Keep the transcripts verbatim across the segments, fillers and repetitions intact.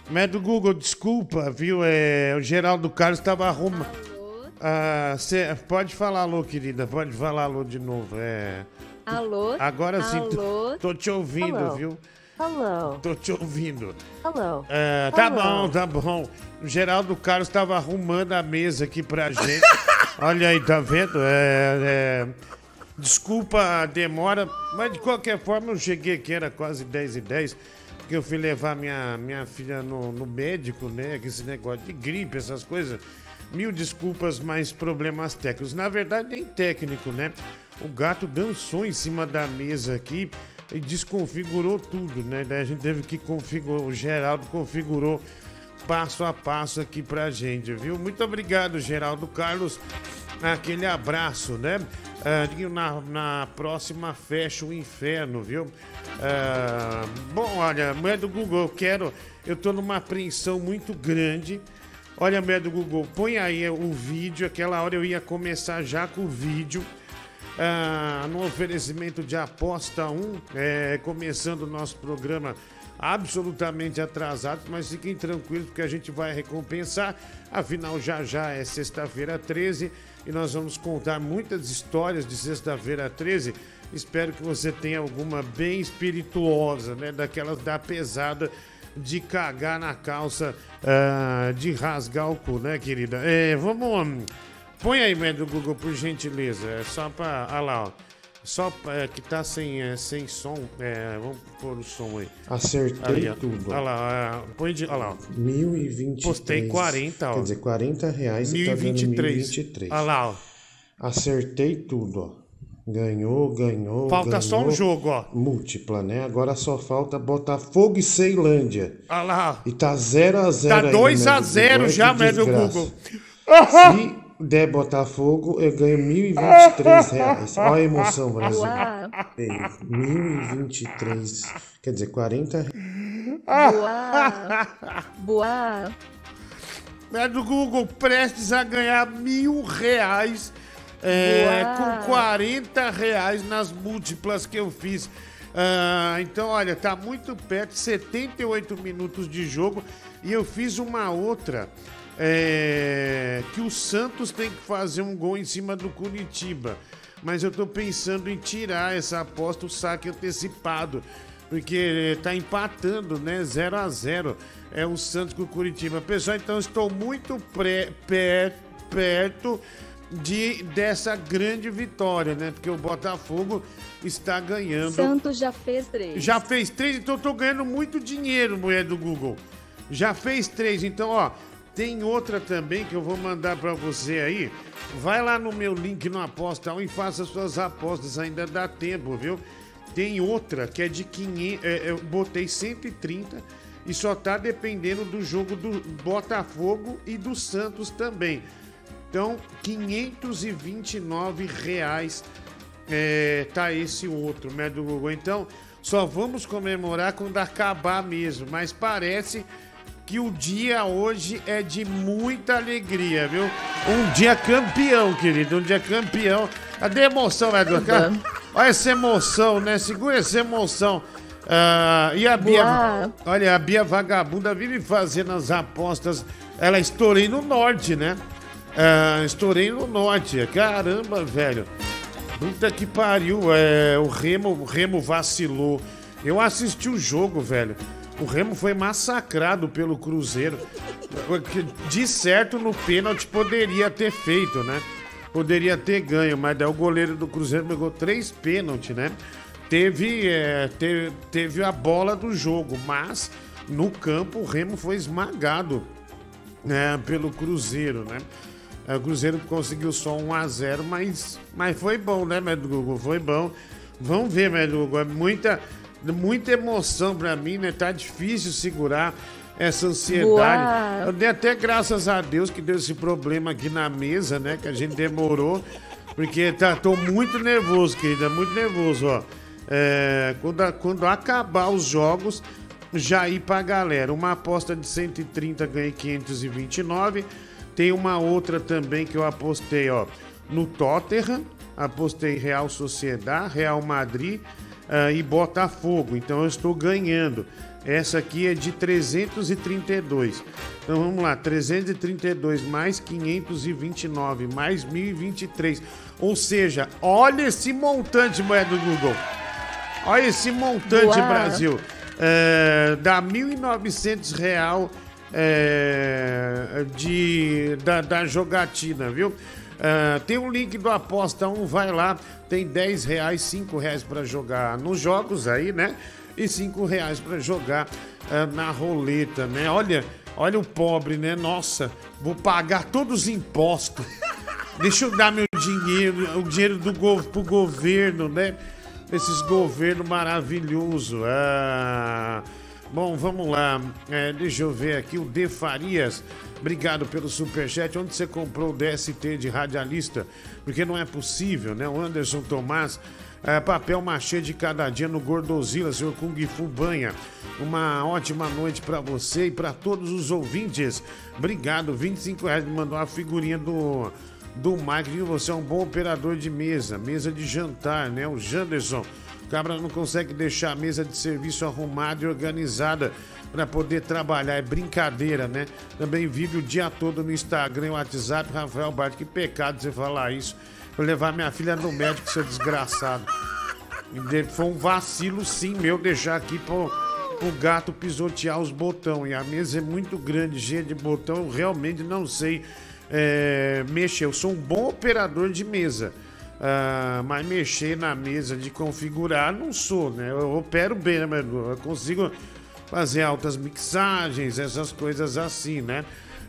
Médio Google, desculpa, viu? É, o Geraldo Carlos estava arrumando. Ah, cê, pode falar alô, querida, pode falar alô de novo. É... Alô? Agora sim, Alô? tô, tô te ouvindo, Hello. viu? Hello. Tô te ouvindo. Hello. É, tá Hello. bom, tá bom. O Geraldo Carlos estava arrumando a mesa aqui pra gente. Olha aí, tá vendo? É, é... Desculpa a demora, mas de qualquer forma eu cheguei aqui, era quase dez e dez, porque eu fui levar minha, minha filha no, no médico, né? Que esse negócio de gripe, essas coisas. Mil desculpas, mas problemas técnicos. Na verdade, nem técnico, né? O gato dançou em cima da mesa aqui e desconfigurou tudo, né? Daí a gente teve que configurar, o Geraldo configurou passo a passo aqui pra gente, viu? Muito obrigado, Geraldo Carlos. Aquele abraço, né? Ah, na, na próxima fecha o inferno, viu? Ah, bom, olha, mulher do Google, eu quero. Eu tô numa apreensão muito grande. Olha, mulher do Google, põe aí o vídeo. Aquela hora eu ia começar já com o vídeo. Ah, no oferecimento de Aposta um, é, começando o nosso programa absolutamente atrasado, mas fiquem tranquilos porque a gente vai recompensar. Afinal, já já é sexta-feira treze e nós vamos contar muitas histórias de sexta-feira treze. Espero que você tenha alguma bem espirituosa, né? Daquelas da pesada de cagar na calça, uh, de rasgar o cu, né, querida? É, vamos... Põe aí, médio Google, por gentileza. É só pra... Olha lá, ó. Só é, que tá sem, é, sem som. É, vamos pôr o som aí. Acertei aí, tudo. Olha lá, é, põe de... Olha lá, ó. mil e vinte e três. Postei quarenta, ó. Quer dizer, quarenta reais e tá dando mil e vinte e três. Olha lá, ó. Acertei tudo, ó. Ganhou, ganhou, Falta ganhou. só um jogo, ó. Múltipla, né? Agora só falta Botafogo e Ceilândia. Olha lá. E tá zero a zero Tá ainda, dois a zero médio já, Google. médio Desgraça. Google. Se der Botafogo, eu ganho mil e vinte e três reais. Olha a emoção, Brasil. Ei, mil e vinte e três, quer dizer, quarenta reais. Boa. Boa. Médio Google, prestes a ganhar mil reais. É, com quarenta reais nas múltiplas que eu fiz. Ah, então, olha, tá muito perto, setenta e oito minutos de jogo. E eu fiz uma outra, é, que o Santos tem que fazer um gol em cima do Curitiba. Mas eu tô pensando em tirar essa aposta, o saque antecipado. Porque tá empatando, né? zero a zero. É o Santos com o Curitiba. Pessoal, então estou muito pré, pé, perto... De, dessa grande vitória, né? Porque o Botafogo está ganhando. Santos já fez três. Já fez três, então eu tô ganhando muito dinheiro, mulher do Google. Já fez três, então, ó, tem outra também que eu vou mandar pra você aí. Vai lá no meu link no Aposta um e faça suas apostas, ainda dá tempo, viu? Tem outra que é de quinhentos, é, eu botei cento e trinta e só tá dependendo do jogo do Botafogo e do Santos também. Então, quinhentos e vinte e nove reais é, tá esse outro, né, do Google. Então, só vamos comemorar quando acabar mesmo. Mas parece que o dia hoje é de muita alegria, viu? Um dia campeão, querido. Um dia campeão. Cadê a emoção, né, do cara? Olha essa emoção, né? Segura essa emoção. Ah, e a Bia... Boa. Olha, a Bia Vagabunda vive fazendo as apostas. Ela estourei no norte, né? Ah, estourei no norte. Caramba, velho. Puta que pariu. É, o Remo, o Remo vacilou. Eu assisti o jogo, velho. O Remo foi massacrado pelo Cruzeiro. De certo, no pênalti poderia ter feito, né? Poderia ter ganho, mas daí o goleiro do Cruzeiro pegou três pênaltis, né? Teve, é, teve, teve a bola do jogo, mas no campo o Remo foi esmagado, né, pelo Cruzeiro, né? O Cruzeiro conseguiu só um a zero, mas, mas foi bom, né, Médio Google? Foi bom. Vamos ver, Médio Google. É muita, muita emoção pra mim, né? Tá difícil segurar essa ansiedade. Boa. Eu dei até graças a Deus que deu esse problema aqui na mesa, né? Que a gente demorou. Porque tá, tô muito nervoso, querida. Muito nervoso, ó. É, quando, quando acabar os jogos, já ir pra galera. Uma aposta de cento e trinta, ganhei quinhentos e vinte e nove. Tem uma outra também que eu apostei, ó, no Tottenham, apostei Real Sociedad, Real Madrid uh, e Botafogo. Então eu estou ganhando. Essa aqui é de trezentos e trinta e dois. Então vamos lá, trezentos e trinta e dois mais quinhentos e vinte e nove mais mil e vinte e três. Ou seja, olha esse montante, moeda do Google. Olha esse montante, Uau. Brasil. É, dá mil e novecentos reais é, de, da, da jogatina, viu? É, tem um link do Aposta um, vai lá. Tem dez reais, cinco reais para jogar nos jogos aí, né? E cinco reais para jogar uh, na roleta, né? Olha, olha o pobre, né? Nossa, vou pagar todos os impostos. Deixa eu dar meu dinheiro, o dinheiro do go pro governo, né? Esses governos maravilhosos. Ah, bom, vamos lá. É, deixa eu ver aqui o De Farias. Obrigado pelo superchat. Onde você comprou o D S T de radialista? Porque não é possível, né? O Anderson Tomás. É, papel machê de cada dia no Gordozilla, senhor Kung Fu Banha. Uma ótima noite pra você e pra todos os ouvintes. Obrigado, vinte e cinco reais me mandou a figurinha do, do Mike. Você é um bom operador de mesa, mesa de jantar, né? O Janderson. O cabra não consegue deixar a mesa de serviço arrumada e organizada para poder trabalhar. É brincadeira, né? Também vive o dia todo no Instagram e WhatsApp. Rafael Bart, que pecado você falar isso. Vou levar minha filha no médico, seu desgraçado. Foi um vacilo, sim, meu, deixar aqui pro, pro gato pisotear os botões. E a mesa é muito grande, cheia de botão. Eu realmente não sei é, mexer. Eu sou um bom operador de mesa. Uh, mas mexer na mesa de configurar, não sou, né? Eu opero bem, né, meu? Eu consigo fazer altas mixagens, essas coisas assim, né?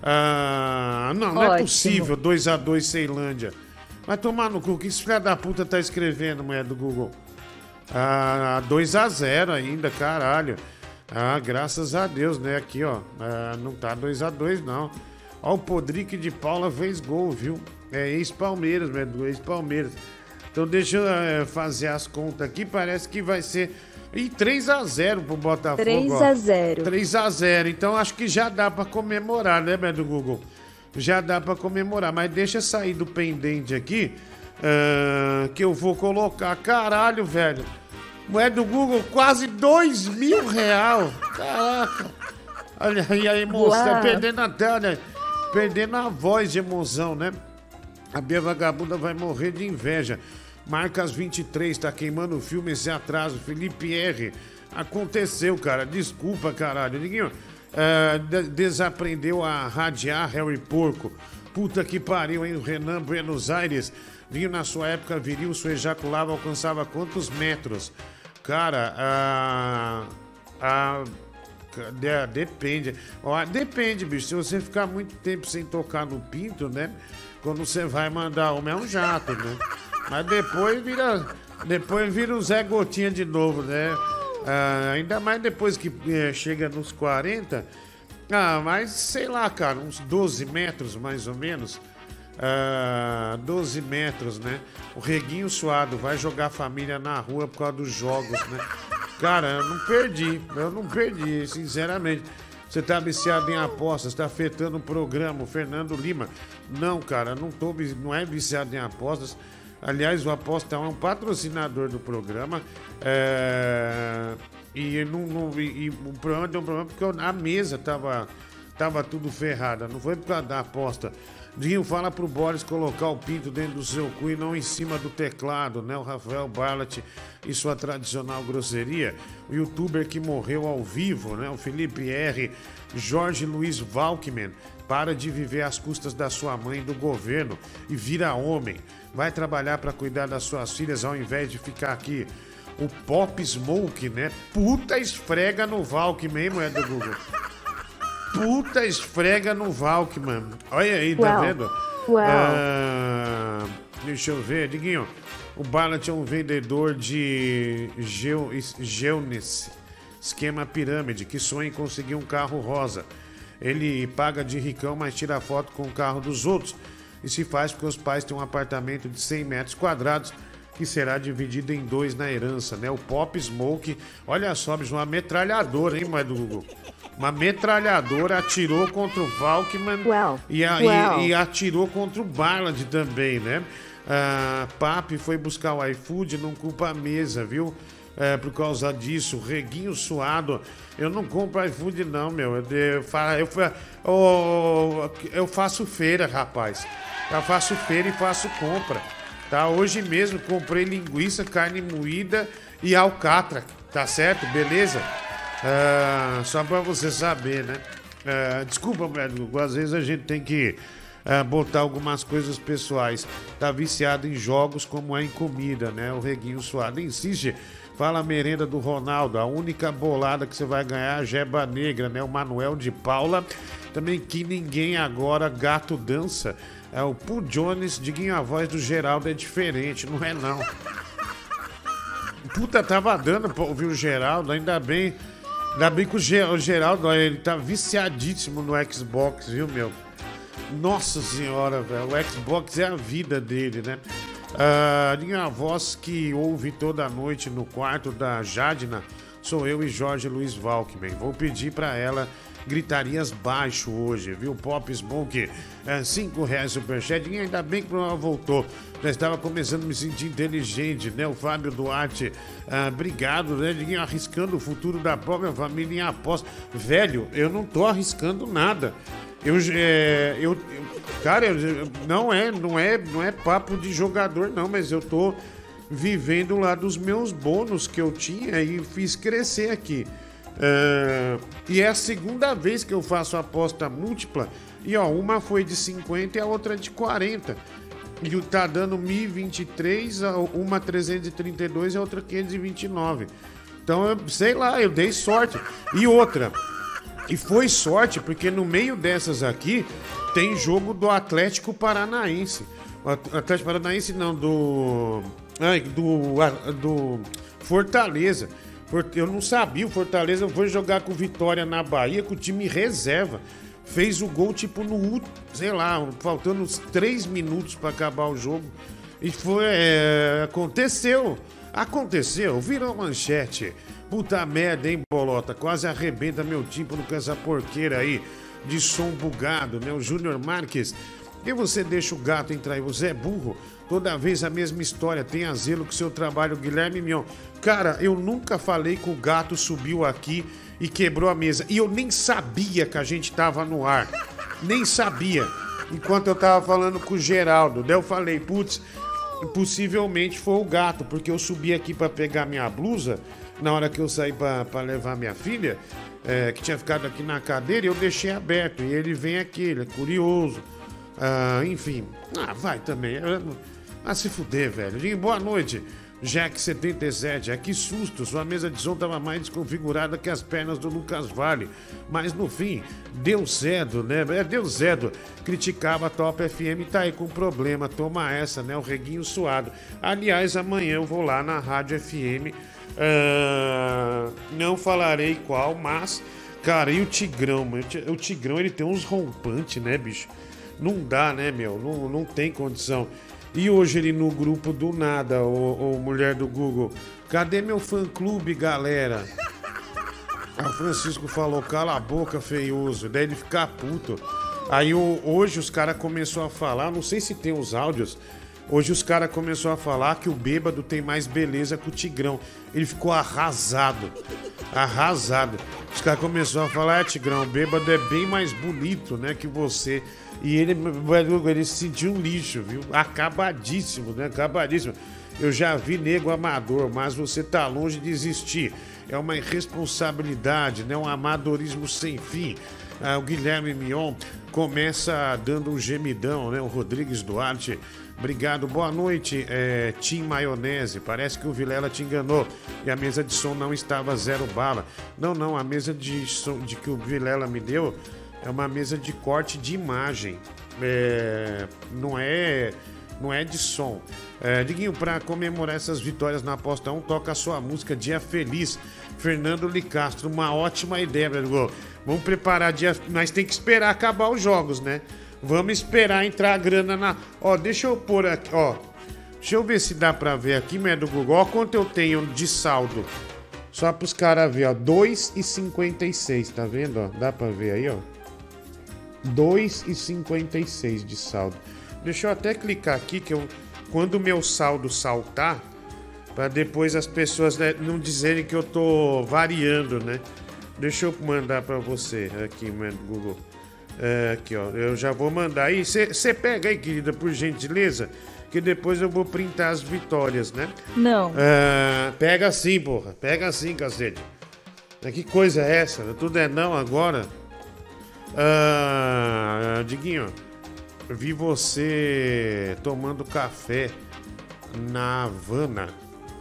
Uh, não, não Ótimo. É possível. dois a dois Ceilândia. Vai tomar no cu. O que esse filho da puta tá escrevendo, mulher do Google? Ah, dois a zero ainda, caralho. Ah, graças a Deus, né? Aqui, ó. Ah, não tá dois a dois, não. Ó, o Podrick de Paula fez gol, viu? É ex-Palmeiras, mesmo, ex-Palmeiras. Então deixa eu é, fazer as contas aqui. Parece que vai ser... E três a zero pro Botafogo, três a zero. três a zero. Então acho que já dá pra comemorar, né, meu do Google? Já dá pra comemorar, mas deixa sair do pendente aqui, uh, que eu vou colocar. Caralho, velho. Moeda do Google, quase dois mil real. Caraca. Olha aí a emoção, tá perdendo até, olha, perdendo a voz de emoção, né? A Bia Vagabunda vai morrer de inveja. Marcas vinte e três, tá queimando o filme esse atraso. Felipe R. Aconteceu, cara. Desculpa, caralho. Ninguém... Uh, de desaprendeu a radiar Harry Porco. Puta que pariu, hein? O Renan Buenos Aires. Vinho na sua época viril, sua ejaculava, alcançava quantos metros? Cara, uh, uh, de, depende. Ó, depende, bicho. Se você ficar muito tempo sem tocar no pinto, né? Quando você vai mandar uma é um jato, né? Mas depois vira. Depois vira o Zé Gotinha de novo, né? Ah, ainda mais depois que eh, chega nos quarenta. Ah, mas sei lá, cara, uns doze metros mais ou menos. Ah, doze metros, né? O Reguinho Suado vai jogar a família na rua por causa dos jogos, né? Cara, eu não perdi, eu não perdi, sinceramente. Você tá viciado em apostas, tá afetando o programa, o Fernando Lima. Não, cara, não, tô, não é viciado em apostas. Aliás, o Aposta é um patrocinador do programa. É... E, não, não, e, e o programa deu um problema porque a mesa tava, tava tudo ferrada. Não foi por causa da aposta. Dinho, fala pro Boris colocar o pinto dentro do seu cu e não em cima do teclado, né? O Rafael Barlat e sua tradicional grosseria. O youtuber que morreu ao vivo, né? O Felipe R. Jorge Luiz Valkman. Para de viver às custas da sua mãe e do governo e vira homem. Vai trabalhar para cuidar das suas filhas ao invés de ficar aqui. O Pop Smoke, né? Puta esfrega no Valkman, hein, moeda do Google? Puta esfrega no Valkman. Olha aí, tá Uau. vendo? Uau. Ah, deixa eu ver, Diguinho. O Ballant é um vendedor de geo, Geonis, esquema pirâmide, que sonha em conseguir um carro rosa. Ele paga de ricão, mas tira foto com o carro dos outros. E se faz porque os pais têm um apartamento de cem metros quadrados que será dividido em dois na herança, né? O Pop Smoke, olha só, bicho, uma metralhadora, hein, mas do Google? Uma metralhadora atirou contra o Valkman well, e, a, well. e, e atirou contra o Barland também, né? Ah, Papi foi buscar o iFood, não culpa a mesa, viu? é, por causa disso. Reguinho suado. Eu não compro iFood, não, meu. Eu, eu, eu, eu, eu faço feira, rapaz. Eu faço feira e faço compra. Tá? Hoje mesmo comprei linguiça, carne moída e alcatra. Tá certo? Beleza? Uh, só pra você saber, né? Uh, desculpa, médico, às vezes a gente tem que uh, botar algumas coisas pessoais. Tá viciado em jogos como é em comida, né? O Reguinho suado. Insiste, fala a merenda do Ronaldo. A única bolada que você vai ganhar é a Jeba Negra, né? O Manuel de Paula. Também que ninguém agora, gato dança. É o Poo Jones, diguinho, a voz do Geraldo é diferente, não é não. Puta, tava dando pra ouvir o Geraldo, ainda bem. Ainda bem que o Geraldo, ele tá viciadíssimo no Xbox, viu, meu? Nossa senhora, velho, o Xbox é a vida dele, né? Ah, a voz que ouve toda noite no quarto da Jadna sou eu e Jorge Luiz Valkman. Vou pedir pra ela gritarias baixo hoje, viu? Pop Smoke, é, cinco reais superchat. E ainda bem que ela voltou. Já estava começando a me sentir inteligente, né? O Fábio Duarte, ah, obrigado, né? Ninguém arriscando o futuro da própria família em aposta. Velho, eu não tô arriscando nada. Eu, é, eu, eu cara, eu, não é, não é, não é papo de jogador, não, mas eu tô vivendo lá dos meus bônus que eu tinha e fiz crescer aqui. Uh, e é a segunda vez que eu faço aposta múltipla. E ó, uma foi de cinquenta e a outra de quarenta. E tá dando mil e vinte e três, uma trezentos e trinta e dois e a outra quinhentos e vinte e nove. Então, eu, sei lá, eu dei sorte. E outra, e foi sorte porque no meio dessas aqui tem jogo do Atlético Paranaense. O Atlético Paranaense não, do... Ai, do, do Fortaleza. Eu não sabia, o Fortaleza foi jogar com Vitória na Bahia, com o time reserva. Fez o gol, tipo, no, sei lá, faltando uns três minutos para acabar o jogo. E foi, é, aconteceu, aconteceu, virou manchete. Puta merda, hein, Bolota? Quase arrebenta meu tímpano com essa porqueira aí de som bugado, né? O Júnior Marques. E você deixa o gato entrar e você é burro? Toda vez a mesma história, tenha zelo com o seu trabalho, Guilherme Mion. Cara, eu nunca falei que o gato subiu aqui e quebrou a mesa. E eu nem sabia que a gente tava no ar. Nem sabia. Enquanto eu tava falando com o Geraldo. Daí eu falei, putz, possivelmente foi o gato, porque eu subi aqui pra pegar minha blusa na hora que eu saí pra, pra levar minha filha, é, que tinha ficado aqui na cadeira, e eu deixei aberto. E ele vem aqui, ele é curioso. Ah, enfim. Ah, vai também. Ah, se fuder, velho. Boa noite. Jack setenta e sete, é que susto, sua mesa de som estava mais desconfigurada que as pernas do Lucas Vale, mas no fim, deu certo, né? É, deu certo, criticava a Top F M, tá aí com problema, toma essa, né? O Reguinho suado. Aliás, amanhã eu vou lá na Rádio F M, uh, não falarei qual, mas, cara, e o Tigrão, mano? O Tigrão, ele tem uns rompantes, né, bicho? Não dá, né, meu? Não, não tem condição. E hoje ele no grupo do nada, ô, ô mulher do Google, cadê meu fã-clube, galera? Aí o Francisco falou, cala a boca, feioso, daí ele fica puto. Aí o, hoje os caras começaram a falar, não sei se tem os áudios, hoje os caras começaram a falar que o bêbado tem mais beleza que o Tigrão. Ele ficou arrasado, arrasado. Os caras começaram a falar, é, Tigrão, o bêbado é bem mais bonito, né, que você... E ele, ele se sentiu um lixo, viu? Acabadíssimo, né? Acabadíssimo. Eu já vi nego amador, mas você tá longe de existir. É uma irresponsabilidade, né? Um amadorismo sem fim. Ah, o Guilherme Mion começa dando um gemidão, né? O Rodrigues Duarte. Obrigado, boa noite, é, Tim Maionese. Parece que o Vilela te enganou e a mesa de som não estava zero bala. Não, não, a mesa de som de que o Vilela me deu... É uma mesa de corte de imagem, é, não, é, não é de som. É, Diguinho, para comemorar essas vitórias na aposta um, toca a sua música Dia Feliz, Fernando Licastro, uma ótima ideia, meu. Vamos preparar dia... Mas tem que esperar acabar os jogos, né? Vamos esperar entrar a grana na... Ó, deixa eu pôr aqui, ó. Deixa eu ver se dá pra ver aqui, meu, do Google. Ó quanto eu tenho de saldo. Só pros caras verem, ó. dois e cinquenta e seis, tá vendo, ó? Dá pra ver aí, ó. dois e cinquenta e seis de saldo. Deixa eu até clicar aqui que eu, quando o meu saldo saltar, Pra depois as pessoas, né, não dizerem que eu tô variando, né? Deixa eu mandar pra você aqui, mano, Google. É, aqui, ó. Eu já vou mandar aí. Você pega aí, querida, por gentileza, que depois eu vou printar as vitórias, né? Não. É, pega sim, porra. Pega sim, cacete. Que coisa é essa? Tudo é não agora? Ah, Diguinho, vi você tomando café na Havana.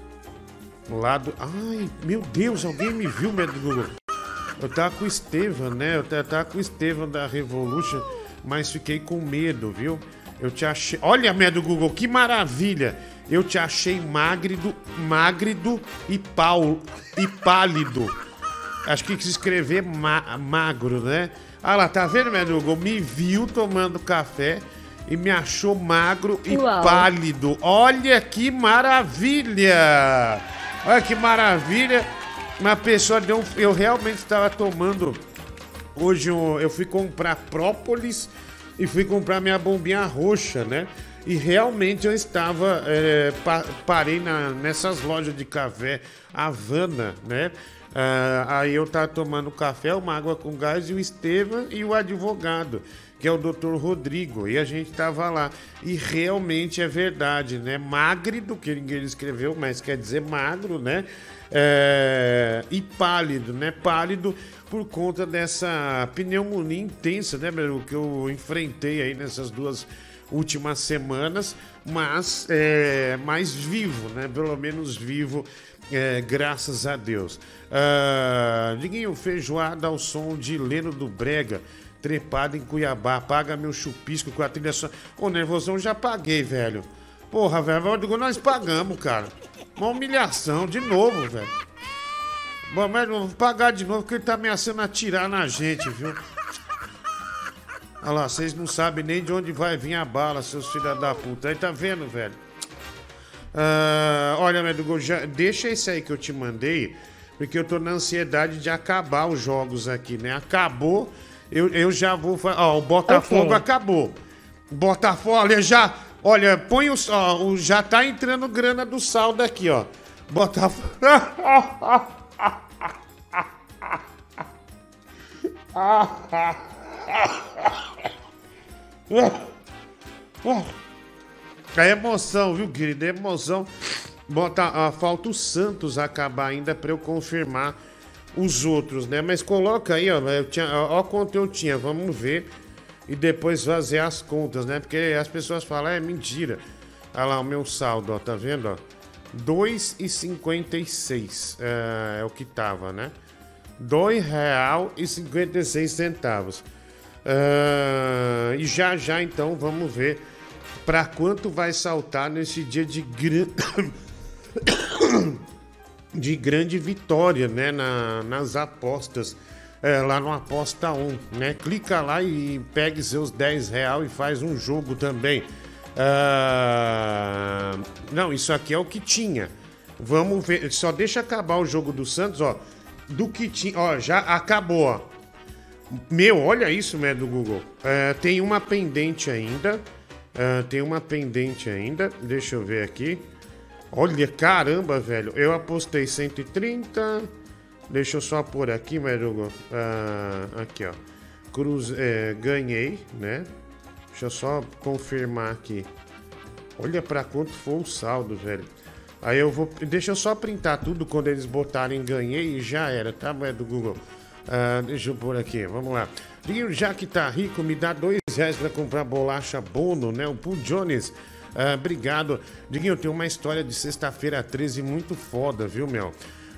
Lá do... Ai, meu Deus, alguém me viu, meu Google. Eu tava com o Estevam, né? Eu tava com o Estevam da Revolution, mas fiquei com medo, viu? Eu te achei... Olha, Medo Google, que maravilha! Eu te achei magrido, magrido e, pau... e pálido. Acho que quis escrever ma... magro, né? Ah lá, tá vendo, Medo Google? Me viu tomando café e me achou magro e Uau. pálido. Olha que maravilha! Olha que maravilha! Uma pessoa deu um... Eu realmente estava tomando... Hoje eu, eu fui comprar própolis e fui comprar minha bombinha roxa, né? E realmente eu estava... É, pa, parei na, nessas lojas de café Havana, né? Uh, aí eu tava tomando café, uma água com gás e o Estevam e o advogado, que é o doutor Rodrigo, e a gente tava lá. E realmente é verdade, né? Magrido, que ninguém escreveu, mas quer dizer magro, né? É... E pálido, né? Pálido por conta dessa pneumonia intensa, né, meu? Que eu enfrentei aí nessas duas últimas semanas, mas é, mais vivo, né? Pelo menos vivo. É, graças a Deus. Ah, Diguinho, feijoada ao som de Leno do Brega, trepado em Cuiabá. Paga meu chupisco com a trilha só. Ô, nervosão, já paguei, velho. Porra, velho, nós pagamos, cara. Uma humilhação, de novo, velho. Bom, mas não vou pagar de novo porque ele tá ameaçando atirar na gente, viu? Olha lá, vocês não sabem nem de onde vai vir a bala, seus filhos da puta. Aí tá vendo, velho? Uh, olha, Medugo, já deixa esse aí que eu te mandei, porque eu tô na ansiedade de acabar os jogos aqui, né? Acabou, eu, eu já vou... Ó, o Botafogo okay. acabou. Botafogo, olha, já... Olha, põe o... Ó, o já tá entrando grana do saldo aqui, ó. Botafogo... É emoção, viu, querido? É emoção. Bota, ah, falta o Santos acabar ainda pra eu confirmar os outros, né? Mas coloca aí, ó. Eu tinha, ó, ó quanto eu tinha, vamos ver. E depois fazer as contas, né? Porque as pessoas falam, é mentira. Olha lá o meu saldo, ó. Tá vendo, ó? dois reais e cinquenta e seis é, é o que tava, né? dois reais e cinquenta e seis centavos. Uh, e já já, então, vamos ver para quanto vai saltar nesse dia de, gran... de grande vitória, né? Na, nas apostas, é, lá no Aposta um, né? Clica lá e pegue seus dez reais e faz um jogo também. Uh... Não, isso aqui é o que tinha. Vamos ver, só deixa acabar o jogo do Santos, ó. Do que tinha, ó, já acabou, ó. Meu, olha isso, né, do Google. Uh, tem uma pendente ainda. Uh, tem uma pendente ainda. Deixa eu ver aqui. Olha, caramba, velho. Eu apostei cento e trinta. Deixa eu só pôr aqui, né, do Google. Uh, aqui, ó. Cruz, é, ganhei, né? Deixa eu só confirmar aqui. Olha pra quanto foi o saldo, velho. Aí eu vou... Deixa eu só printar tudo quando eles botarem ganhei e já era, tá? É do Google. Uh, deixa eu pôr aqui, vamos lá. Diguinho, já que tá rico, me dá dois reais pra comprar bolacha Bono, né? O Paul Jones. Uh, obrigado. Diguinho, tem uma história de sexta-feira treze muito foda, viu, meu?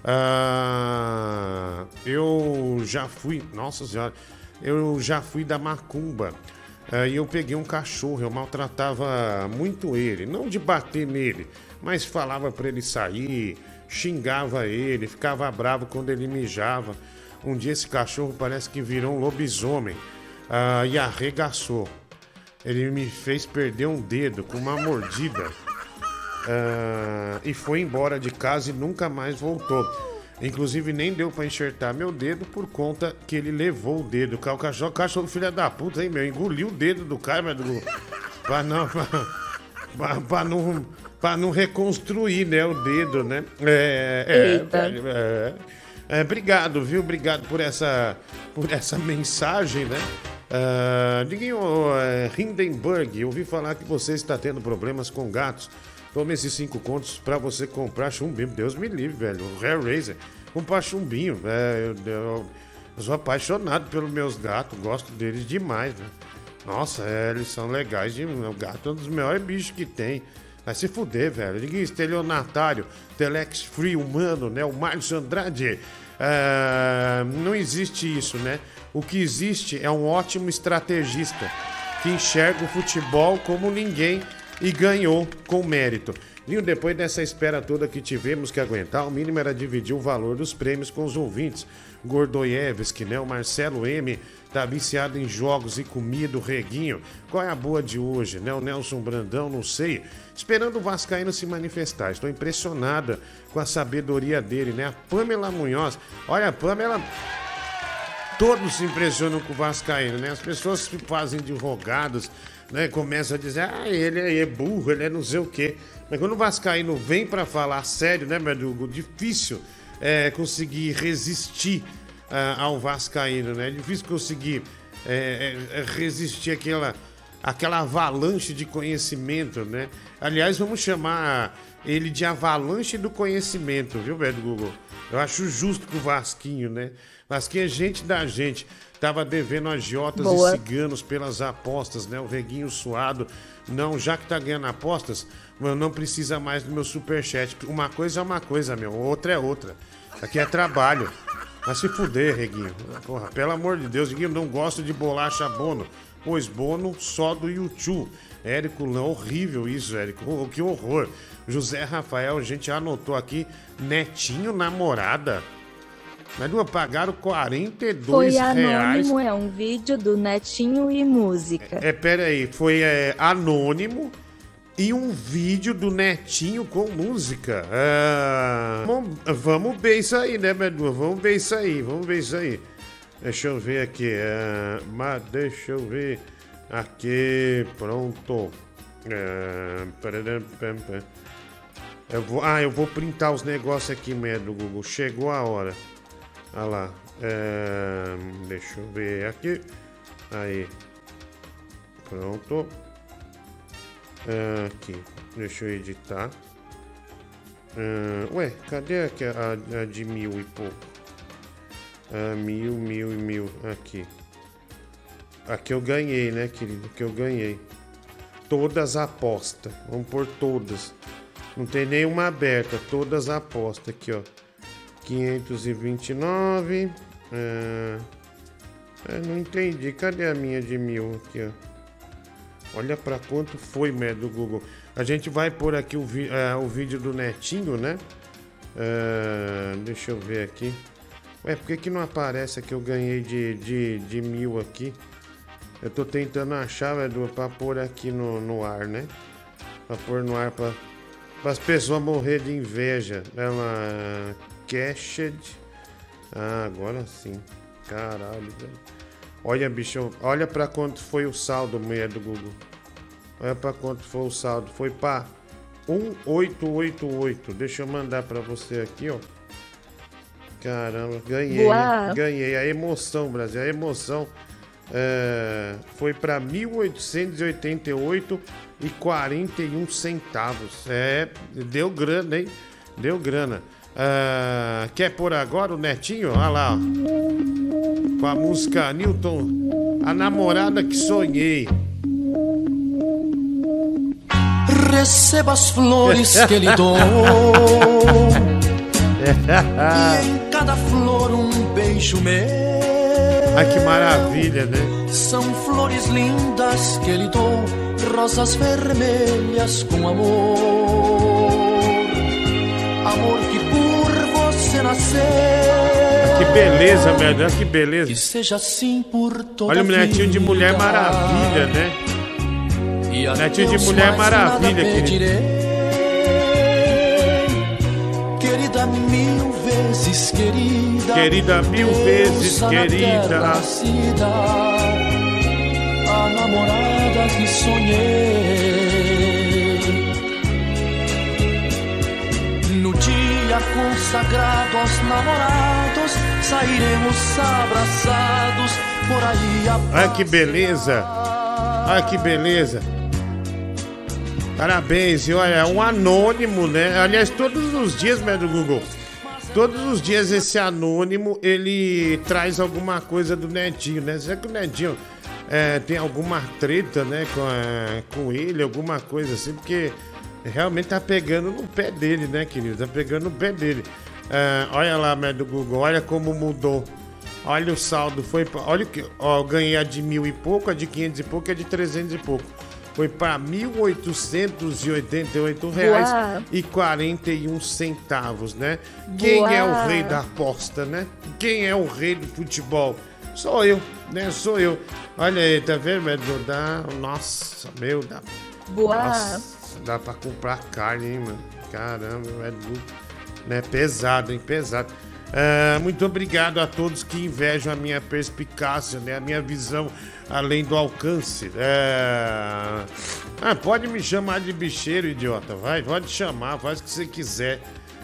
Uh, eu já fui... Nossa Senhora. Eu já fui da macumba. Uh, e eu peguei um cachorro, eu maltratava muito ele. Não de bater nele, mas falava pra ele sair, xingava ele, ficava bravo quando ele mijava. Um dia esse cachorro parece que virou um lobisomem uh, e arregaçou. Ele me fez perder um dedo com uma mordida. Uh, e foi embora de casa e nunca mais voltou. Inclusive nem deu pra enxertar meu dedo por conta que ele levou o dedo. O cachorro, o cachorro filho da puta, hein, meu? Engoliu o dedo do cara, mas do... pra não... Pra, pra não... Pra não reconstruir, né, o dedo, né? É, é, Eita. é, é, é, obrigado, viu? Obrigado por essa, por essa mensagem, né? Uh, Diguinho, uh, Hindenburg, eu ouvi falar que você está tendo problemas com gatos. Tome esses cinco contos pra você comprar chumbinho. Deus me livre, velho. O Hair Razor. Comprar chumbinho. É, eu, eu, eu sou apaixonado pelos meus gatos. Gosto deles demais, velho. Nossa, é, eles são legais. De, o gato é um dos melhores bichos que tem. Vai se fuder, velho. Diguinho, estelionatário, Telex Free humano, né? O Marcos Andrade. Uh, não existe isso, né? O que existe é um ótimo estrategista que enxerga o futebol como ninguém e ganhou com mérito. Viu? Depois dessa espera toda que tivemos que aguentar, o mínimo era dividir o valor dos prêmios com os ouvintes. Gordoievski, né? O Marcelo M. tá viciado em jogos e comida, o Reguinho. Qual é a boa de hoje, né? O Nelson Brandão, não sei. Esperando o Vascaíno se manifestar. Estou impressionada com a sabedoria dele, né? A Pamela Munhoz. Olha, a Pamela... Todos se impressionam com o Vascaíno, né? As pessoas se fazem de rogados, né? Começam a dizer, ah, ele é burro, ele é não sei o quê. Mas quando o Vascaíno vem pra falar sério, né, meu Hugo? Difícil é, conseguir resistir uh, ao Vascaíno, né? É difícil conseguir é, é, resistir àquela, àquela avalanche de conhecimento, né? Aliás, vamos chamar ele de avalanche do conhecimento, viu, velho Google? Eu acho justo com o Vasquinho, né? Vasquinho é gente da gente. Tava devendo agiotas Boa. e ciganos pelas apostas, né? O Reguinho suado. Não, já que tá ganhando apostas, não precisa mais do meu superchat. Uma coisa é uma coisa, meu. Outra é outra. Aqui é trabalho. Vai se fuder, Reguinho. Porra, pelo amor de Deus, Reguinho, não gosto de bolacha Bono. Pois Bono só do YouTube. Érico, não, horrível isso, Érico. Oh, que horror. José Rafael, a gente anotou aqui. Netinho namorada. Mas não pagaram quarenta e dois Foi reais. anônimo, é um vídeo do Netinho e música. É, pera aí, foi é, anônimo e um vídeo do Netinho com música. Ah, vamos, vamos ver isso aí, né, Medu? Vamos ver isso aí, vamos ver isso aí. Deixa eu ver aqui. Ah, mas deixa eu ver aqui. Pronto. Ah, paradam, pam, pam. Eu vou, ah, eu vou printar os negócios aqui, Medu, Google. Chegou a hora. Olha lá. É, deixa eu ver aqui. Aí. Pronto. É, aqui. Deixa eu editar. É, ué, cadê aqui a, a de mil e pouco? É, mil, mil e mil. Aqui. Aqui eu ganhei, né, querido? Aqui eu ganhei. Todas apostas. Vamos por todas. Não tem nenhuma aberta. Todas apostas aqui, ó. quinhentos e vinte e nove. É... É, não entendi. Cadê a minha de mil aqui, ó? Olha pra quanto foi, médio do Google. A gente vai pôr aqui o, vi... é, o vídeo do Netinho, né? É... Deixa eu ver aqui. Ué, por que que não aparece aqui? Eu ganhei de, de, de mil aqui. Eu tô tentando achar, velho, pra pôr aqui no, no ar, né? Pra pôr no ar pra, pra as pessoas morrer de inveja. Ela... Cashed. Ah, agora sim. Caralho, velho. Olha, bicho. Olha pra quanto foi o saldo, mulher do Google. Olha pra quanto foi o saldo. Foi pra um oito oito oito. Deixa eu mandar pra você aqui, ó. Caramba, ganhei. Né? Ganhei. A emoção, Brasil. A emoção. É, foi pra mil oitocentos e oitenta e oito e quarenta e um centavos. É, deu grana, hein? Deu grana. Uh, quer pôr agora o Netinho? Olha lá, ó. Com a música Newton, a namorada que sonhei. Receba as flores que lhe dou e em cada flor um beijo meu. Ai, que maravilha, né? São flores lindas que lhe dou, rosas vermelhas com amor. Amor que por você nasceu. Que beleza, meu Deus, que beleza. Que seja assim por toda Olha o Netinho de Mulher Maravilha, né? E a Netinho de Mulher Maravilha, querido. Querida mil vezes, querida. Querida mil vezes, querida. Nascida, a namorada que sonhei. sagrado aos namorados, sairemos abraçados por aí a Olha que beleza. Olha que beleza. Parabéns, e olha, um anônimo, né? Aliás, todos os dias, né, do Google, todos os dias esse anônimo, ele traz alguma coisa do Netinho, né? Será que o Netinho é, tem alguma treta, né, com, é, com ele, alguma coisa assim, porque realmente tá pegando no pé dele, né, querido? Tá pegando no pé dele. É, olha lá, né, do Google, olha como mudou. Olha o saldo, foi pra, olha que, ó, eu ganhei a de mil e pouco, a de quinhentos e pouco e a de trezentos e pouco. Foi para mil oitocentos e oitenta e oito reais e quarenta e um centavos, né? Quem Boa. é o rei da aposta, né? Quem é o rei do futebol? Sou eu, né? Sou eu. Olha aí, tá vendo, Medo? Dá, nossa, meu, dá. Boa. Nossa, dá pra comprar carne, hein, mano? Caramba, Medo. Né? Pesado, hein? Pesado. Uh, muito obrigado a todos que invejam a minha perspicácia, né? A minha visão além do alcance. Uh... Ah, pode me chamar de bicheiro, idiota. Vai, pode chamar, faz o que você quiser.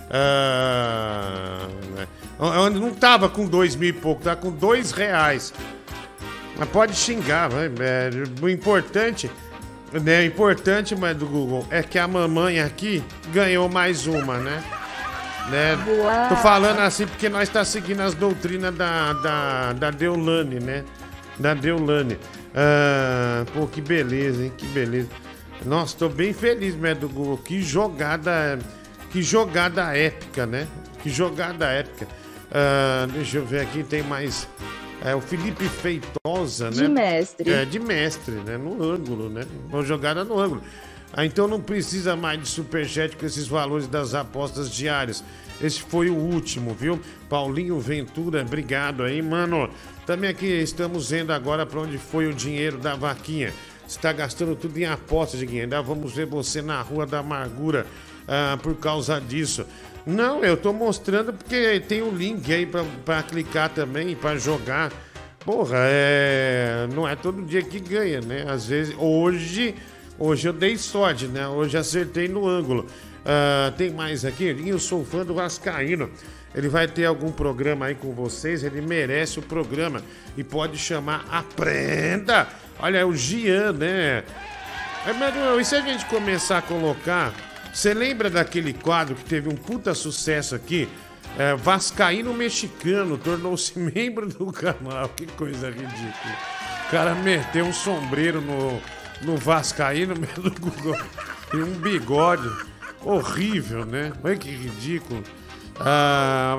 Uh... Não tava com dois mil e pouco, tava com dois reais. Mas pode xingar, vai. O importante, né? O importante, mas do Google, é que a mamãe aqui ganhou mais uma, né? Né? Tô falando assim porque nós tá seguindo as doutrinas da, da, da Deolane, né? Da Deolane. Ah, pô, que beleza, hein? Que beleza. Nossa, tô bem feliz, né, do Google. Que jogada, que jogada épica, né? Que jogada épica. Ah, deixa eu ver aqui, tem mais. É o Felipe Feitosa, né? De mestre. É, de mestre, né? No ângulo, né? Uma jogada no ângulo. Ah, então não precisa mais de superchat com esses valores das apostas diárias. Esse foi o último, viu? Paulinho Ventura, obrigado aí, mano. Também aqui estamos vendo agora para onde foi o dinheiro da vaquinha. Você está gastando tudo em apostas, Diguinho. Ainda vamos ver você na Rua da Amargura ah, por causa disso. Não, eu tô mostrando porque tem um link aí para clicar também, para jogar. Porra, é... não é todo dia que ganha, né? Às vezes, hoje... Hoje eu dei sorte, né? Hoje acertei no ângulo. Uh, tem mais aqui? Eu sou fã do Vascaíno. Ele vai ter algum programa aí com vocês. Ele merece o programa. E pode chamar Aprenda. Olha, é o Gian, né? É, Manuel, e se a gente começar a colocar... Você lembra daquele quadro que teve um puta sucesso aqui? É, Vascaíno Mexicano tornou-se membro do canal. Que coisa ridícula. O cara meteu um sombreiro no... no Vascaíno, no Google, e um bigode horrível, né? Olha que ridículo. Ah,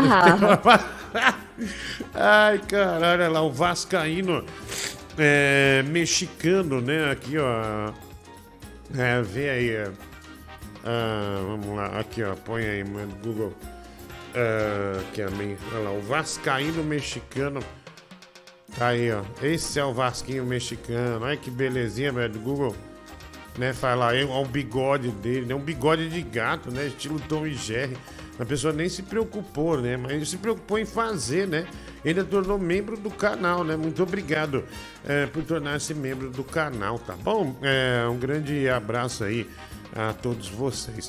mas... Ai, caralho, olha lá, o Vascaíno é, mexicano, né? Aqui, ó. É, vê aí. Ah, vamos lá, aqui, ó. Põe aí, mano, Google. Ah, aqui a minha. Olha lá, o Vascaíno mexicano. Aí, ó. Esse é o Vasquinho mexicano. Olha que belezinha, velho, do Google. Né, faz lá, olha o bigode dele, né? Um bigode de gato, né? Estilo Tom e Jerry. A pessoa nem se preocupou, né? Mas ele se preocupou em fazer, né? Ele ainda tornou membro do canal, né? Muito obrigado é, por tornar-se membro do canal, tá bom? É, um grande abraço aí a todos vocês.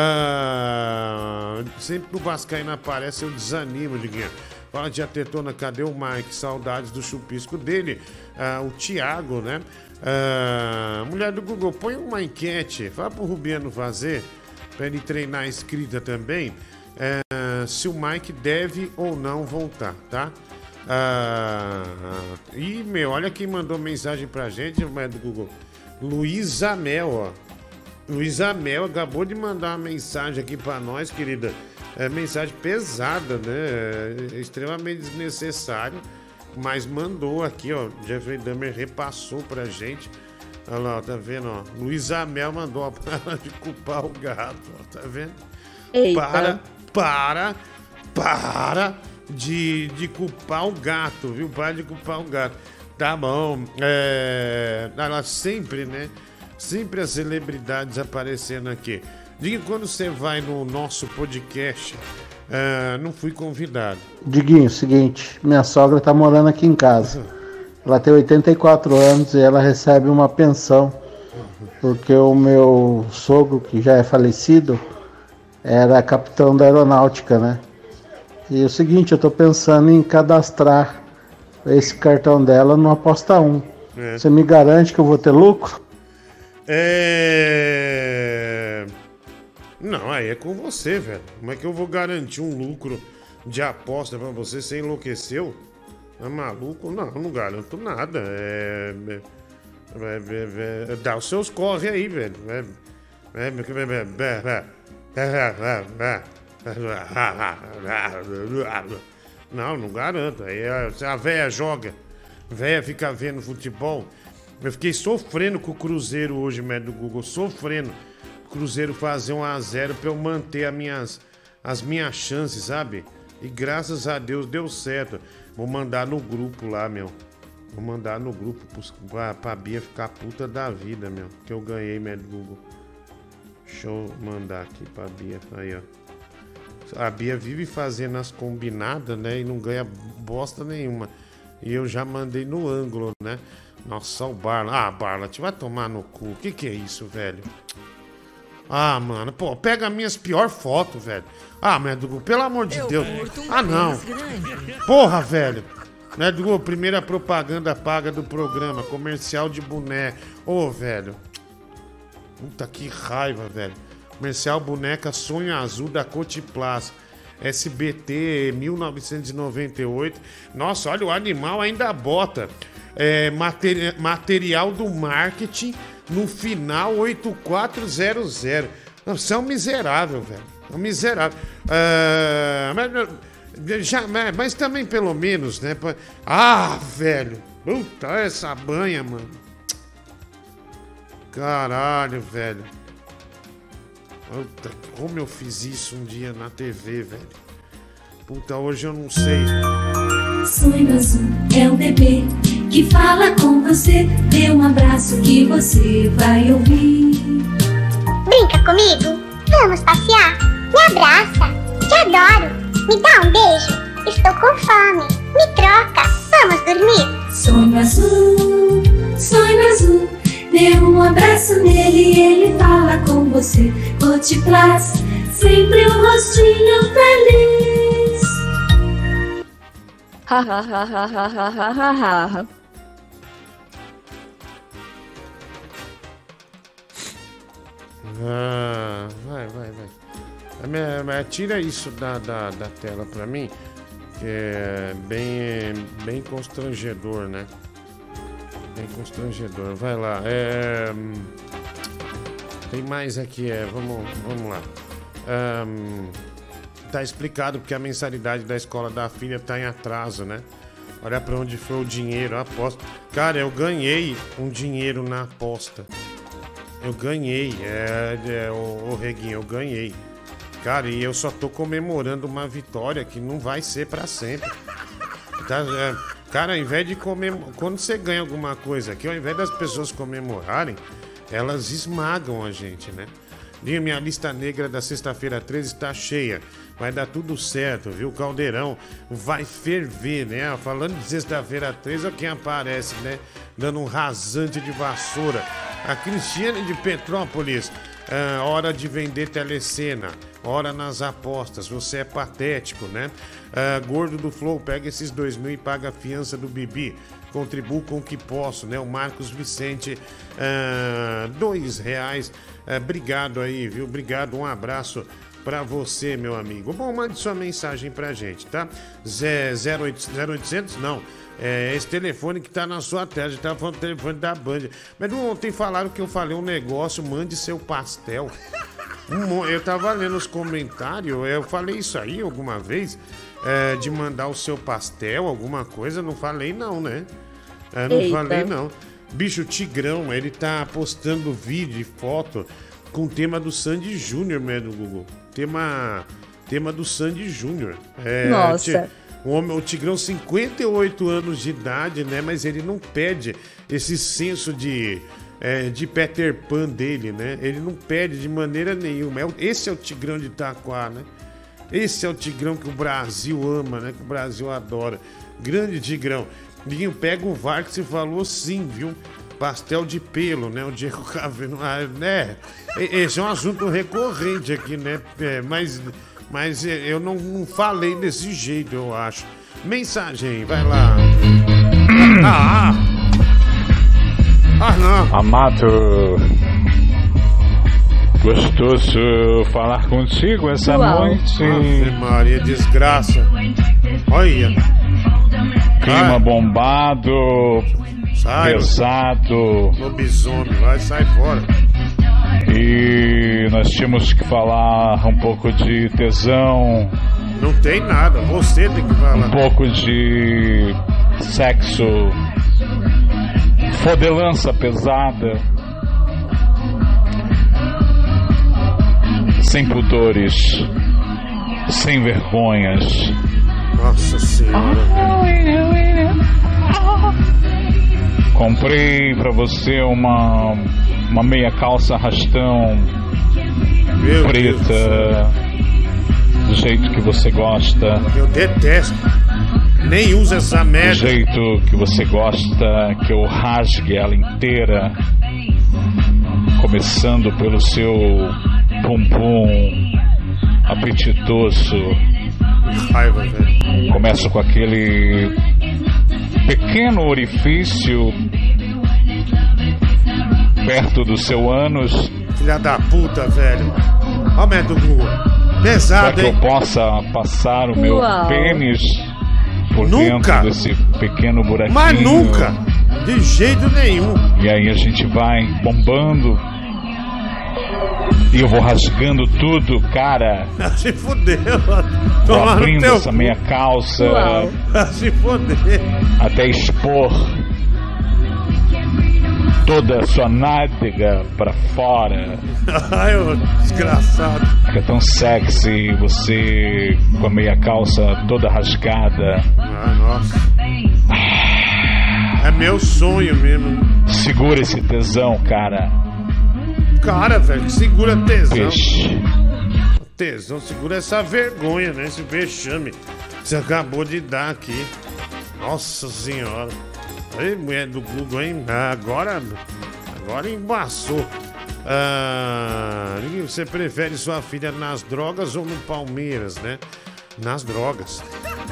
Ah, sempre que o Vascaíno aparece, eu desanimo, Diguinho. Fala de Atetona, cadê o Mike? Saudades do chupisco dele. Ah, o Thiago, né? Ah, mulher do Google, põe uma enquete. Fala pro Rubiano fazer, pra ele treinar a escrita também. Ah, se o Mike deve ou não voltar, tá? Ah, e, meu, olha quem mandou mensagem pra gente, mulher do Google. Luísa Mel, ó. Luísa Mel acabou de mandar uma mensagem aqui pra nós, querida. É mensagem pesada, né? É extremamente desnecessário, mas mandou aqui, ó. Jeffrey Dahmer repassou pra gente. Olha lá, tá vendo, ó? Luísa Mel mandou a para de culpar o gato, ó, tá vendo? Eita. Para, para, para de, de culpar o gato, viu? Para de culpar o gato. Tá bom. É, ela sempre, né? Sempre as celebridades aparecendo aqui. Diga quando você vai no nosso podcast, uh, não fui convidado. Diguinho, seguinte, minha sogra tá morando aqui em casa. Ela tem oitenta e quatro anos e ela recebe uma pensão, porque o meu sogro, que já é falecido, era capitão da aeronáutica, né? E é o seguinte, eu tô pensando em cadastrar esse cartão dela no Aposta um. É. Você me garante que eu vou ter lucro? É... Não, aí é com você, velho. Como é que eu vou garantir um lucro de aposta pra você? Você enlouqueceu? É maluco? Não, não garanto nada. É... é, é, é dá os seus corre aí, velho. É... é, é, é Não, não garanto. Aí a véia joga, a véia fica vendo futebol. Eu fiquei sofrendo com o Cruzeiro hoje, médio do Google, sofrendo. O Cruzeiro fazer um a zero pra eu manter as minhas, as minhas chances, sabe? E graças a Deus deu certo. Vou mandar no grupo lá, meu. Vou mandar no grupo pra, pra Bia ficar puta da vida, meu. Que eu ganhei, médio do Google. Deixa eu mandar aqui pra Bia. Aí, ó. A Bia vive fazendo as combinadas, né? E não ganha bosta nenhuma. E eu já mandei no ângulo, né? Nossa, o Barla. Ah, Barla, te vai tomar no cu. O que que é isso, velho? Ah, mano, pô, pega as minhas piores fotos, velho. Ah, Medugo, pelo amor de eu Deus. Ah, não. Porra, velho. Medugo, primeira propaganda paga do programa. Comercial de boneco. Ô, oh, velho. Puta que raiva, velho. Comercial boneca Sonho Azul da Cotiplas. S B T mil novecentos e noventa e oito. Nossa, olha, o animal ainda bota. É, materi- material do marketing no final oito quatro zero zero. Você é um miserável, velho. É um miserável. Uh, mas, já, mas também, pelo menos, né? Ah, velho. Puta, essa banha, mano. Caralho, velho. Puta, como eu fiz isso um dia na T V, velho. Puta, hoje eu não sei. Sonho Azul é um bebê que fala com você. Dê um abraço que você vai ouvir. Brinca comigo? Vamos passear? Me abraça. Te adoro. Me dá um beijo. Estou com fome. Me troca. Vamos dormir? Sonho Azul, Sonho Azul. Dê um abraço nele e ele fala com você. Cotiplas, sempre um rostinho feliz. Ha ha ha ha ha ha ha ha ha. Ah, vai, vai, vai. Mas tira isso da, da, da tela pra mim, que é bem, bem constrangedor, né? Bem constrangedor. Vai lá. É... Tem mais aqui, é. Vamos, vamos lá. Um... Tá explicado porque a mensalidade da escola da filha tá em atraso, né? Olha pra onde foi o dinheiro, a aposta. Cara, eu ganhei um dinheiro na aposta. Eu ganhei, é, é o, o Reguinho, eu ganhei. Cara, e eu só tô comemorando uma vitória que não vai ser pra sempre. Tá, é, cara, ao invés de comemorar... Quando você ganha alguma coisa aqui, ao invés das pessoas comemorarem, elas esmagam a gente, né? Minha lista negra da sexta-feira treze tá cheia. Vai dar tudo certo, viu? O Caldeirão vai ferver, né? Falando de sexta-feira treze, olha quem aparece, né? Dando um rasante de vassoura. A Cristiane de Petrópolis. Ah, hora de vender telecena. Hora nas apostas. Você é patético, né? Ah, gordo do Flow, pega esses dois mil e paga a fiança do Bibi. Contribuo com o que posso, né? O Marcos Vicente, ah, dois reais. Ah, obrigado aí, viu? Obrigado, um abraço pra você, meu amigo. Bom, mande sua mensagem pra gente, tá? zero oitocentos, não. É esse telefone que tá na sua tela. A gente tava falando do telefone da Band. Mas ontem falaram que eu falei um negócio, mande seu pastel. Um, eu tava lendo os comentários, eu falei isso aí alguma vez, é, de mandar o seu pastel, alguma coisa. Não falei não, né? É, não Eita. falei não. Bicho, o Tigrão, ele tá postando vídeo e foto com o tema do Sandy Júnior, né, do Google. Tema, tema do Sandy Júnior. É, Nossa. O, homem, o Tigrão, cinquenta e oito anos de idade, né? Mas ele não perde esse senso de, é, de Peter Pan dele, né? Ele não perde de maneira nenhuma. Esse é o Tigrão de Itaquá, né? Esse é o Tigrão que o Brasil ama, né? Que o Brasil adora. Grande Tigrão. Ninguém pega o V A R que você falou sim, viu? pastel de pelo, né? O Diego Cavino, ah, né? Esse é um assunto recorrente aqui, né? É, mas, mas eu não, não falei desse jeito, eu acho. Mensagem, vai lá. Ah, ah não. Amado, gostoso falar contigo essa Uau. noite. Ave Maria, desgraça. Olha. Clima Ai. bombado, Sai, pesado. lobisomem, vai, sai fora. E nós tínhamos que falar um pouco de tesão, Não tem nada, você tem que falar. um pouco de sexo, fodelança pesada, sem pudores, sem vergonhas. Nossa senhora, velho. Comprei pra você uma, uma meia calça arrastão Meu Deus do céu. preta, do jeito que você gosta, Eu detesto. Nem usa essa do merda. jeito que você gosta que eu rasgue ela inteira, começando pelo seu bumbum apetitoso. Raiva, velho. Começo com aquele pequeno orifício perto do seu ânus, Filha da puta, velho. Aumenta o Google. para Pesado, que eu hein? possa passar o meu Uau. pênis por Nunca. dentro desse pequeno buraquinho. Mas nunca. De jeito nenhum. E aí a gente vai bombando. E eu vou rasgando tudo, cara. Se fudeu. Vou Tomar no abrindo teu essa meia calça Uau. Se fuder. até expor toda a sua nádega pra fora. Ai, ô desgraçado. Fica tão sexy você com a meia calça toda rasgada. Ah, nossa. É meu sonho mesmo. Segura esse tesão, cara. Cara, velho, que segura tesão. Peixe. Tesão, segura essa vergonha, né? Esse vexame que você acabou de dar aqui. Nossa senhora. Aí, mulher do Google, hein? Agora, agora embaçou. Ah, você prefere sua filha nas drogas ou no Palmeiras, né? Nas drogas.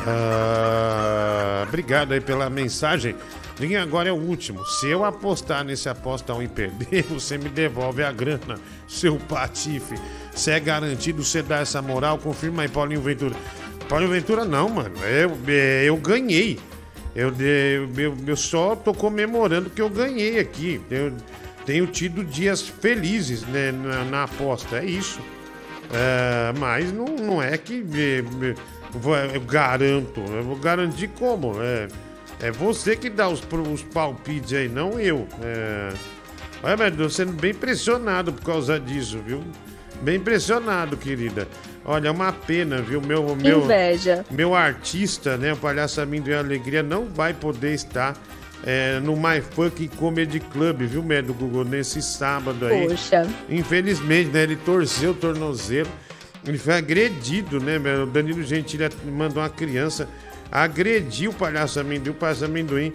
Ah, obrigado aí pela mensagem. Ninguém agora é o último. Se eu apostar nesse apostão e perder, você me devolve a grana, seu patife. Se é garantido você dar essa moral, confirma aí, Paulinho Ventura. Paulinho Ventura não, mano. Eu, eu ganhei. Eu, eu, eu, eu só tô comemorando que eu ganhei aqui. Eu tenho tido dias felizes, né, na, na aposta. É isso. É, mas não, não é que eu, eu, eu garanto. Eu vou garantir como? É. É você que dá os, os palpites aí, não eu. É... Olha, mas tô sendo bem impressionado por causa disso, viu? Bem impressionado, querida. Olha, é uma pena, viu? Meu, meu, Inveja. meu artista, né? O Palhaço Amendoim Alegria não vai poder estar é, no My Fucking Comedy Club, viu, Médio Google? Nesse sábado aí. Poxa. Infelizmente, né? Ele torceu o tornozelo. Ele foi agredido, né? O Danilo Gentili mandou uma criança agrediu o Palhaço Amendoim. O Palhaço Amendoim,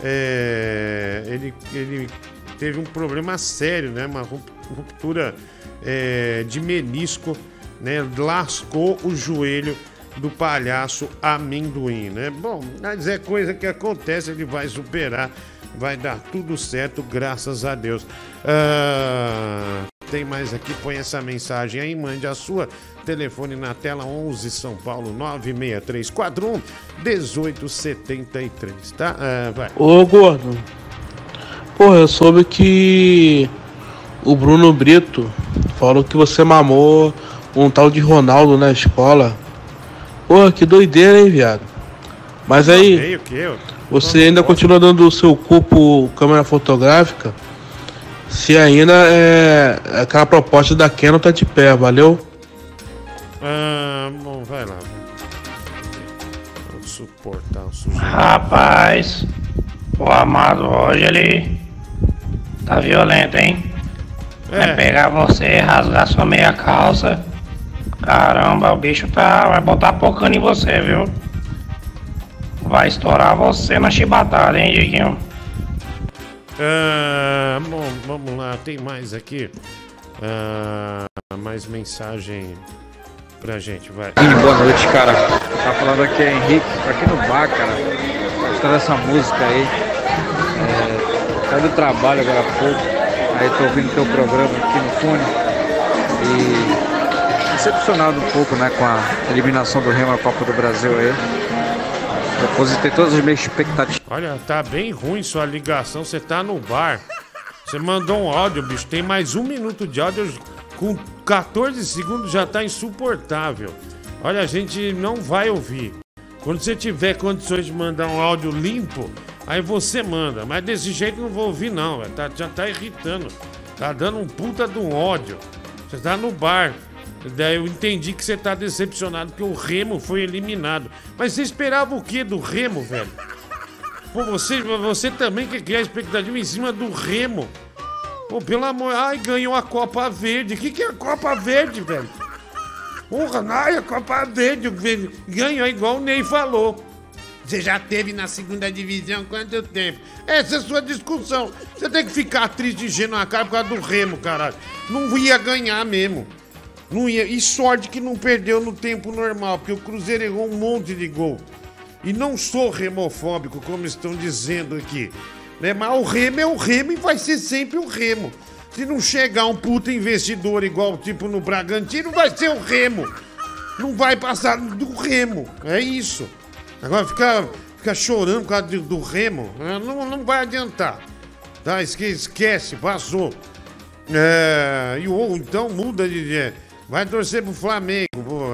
é, ele, ele teve um problema sério, né? Uma ruptura é, de menisco, né? Lascou o joelho do Palhaço Amendoim, né? Bom, mas é coisa que acontece, ele vai superar, vai dar tudo certo, graças a Deus. Ah, tem mais aqui, põe essa mensagem aí, mande a sua. Telefone na tela onze São Paulo nove seis três quatro um um oito sete três, tá? Ah, vai. Ô, gordo. Porra, eu soube que o Bruno Brito falou que você mamou um tal de Ronaldo na escola. Porra, que doideira, hein, viado? Mas aí, Meio que eu. você ainda continua dando o seu cu por câmera fotográfica? Se ainda é aquela proposta da Canon tá de pé, valeu? Ah, bom, vai lá. Vou suportar o sujeito. Rapaz, o Amado hoje ele tá violento, hein? Vai É. pegar você e rasgar sua meia calça. Caramba, o bicho tá. Vai botar pocando em você, viu? Vai estourar você na chibatada, hein, Diguinho? Ah, bom, vamos lá, tem mais aqui. Ah, mais mensagem pra gente, vai. Boa noite, cara. Tá falando aqui é Henrique, tô aqui no bar, cara. Gostando dessa música aí. É, saí do trabalho agora há pouco. Aí tô ouvindo teu programa aqui no fone. E decepcionado um pouco, né, com a eliminação do Remo na Copa do Brasil aí. Depositei todas as minhas expectativas. Olha, tá bem ruim sua ligação, você tá no bar. Você mandou um áudio, bicho. Tem mais um minuto de áudio. Com quatorze segundos já tá insuportável. Olha, a gente não vai ouvir. Quando você tiver condições de mandar um áudio limpo, aí você manda. Mas desse jeito não vou ouvir, não. Tá, já tá irritando. Tá dando um puta de um ódio. Você tá no bar. Daí eu entendi que você tá decepcionado porque o Remo foi eliminado. Mas você esperava o quê do Remo, velho? Pô, você, você também quer criar expectativa em cima do Remo. Pô, pelo amor... Ai, ganhou a Copa Verde. O que, que é a Copa Verde, velho? Porra, ai, a Copa Verde. Ganhou igual o Ney falou. Você já teve na segunda divisão quanto tempo? Essa é a sua discussão. Você tem que ficar triste e gênio na cara por causa do Remo, caralho. Não ia ganhar mesmo. Não ia. E sorte que não perdeu no tempo normal, porque o Cruzeiro errou um monte de gol. E não sou remofóbico, como estão dizendo aqui. Né? Mas o Remo é o Remo e vai ser sempre o Remo. Se não chegar um puta investidor igual tipo no Bragantino, vai ser o Remo. Não vai passar do Remo. É isso. Agora ficar, ficar chorando por causa do, do Remo, não, não vai adiantar. Tá? Esque, esquece, passou. É, e ou então muda de... Vai torcer pro Flamengo,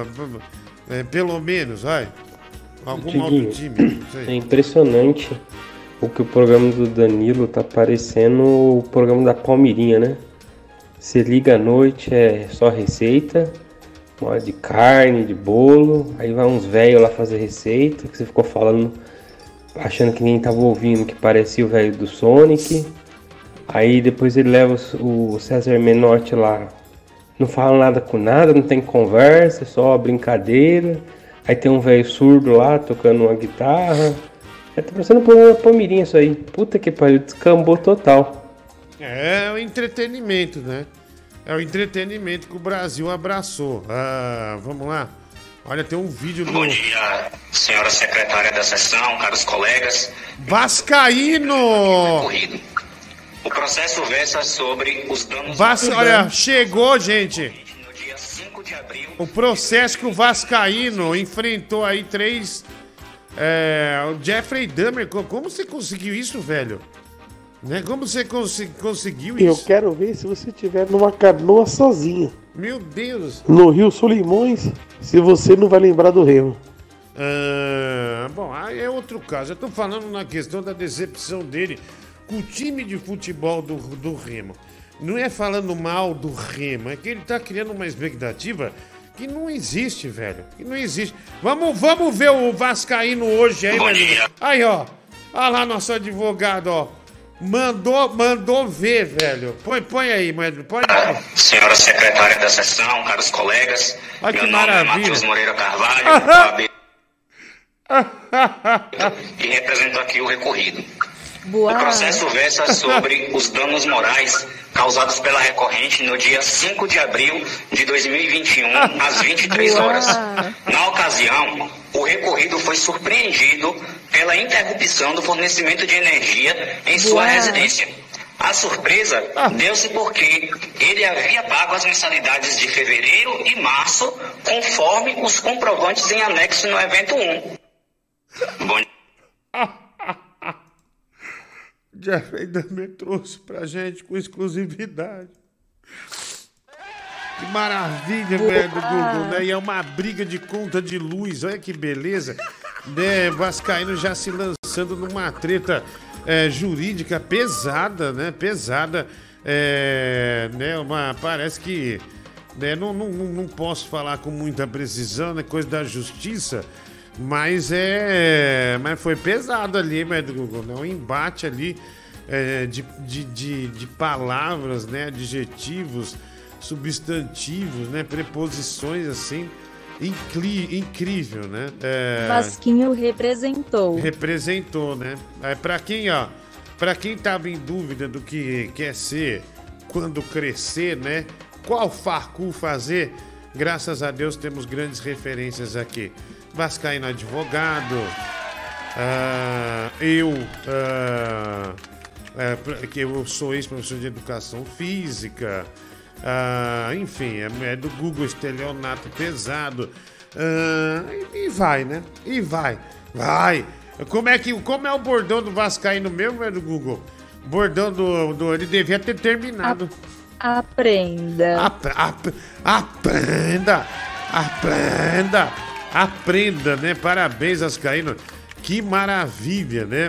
é, pelo menos, vai. Algum Diguinho, outro time, não sei. É impressionante o que o programa do Danilo tá parecendo o programa da Palmeirinha, né? Você liga à noite, é só receita, uma de carne, de bolo, aí vai uns velhos lá fazer receita, que você ficou falando, achando que ninguém tava ouvindo, que parecia o velho do Sonic. Aí depois ele leva o César Menotti lá, não fala nada com nada, não tem conversa, só brincadeira. Aí tem um velho surdo lá tocando uma guitarra. É, tá parecendo um programa da Palmeirinha isso aí. Puta que pariu, descambou total. É o entretenimento, né? É o entretenimento que o Brasil abraçou. Ah, vamos lá. Olha, tem um vídeo do... Bom dia, senhora secretária da sessão, caros colegas. Vascaíno! O processo versa sobre os danos... Vas... Olha, chegou, gente. O processo que o Vascaíno enfrentou aí três... É, o Jeffrey Dahmer. Como você conseguiu isso, velho? Né? Como você cons... conseguiu isso? Eu quero ver se você estiver numa canoa sozinho. Meu Deus. No Rio Solimões, se você não vai lembrar do Remo. Ah, bom, aí é outro caso. Eu tô falando na questão da decepção dele com o time de futebol do, do Remo. Não é falando mal do Remo, é que ele tá criando uma expectativa que não existe, velho. Que não existe. Vamos, vamos ver o Vascaíno hoje aí, velho. Aí, ó. Olha lá nosso advogado, ó. Mandou, mandou ver, velho. Põe, põe aí, mano. Pode. Senhora secretária da sessão, caros colegas. Olha meu que nome maravilha. é Matheus Moreira Carvalho. E represento aqui o recorrido. Boa. O processo versa sobre os danos morais causados pela recorrente no dia cinco de abril de dois mil e vinte e um, às vinte e três horas. Na ocasião, o recorrido foi surpreendido pela interrupção do fornecimento de energia em sua Boa. residência. A surpresa deu-se porque ele havia pago as mensalidades de fevereiro e março, conforme os comprovantes em anexo no evento um. Bom... Jeffrey Dahmer trouxe pra gente com exclusividade. Que maravilha, velho, do Google, né? E é uma briga de conta de luz, olha que beleza. Né? Vascaíno já se lançando numa treta é, jurídica pesada, né? Pesada. É, né? Uma, parece que... Né? Não, não, não posso falar com muita precisão, né? Coisa da justiça... Mas é. Mas foi pesado ali, né, Google? Um embate ali é, de, de, de, de palavras, né? Adjetivos, substantivos, né? Preposições assim. Incri, incrível, né? É, Vasquinho representou. Representou, né? É, pra quem, ó. Pra quem tava em dúvida do que quer ser quando crescer, né? Qual facul fazer? Graças a Deus temos grandes referências aqui. Vascaíno advogado, uh, eu, uh, uh, que eu sou ex-professor de educação física, uh, enfim, é, é do Google, estelionato pesado, uh, e, e vai, né? E vai, vai. Como é, que, como é o bordão do Vascaíno mesmo, é do Google? O bordão do, do... Ele devia ter terminado. A, aprenda. Ap, ap, aprenda, aprenda. Aprenda, né? Parabéns, Vascaíno. Que maravilha, né?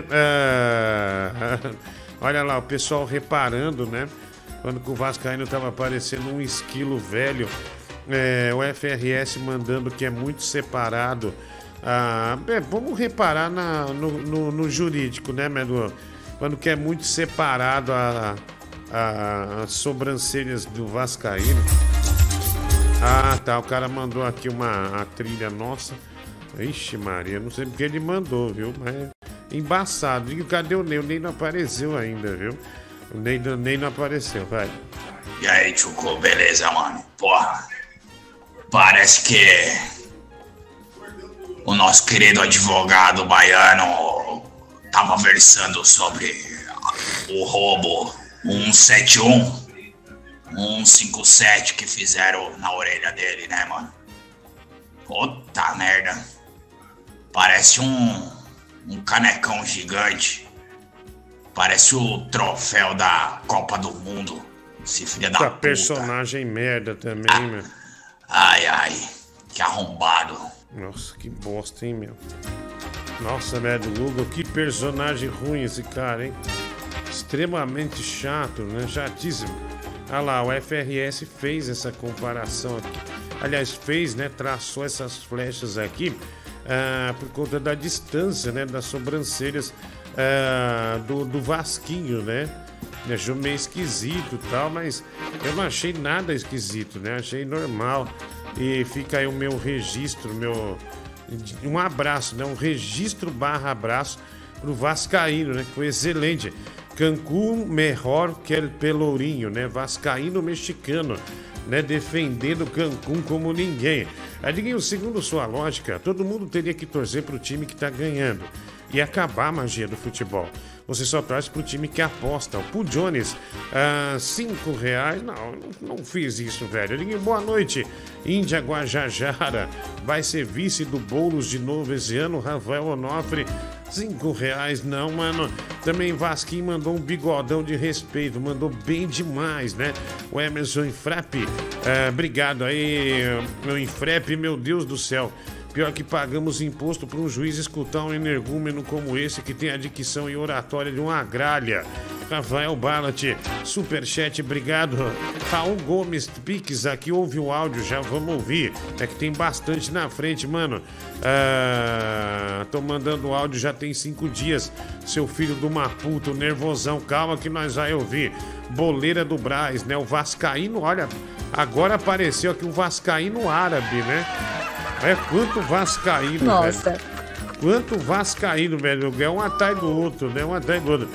Ah, olha lá, o pessoal reparando, né? Quando o Vascaíno tava parecendo um esquilo velho. É, o F R S mandando que é muito separado. Ah, é, vamos reparar na, no, no, no jurídico, né, Medu? Quando que é muito separado a, a, as sobrancelhas do Vascaíno. Ah, tá. O cara mandou aqui uma a trilha nossa. Ixi, Maria, não sei porque ele mandou, viu? Mas embaçado. E cadê o Ney? O Ney não apareceu ainda, viu? O Ney, o Ney não apareceu, vai. E aí, Tchucu, beleza, mano? Porra, parece que o nosso querido advogado baiano tava versando sobre o roubo cento e setenta e um, cento e cinquenta e sete que fizeram na orelha dele, né, mano? Puta merda. Parece um, um canecão gigante. Parece o troféu da Copa do Mundo. Esse filho da puta. Personagem merda também, ah, meu. Ai, ai. Que arrombado. Nossa, que bosta, hein, meu. Nossa, merda, Google, que personagem ruim esse cara, hein? Extremamente chato, né? Chatíssimo. Ah lá, o F R S fez essa comparação aqui. Aliás, fez, né? Traçou essas flechas aqui ah, por conta da distância, né? Das sobrancelhas ah, do, do Vasquinho, né? Me achou meio esquisito e tal, mas eu não achei nada esquisito, né? Achei normal. E fica aí o meu registro, meu... Um abraço, né? Um registro barra abraço pro Vascaíno, né? Que foi excelente. Cancún melhor que el Pelourinho, né? Vascaíno mexicano, né? Defendendo Cancún como ninguém. Adiguinho, segundo sua lógica, todo mundo teria que torcer pro time que tá ganhando e acabar a magia do futebol. Você só torce pro time que aposta. O Poo Jones, ah, cinco reais. Não, não fiz isso, velho. Adiguinho, boa noite. Índia Guajajara vai ser vice do Boulos de novo esse ano. Rafael Onofre, cinco reais. Não, mano. Também Vasquinho mandou um bigodão de respeito. Mandou bem demais, né? O Emerson Infrap. Ah, obrigado aí, meu Infrap, meu Deus do céu. Pior que pagamos imposto para um juiz escutar um energúmeno como esse que tem a dicção e oratória de uma gralha. Rafael Ballat, superchat, obrigado. Raul Gomes, Pix, aqui ouve o áudio, já vamos ouvir. É que tem bastante na frente, mano. Ah, tô mandando áudio já tem cinco dias. Seu filho de uma puta, o nervosão, calma que nós vai ouvir. Boleira do Brás, né? O Vascaíno, olha, agora apareceu aqui um Vascaíno árabe, né? É quanto Vascaíno, Nossa. velho. Quanto Vascaíno, velho. É um atrás do outro, né? Um atrás do outro.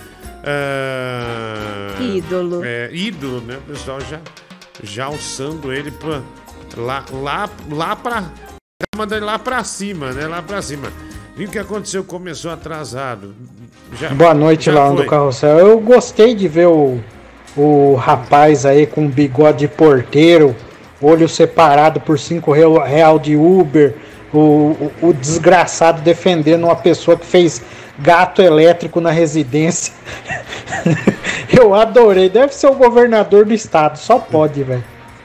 Ah, ídolo. É, ídolo, né? O pessoal já, já alçando ele pra, lá, lá, lá pra... Manda ele lá pra cima, né? Lá pra cima. E o que aconteceu? Começou atrasado. Já, Boa noite, lá do Carrossel. Eu gostei de ver o, o rapaz aí com bigode de porteiro, olho separado por cinco real de Uber, o, o, o desgraçado defendendo uma pessoa que fez gato elétrico na residência. Eu adorei, deve ser o governador do estado, só pode, velho.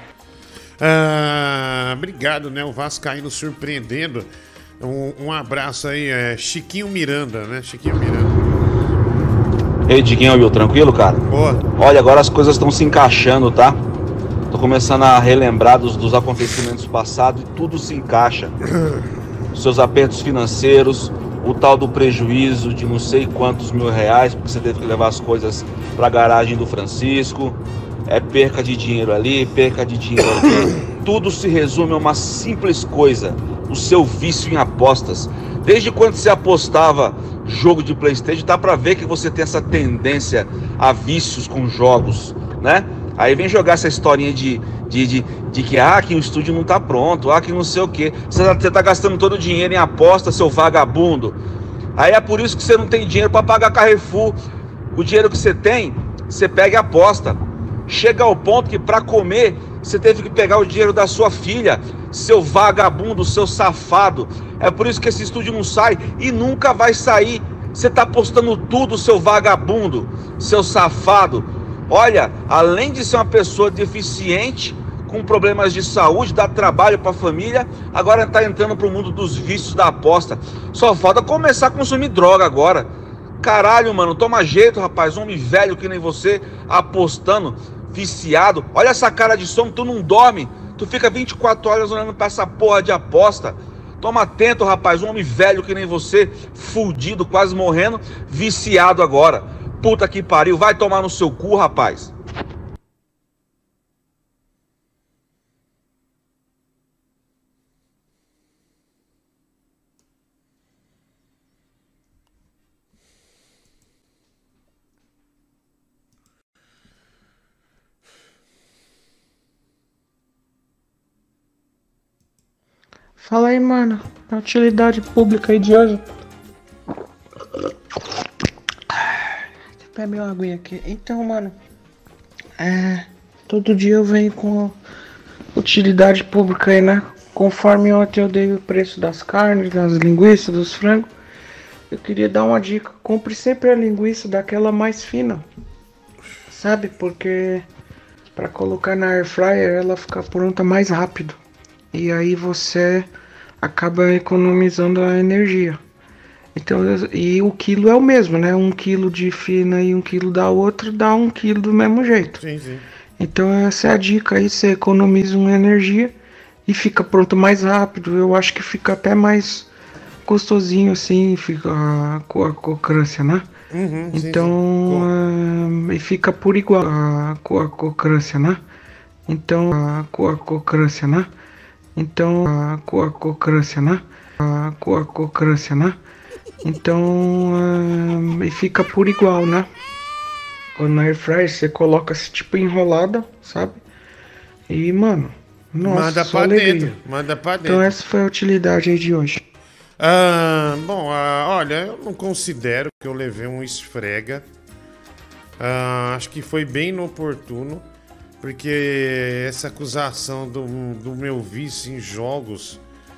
Ah, obrigado, né? O Vascaíno surpreendendo. Um, um abraço aí, é Chiquinho Miranda, né? Chiquinho Miranda. Ei, Diguinho, viu? Tranquilo, cara? Boa. Olha, agora as coisas estão se encaixando, tá? Tô começando a relembrar dos, dos acontecimentos passados e tudo se encaixa. Os seus apertos financeiros, o tal do prejuízo de não sei quantos mil reais, porque você teve que levar as coisas pra garagem do Francisco. É perca de dinheiro ali, perca de dinheiro aqui. Tudo se resume a uma simples coisa: o seu vício em apostas. Desde quando você apostava jogo de PlayStation, dá pra ver que você tem essa tendência a vícios com jogos, né? Aí vem jogar essa historinha de, de, de, de que, ah, que o estúdio não tá pronto, ah, que não sei o quê. Você tá, você tá gastando todo o dinheiro em aposta, seu vagabundo. Aí é por isso que você não tem dinheiro pra pagar Carrefour. O dinheiro que você tem, você pega e aposta. Chega ao ponto que pra comer, você teve que pegar o dinheiro da sua filha, seu vagabundo, seu safado. É por isso que esse estúdio não sai e nunca vai sair. Você tá apostando tudo, seu vagabundo, seu safado. Olha, além de ser uma pessoa deficiente, com problemas de saúde, dá trabalho pra família, agora tá entrando pro mundo dos vícios da aposta. Só falta começar a consumir droga agora. Caralho, mano, toma jeito, rapaz, homem velho que nem você, apostando, viciado. Olha essa cara de sono, tu não dorme, tu fica vinte e quatro horas olhando pra essa porra de aposta. Toma atento, rapaz, um homem velho que nem você, fudido, quase morrendo, viciado agora. Puta que pariu, vai tomar no seu cu, rapaz. Fala aí, mano, a utilidade pública aí de hoje. Pega minha aguinha aqui. Então, mano, é, todo dia eu venho com utilidade pública aí, né? Conforme ontem eu dei o preço das carnes, das linguiças, dos frangos, eu queria dar uma dica. Compre sempre a linguiça daquela mais fina, sabe? Porque pra colocar na air fryer ela fica pronta mais rápido. E aí você acaba economizando a energia. Então, e o quilo é o mesmo, né? Um quilo de fina e um quilo da outra dá um quilo do mesmo jeito. Sim, sim. Então essa é a dica aí, você economiza uma energia e fica pronto mais rápido. Eu acho que fica até mais gostosinho assim, fica a, a crocância, né? Uhum, então, sim, sim. Uh, e fica por igual a, a crocância, né? Então, a, a crocância, né? Então, a crocância, né? A crocância, né? Então, uh, e fica por igual, né? Na air fryer você coloca esse tipo enrolada, sabe? E, mano, nossa, manda só pra alegria. dentro, manda pra dentro. Então essa foi a utilidade aí de hoje. Ah, bom, ah, olha, eu não considero que eu levei um esfrega. Ah, acho que foi bem inoportuno, porque essa acusação do, do meu vício em jogos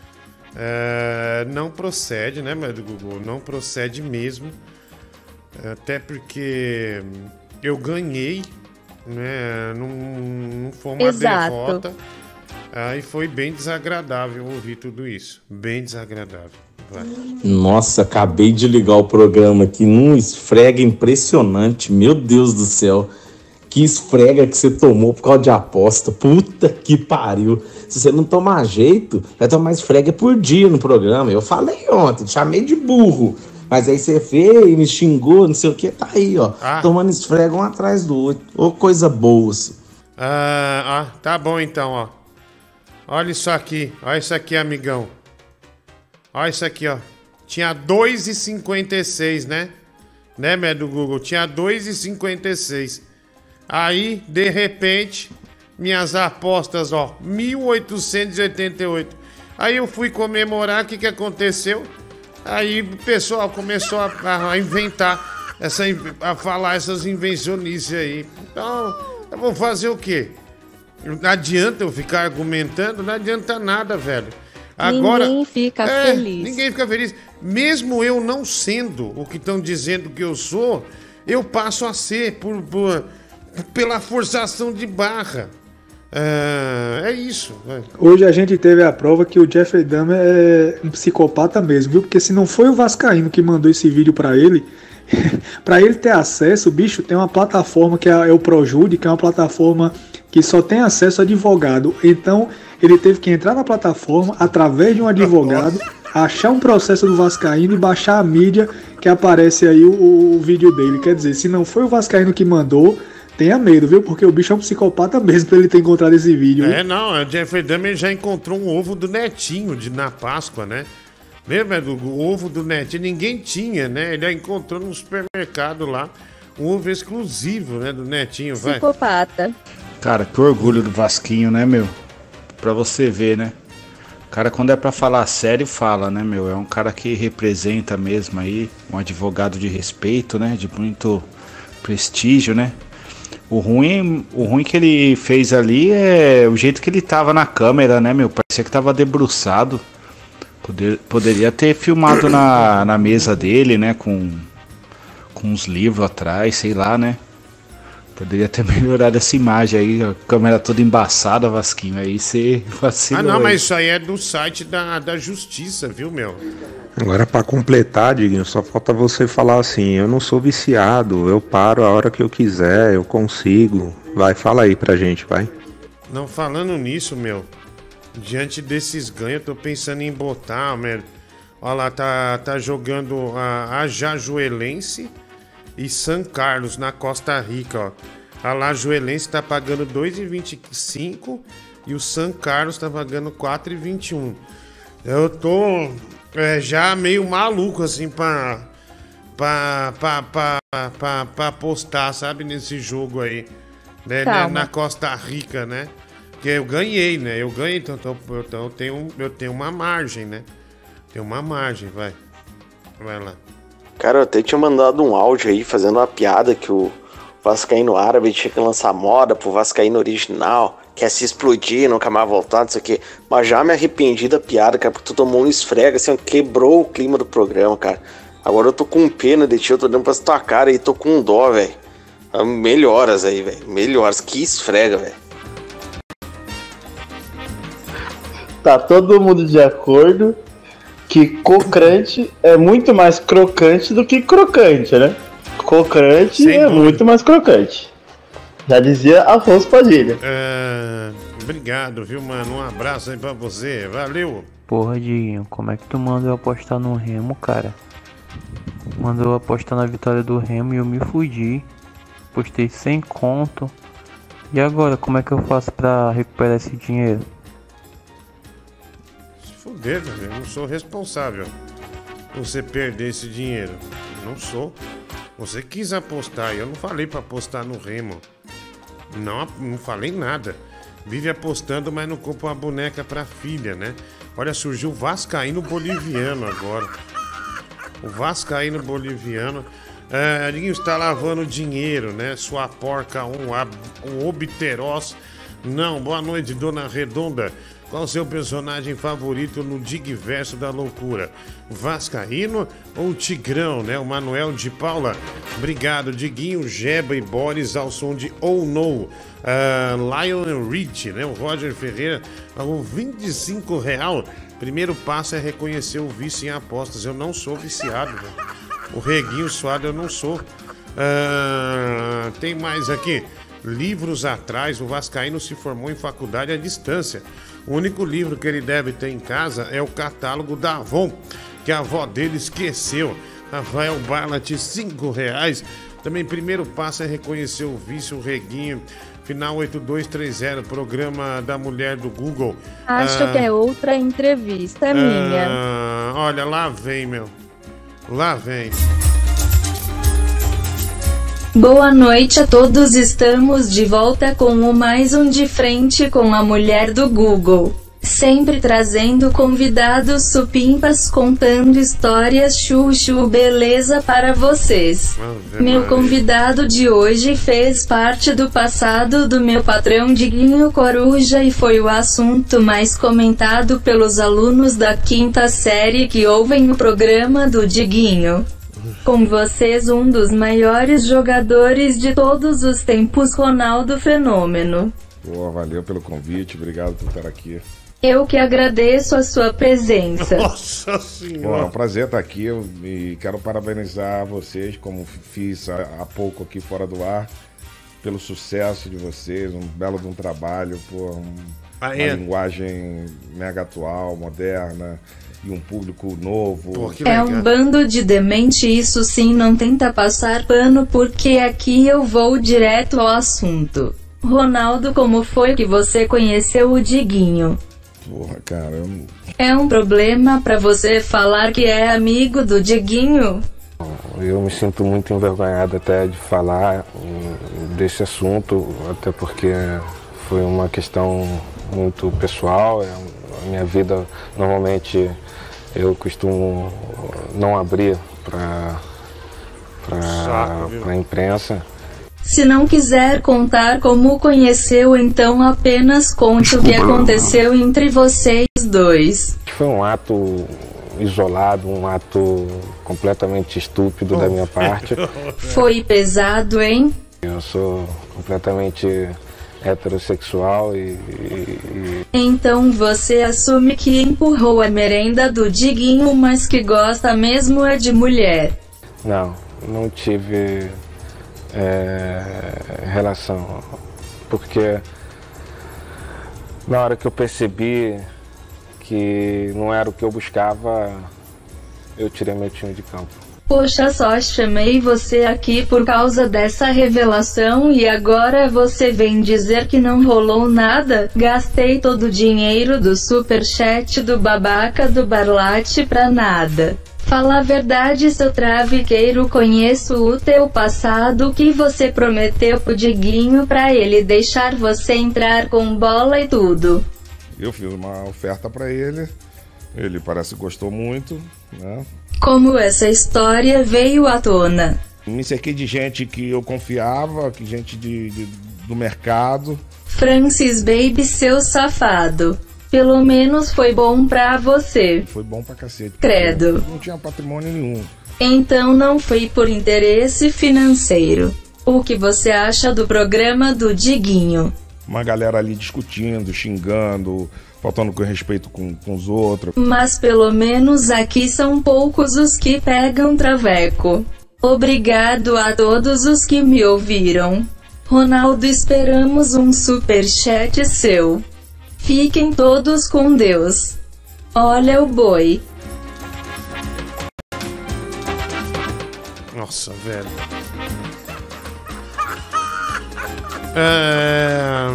é, não procede, né, mas do Google, não procede mesmo. Até porque eu ganhei, né? Não, não foi uma Exato. derrota. Aí foi bem desagradável ouvir tudo isso. Bem desagradável. Vai. Nossa, acabei de ligar o programa aqui num esfrega impressionante. Meu Deus do céu. Que esfrega que você tomou por causa de aposta. Puta que pariu. Se você não tomar jeito, vai tomar esfrega por dia no programa. Eu falei ontem, te chamei de burro. Mas aí você veio e me xingou, não sei o que, tá aí, ó. Ah. Tomando esfrega um atrás do outro. Ô, coisa boa. Ah, ah, tá bom então, ó. Olha isso aqui, olha isso aqui, amigão. Olha isso aqui, ó. Tinha dois e cinquenta e seis, né? Né, médio do Google? Tinha dois e cinquenta e seis. Aí, de repente, minhas apostas, ó, mil oitocentos e oitenta e oito. Aí eu fui comemorar, o que que aconteceu? Aí o pessoal começou a, a inventar, essa, a falar essas invencionices aí. Então, eu vou fazer o quê? Não adianta eu ficar argumentando, não adianta nada, velho. Agora, ninguém fica é, feliz. Ninguém fica feliz. Mesmo eu não sendo o que estão dizendo que eu sou, eu passo a ser por, por, pela forçação de barra. É, é isso. Véio. Hoje a gente teve a prova que o Jeffrey Dahmer é um psicopata mesmo, viu? Porque se não foi o vascaíno que mandou esse vídeo pra ele, pra ele ter acesso, o bicho tem uma plataforma que é o Projude, que é uma plataforma que só tem acesso a advogado. Então ele teve que entrar na plataforma através de um advogado, achar um processo do vascaíno e baixar a mídia que aparece aí o, o vídeo dele. Quer dizer, se não foi o vascaíno que mandou, tenha medo, viu? Porque o bicho é um psicopata mesmo pra ele ter encontrado esse vídeo. É, viu? não, o Jeffrey Dahmer já encontrou um ovo do netinho de, na Páscoa, né? Lembra do ovo do Netinho? Ninguém tinha, né? Ele encontrou no supermercado lá um ovo exclusivo, né? Do Netinho, vai. Psicopata. Cara, que orgulho do Vasquinho, né, meu? Pra você ver, né? O cara, quando é pra falar sério, fala, né, meu? É um cara que representa mesmo aí, um advogado de respeito, né? De muito prestígio, né? O ruim, o ruim que ele fez ali é o jeito que ele tava na câmera, né, meu? Parecia que tava debruçado. Poder, poderia ter filmado na, na mesa dele, né? Com, com uns livros atrás, sei lá, né? Poderia ter melhorado essa imagem aí, a câmera toda embaçada, Vasquinho. Aí você vacilou. Ah, não, aí. mas isso aí é do site da, da Justiça, viu, meu? Agora, pra completar, Diguinho, só falta você falar assim: eu não sou viciado, eu paro a hora que eu quiser, eu consigo. Vai, fala aí pra gente, vai. Não, falando nisso, meu, diante desses ganhos, eu tô pensando em botar, meu. Olha lá, tá, tá jogando a, a Jajuelense e São Carlos na Costa Rica, ó. A Lajuelense tá pagando dois reais e vinte e cinco e o São Carlos tá pagando quatro reais e vinte e um. Eu tô é, já meio maluco, assim, pra, pra, pra, pra, pra, pra apostar, sabe, nesse jogo aí, né, na, na Costa Rica, né? Porque eu ganhei, né? Eu ganhei, então, então, então eu, tenho, eu tenho uma margem, né? Tem uma margem, vai. Vai lá. Cara, eu até tinha mandado um áudio aí fazendo uma piada que o Vascaíno árabe tinha que lançar moda pro Vascaíno original, quer se explodir, nunca mais voltar, não sei o quê. Mas já me arrependi da piada, cara, porque tu tomou um esfrega, assim, quebrou o clima do programa, cara. Agora eu tô com pena de ti, eu tô olhando pra tua cara e tô com dó, velho. Melhoras aí, velho. Melhoras. Que esfrega, velho. Tá todo mundo de acordo que cocrante é muito mais crocante do que crocante, né? Cocrante Sem é dúvida. Muito mais crocante. Já dizia Afonso Padilha. É, obrigado, viu, mano? Um abraço aí pra você. Valeu. Porra, Diguinho, como é que tu mandou eu apostar no Remo, cara? Mandou eu apostar na vitória do Remo e eu me fudi. Postei cem conto. E agora, como é que eu faço pra recuperar esse dinheiro? Fuder, eu não sou responsável por você perder esse dinheiro. Não sou. Você quis apostar, eu não falei pra apostar no Remo. Não, não falei nada. Vive apostando, mas não compra uma boneca pra filha, né? Olha, surgiu o Vascaíno boliviano agora. O Vascaíno boliviano. É, ninguém está lavando dinheiro, né? Sua porca, um, um obterós. Não, boa noite, dona Redonda. Qual o seu personagem favorito no Digverso da Loucura? Vascaíno ou Tigrão, né? O Manuel de Paula. Obrigado, Diguinho, Jeba e Boris ao som de Oh No. Uh, Lionel Rich, né? O Roger Ferreira pagou vinte e cinco reais. Primeiro passo é reconhecer o vício em apostas. Eu não sou viciado, velho. O Reguinho Suado eu não sou. Uh, tem mais aqui. Livros atrás, o Vascaíno se formou em faculdade à distância. O único livro que ele deve ter em casa é o catálogo da Avon, que a avó dele esqueceu. Rafael Barlat, cinco reais. Também primeiro passo é reconhecer o vício, o Reguinho. Final oito dois três zero, programa da mulher do Google. Acho ah, que é outra entrevista minha. Ah, olha, lá vem, meu. Lá vem. Boa noite a todos, estamos de volta com o mais um De Frente com a Mulher do Google. Sempre trazendo convidados supimpas contando histórias chuchu beleza para vocês. Meu convidado de hoje fez parte do passado do meu patrão Diguinho Coruja e foi o assunto mais comentado pelos alunos da quinta série que ouvem o programa do Diguinho. Com vocês, um dos maiores jogadores de todos os tempos, Ronaldo Fenômeno. Boa, valeu pelo convite, obrigado por estar aqui. Eu que agradeço a sua presença. Nossa Senhora! Bom, é um prazer estar aqui e quero parabenizar vocês, como fiz há, há pouco aqui fora do ar, pelo sucesso de vocês, um belo de um trabalho, pô, um, ah, é? uma linguagem mega atual, moderna. E um público novo. Pô, é um bando de demente, isso sim, não tenta passar pano, porque aqui eu vou direto ao assunto. Ronaldo, como foi que você conheceu o Diguinho? Porra, cara. Eu... É um problema pra você falar que é amigo do Dieguinho? Eu me sinto muito envergonhado até de falar desse assunto, até porque foi uma questão muito pessoal. A minha vida, normalmente, eu costumo não abrir para para a imprensa. Se não quiser contar como conheceu, então apenas conte o que aconteceu entre vocês dois. Foi um ato isolado, um ato completamente estúpido da minha parte. Foi pesado, hein? Eu sou completamente heterossexual e, e, e... Então você assume que empurrou a merenda do Dieguinho, mas que gosta mesmo é de mulher? Não, não tive é, relação, porque na hora que eu percebi que não era o que eu buscava, eu tirei meu time de campo. Poxa, só chamei você aqui por causa dessa revelação e agora você vem dizer que não rolou nada? Gastei todo o dinheiro do superchat do babaca do Barlate pra nada. Fala a verdade, seu traviqueiro, conheço o teu passado, que você prometeu pro Dieguinho pra ele deixar você entrar com bola e tudo. Eu fiz uma oferta pra ele, ele parece que gostou muito, né? Como essa história veio à tona? Me cerquei de gente que eu confiava, que gente de, de, do mercado. Francis Baby, seu safado. Pelo menos foi bom pra você. Foi bom pra cacete. Credo. Não tinha patrimônio nenhum. Então não foi por interesse financeiro. O que você acha do programa do Dieguinho? Uma galera ali discutindo, xingando, faltando com respeito com, com os outros. Mas pelo menos aqui são poucos os que pegam traveco. Obrigado a todos os que me ouviram. Ronaldo, esperamos um superchat seu. Fiquem todos com Deus. Olha o boi. Nossa, velho. É...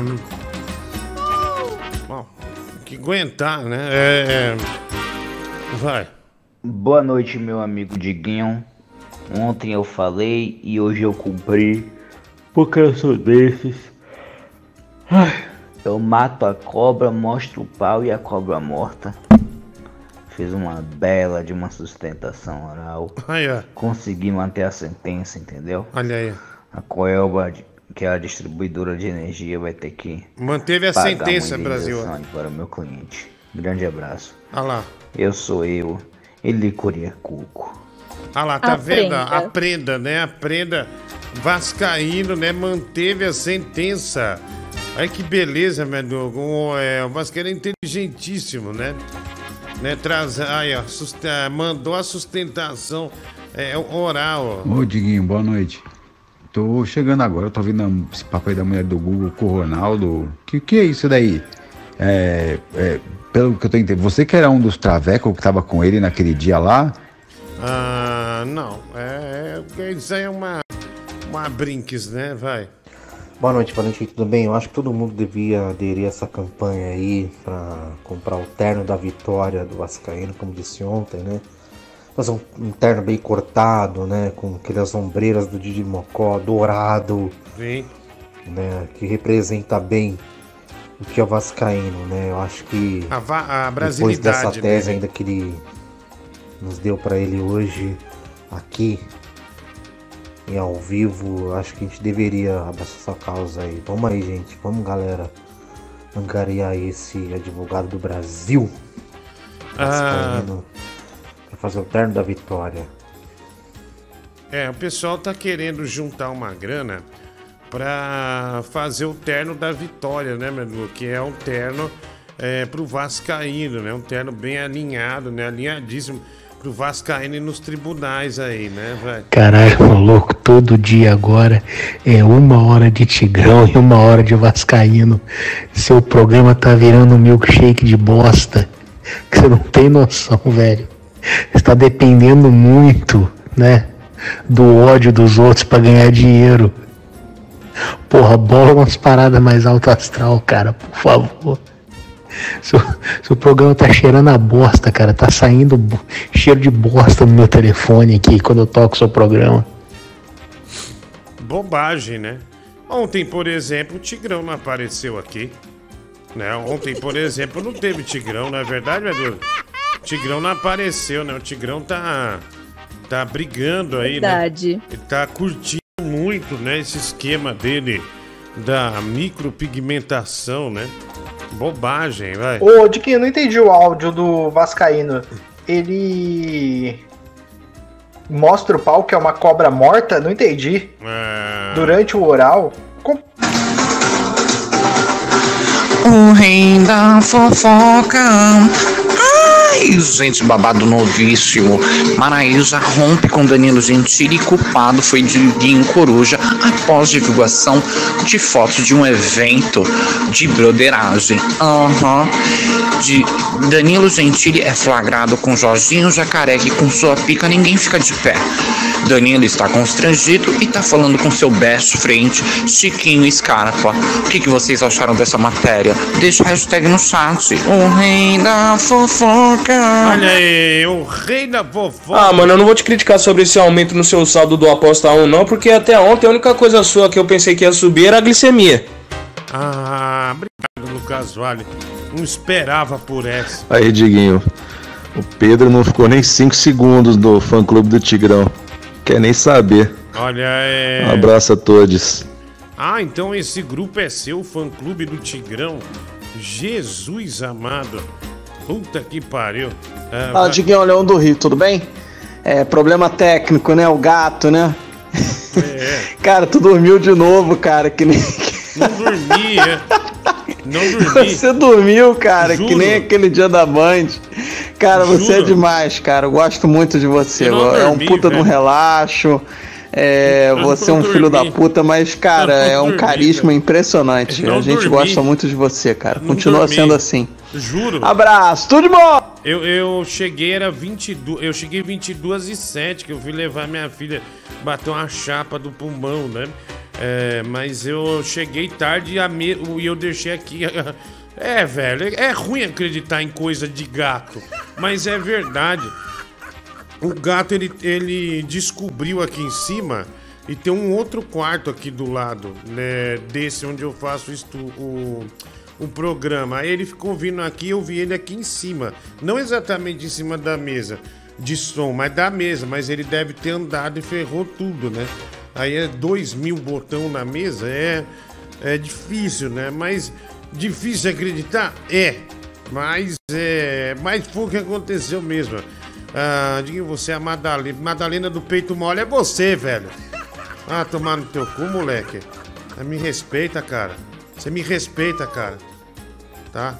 Bom, tem que aguentar, né? É... Vai. Boa noite, meu amigo Dieguinho. Ontem eu falei e hoje eu cumpri, porque eu sou desses. Ai. Eu mato a cobra, mostro o pau e a cobra morta. Fiz uma bela de uma sustentação oral. Aí, ó. Consegui manter a sentença, entendeu? Olha aí. A Coelba, que é a distribuidora de energia, vai ter que manteve a sentença, Brasil. Para o meu cliente. Grande abraço. Ah lá. Eu sou eu, Elicoria Cuco. Ah lá, tá Aprenda. vendo? Aprenda, né? Aprenda. Vascaíno, né? Manteve a sentença. Olha que beleza, meu amigo. O, é, o Vascaíno é inteligentíssimo, né? né? Traz, aí, ó, susta, mandou a sustentação é, oral. Ó. Ô, Diguinho, boa noite. Tô chegando agora, tô ouvindo esse papo aí da mulher do Google com o Ronaldo. Que que é isso daí? É, é, pelo que eu tô entendendo, você que era um dos travecos que tava com ele naquele dia lá? Ah, não. É, é, isso aí é uma, uma brinques, né? Vai. Boa noite, boa noite, tudo bem? Eu acho que todo mundo devia aderir a essa campanha aí pra comprar o terno da vitória do Vascaíno, como disse ontem, né? Fazer um, um terno bem cortado, né? Com aquelas ombreiras do Didi Mocó, dourado. Sim. Né? Que representa bem o que é o Vascaíno, né? Eu acho que a, va- a depois dessa tese né? ainda que ele nos deu pra ele hoje aqui, e ao vivo, acho que a gente deveria abraçar essa causa aí. Vamos aí, gente. Vamos, galera. Angariar esse advogado do Brasil. Ah. Pra fazer o terno da vitória. É, o pessoal tá querendo juntar uma grana pra fazer o terno da vitória, né, meu amigo? Que é um terno é, pro Vascaíno, né? Um terno bem alinhado, né? Alinhadíssimo pro Vascaíno e nos tribunais aí, né, velho? Caralho, louco, todo dia agora é uma hora de Tigrão e uma hora de Vascaíno. Seu programa tá virando um milkshake de bosta, que você não tem noção, velho. Você tá dependendo muito, né, do ódio dos outros pra ganhar dinheiro. Porra, bola umas paradas mais alto astral, cara, por favor. Seu, seu programa tá cheirando a bosta, cara. Tá saindo bo- cheiro de bosta no meu telefone aqui quando eu toco seu programa. Bobagem, né? Ontem, por exemplo, o Tigrão não apareceu aqui. Né? Ontem, por exemplo, não teve Tigrão, não é verdade, meu Deus? O Tigrão não apareceu, né? O Tigrão tá, tá brigando aí, Verdade. né? Ele tá curtindo muito, né? Esse esquema dele da micropigmentação, né? Bobagem, vai. Ô, Diquinho, eu não entendi o áudio do Vascaíno. Ele mostra o pau que é uma cobra morta? Não entendi. É... Durante o oral. Com- O rei da fofoca. Ai, gente, babado novíssimo. Maraísa rompe com Danilo Gentili, culpado foi Diguinho Coruja após divulgação de fotos de um evento de broderagem. Aham. De Danilo Gentili é flagrado com Jorginho Jacaré que com sua pica ninguém fica de pé. Danilo está constrangido e tá falando com seu best friend, Chiquinho Scarpa. O que, que vocês acharam dessa matéria? Deixa a hashtag no chat. O rei da fofoca. Olha aí, o rei da fofoca. Ah, mano, eu não vou te criticar sobre esse aumento no seu saldo do Aposta um, não, porque até ontem a única coisa sua que eu pensei que ia subir era a glicemia. Ah, obrigado, Lucas Vale. Não esperava por essa. Aí, Diguinho, o Pedro não ficou nem cinco segundos no fã-clube do Tigrão. Quer nem saber. Olha, é... Um abraço a todos. Ah, então esse grupo é seu, fã-clube do Tigrão? Jesus amado. Puta que pariu. É, Ah, Diguinho Leão do Rio, tudo bem? É, problema técnico, né? O gato, né? É. Cara, tu dormiu de novo, cara, que nem... Não dormi, é. Não dormi. Você dormiu, cara, Juro. que nem aquele dia da Band. Cara, você Juro. é demais, cara. Eu gosto muito de você. Eu não é um dormi, puta de um velho. relaxo. É, Eu você é não um filho da dormi. puta, mas, cara, Eu não é um dormi, carisma velho. impressionante. Eu não A gente dormi. gosta muito de você, cara. Não Continua dormi. sendo assim. Juro. Abraço, tudo de bom! Eu, eu cheguei, era vinte e duas, eu cheguei vinte e duas e sete, que eu fui levar minha filha, bater uma chapa do pulmão, né? É, mas eu cheguei tarde e a me- e eu deixei aqui. É, velho, é ruim acreditar em coisa de gato, mas é verdade. O gato, ele, ele descobriu aqui em cima e tem um outro quarto aqui do lado, né, desse onde eu faço isto, o, o programa. Aí ele ficou vindo aqui, eu vi ele aqui em cima. Não exatamente em cima da mesa de som, mas da mesa. Mas ele deve ter andado e ferrou tudo, né? Aí é dois mil botão na mesa, é, é difícil, né? Mas difícil acreditar? É. Mas é. Mas foi o que aconteceu mesmo. Ah, diga você, a Madalena. Madalena do peito mole é você, velho. Ah, tomar no teu cu, moleque. Ah, me respeita, cara. Você me respeita, cara. Tá?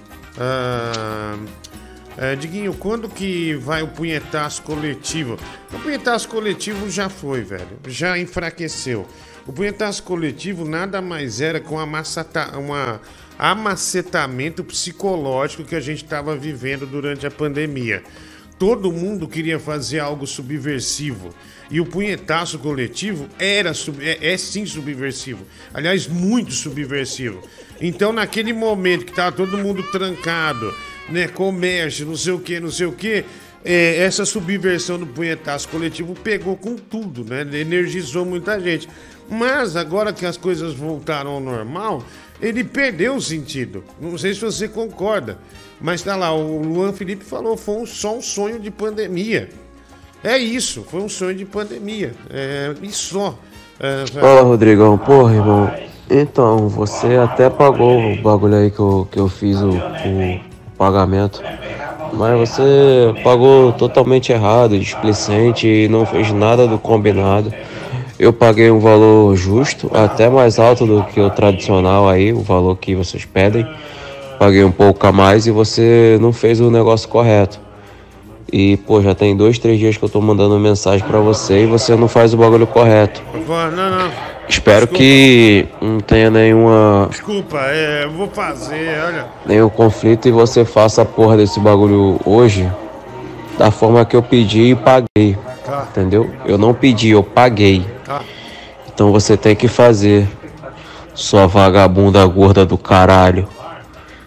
Ah, é, Diguinho, quando que vai o punhetaço coletivo? O punhetaço coletivo já foi, velho. Já enfraqueceu. O punhetaço coletivo nada mais era com amassata, uma amacetamento psicológico que a gente estava vivendo durante a pandemia. Todo mundo queria fazer algo subversivo. E o punhetaço coletivo era sub, é, é sim subversivo. Aliás, muito subversivo. Então, naquele momento que estava todo mundo trancado, né, comércio, não sei o que, não sei o que, é, essa subversão do punhetaço coletivo pegou com tudo, né? Energizou muita gente. Mas agora que as coisas voltaram ao normal, ele perdeu o sentido. Não sei se você concorda. Mas tá lá, o Luan Felipe falou, foi um, só um sonho de pandemia. É isso, foi um sonho de pandemia. É, e só. É, Fala, Rodrigão. Porra, irmão. Então, você até pagou o bagulho aí que eu, que eu fiz o, o pagamento. Mas você pagou totalmente errado, displicente e não fez nada do combinado. Eu paguei um valor justo, até mais alto do que o tradicional aí, o valor que vocês pedem. Paguei um pouco a mais e você não fez o negócio correto. E, pô, já tem dois, três dias que eu tô mandando mensagem pra você e você não faz o bagulho correto. Não, não. Espero Desculpa. que não tenha nenhuma, Desculpa, é, eu vou fazer, olha. nenhum conflito e você faça a porra desse bagulho hoje da forma que eu pedi e paguei. Tá. Entendeu? Eu não pedi, eu paguei. Tá. Então você tem que fazer, sua vagabunda gorda do caralho.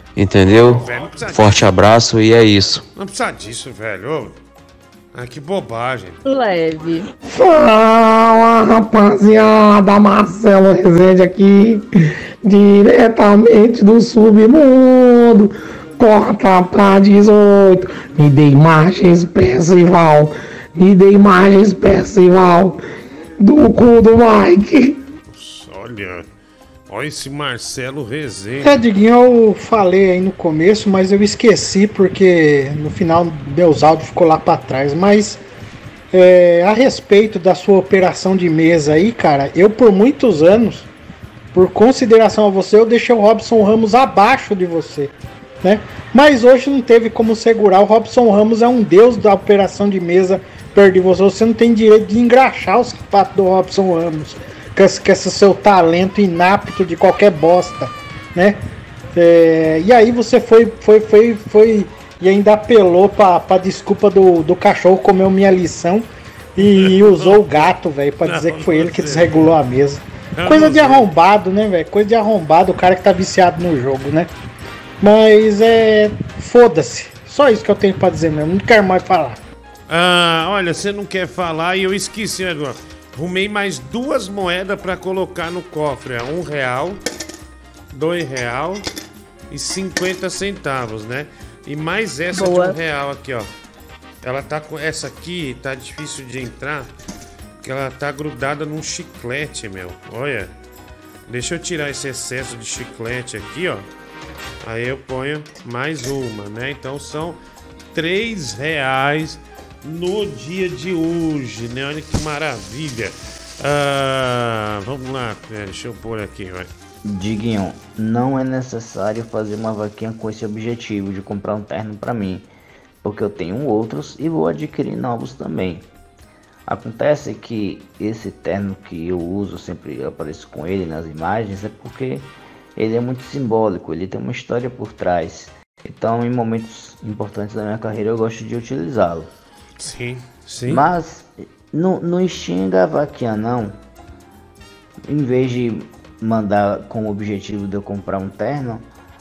Entendeu? Velho, não precisa Forte disso. abraço e é isso. Não precisa disso, velho. Ô, ah, que bobagem. Leve. Fala, rapaziada, Marcelo Rezende aqui, diretamente do submundo, corta pra dezoito, me dê imagens, Percival, me dê imagens, Percival, do cu do Mike. Olha, olha esse Marcelo Rezende. É, Diguinho, eu falei aí no começo, mas eu esqueci porque no final meus áudios ficou lá pra trás. Mas é, a respeito da sua operação de mesa aí, cara, eu por muitos anos, por consideração a você, eu deixei o Robson Ramos abaixo de você, né? Mas hoje não teve como segurar. O Robson Ramos é um deus da operação de mesa perto de você. Você não tem direito de engraxar o sapato do Robson Ramos com esse, com esse seu talento inapto de qualquer bosta, né? É, e aí você foi, foi, foi, foi e ainda apelou pra, pra desculpa do, do cachorro comeu minha lição e usou o gato, velho, pra dizer que foi ele que desregulou a mesa. Coisa de arrombado, né, velho? Coisa de arrombado, o cara que tá viciado no jogo, né? Mas é. Foda-se. Só isso que eu tenho pra dizer mesmo. Não quero mais falar. Ah, olha, você não quer falar e eu esqueci agora. Arrumei mais duas moedas pra colocar no cofre. É um real, dois real e cinquenta centavos, né? E mais essa Boa. de um real aqui, ó. Ela tá com essa aqui, tá difícil de entrar, porque ela tá grudada num chiclete, meu. Olha. Deixa eu tirar esse excesso de chiclete aqui, ó. Aí eu ponho mais uma, né? Então são três reais no dia de hoje, né? Olha que maravilha. Ah, vamos lá, deixa eu pôr aqui, vai. Diguinho, não é necessário fazer uma vaquinha com esse objetivo de comprar um terno pra mim, porque eu tenho outros e vou adquirir novos também. Acontece que esse terno que eu uso, sempre eu apareço com ele nas imagens, é porque ele é muito simbólico, ele tem uma história por trás. Então, em momentos importantes da minha carreira, eu gosto de utilizá-lo. Sim, sim. Mas não, não xinga a vaquinha, não. Em vez de mandar com o objetivo de eu comprar um terno,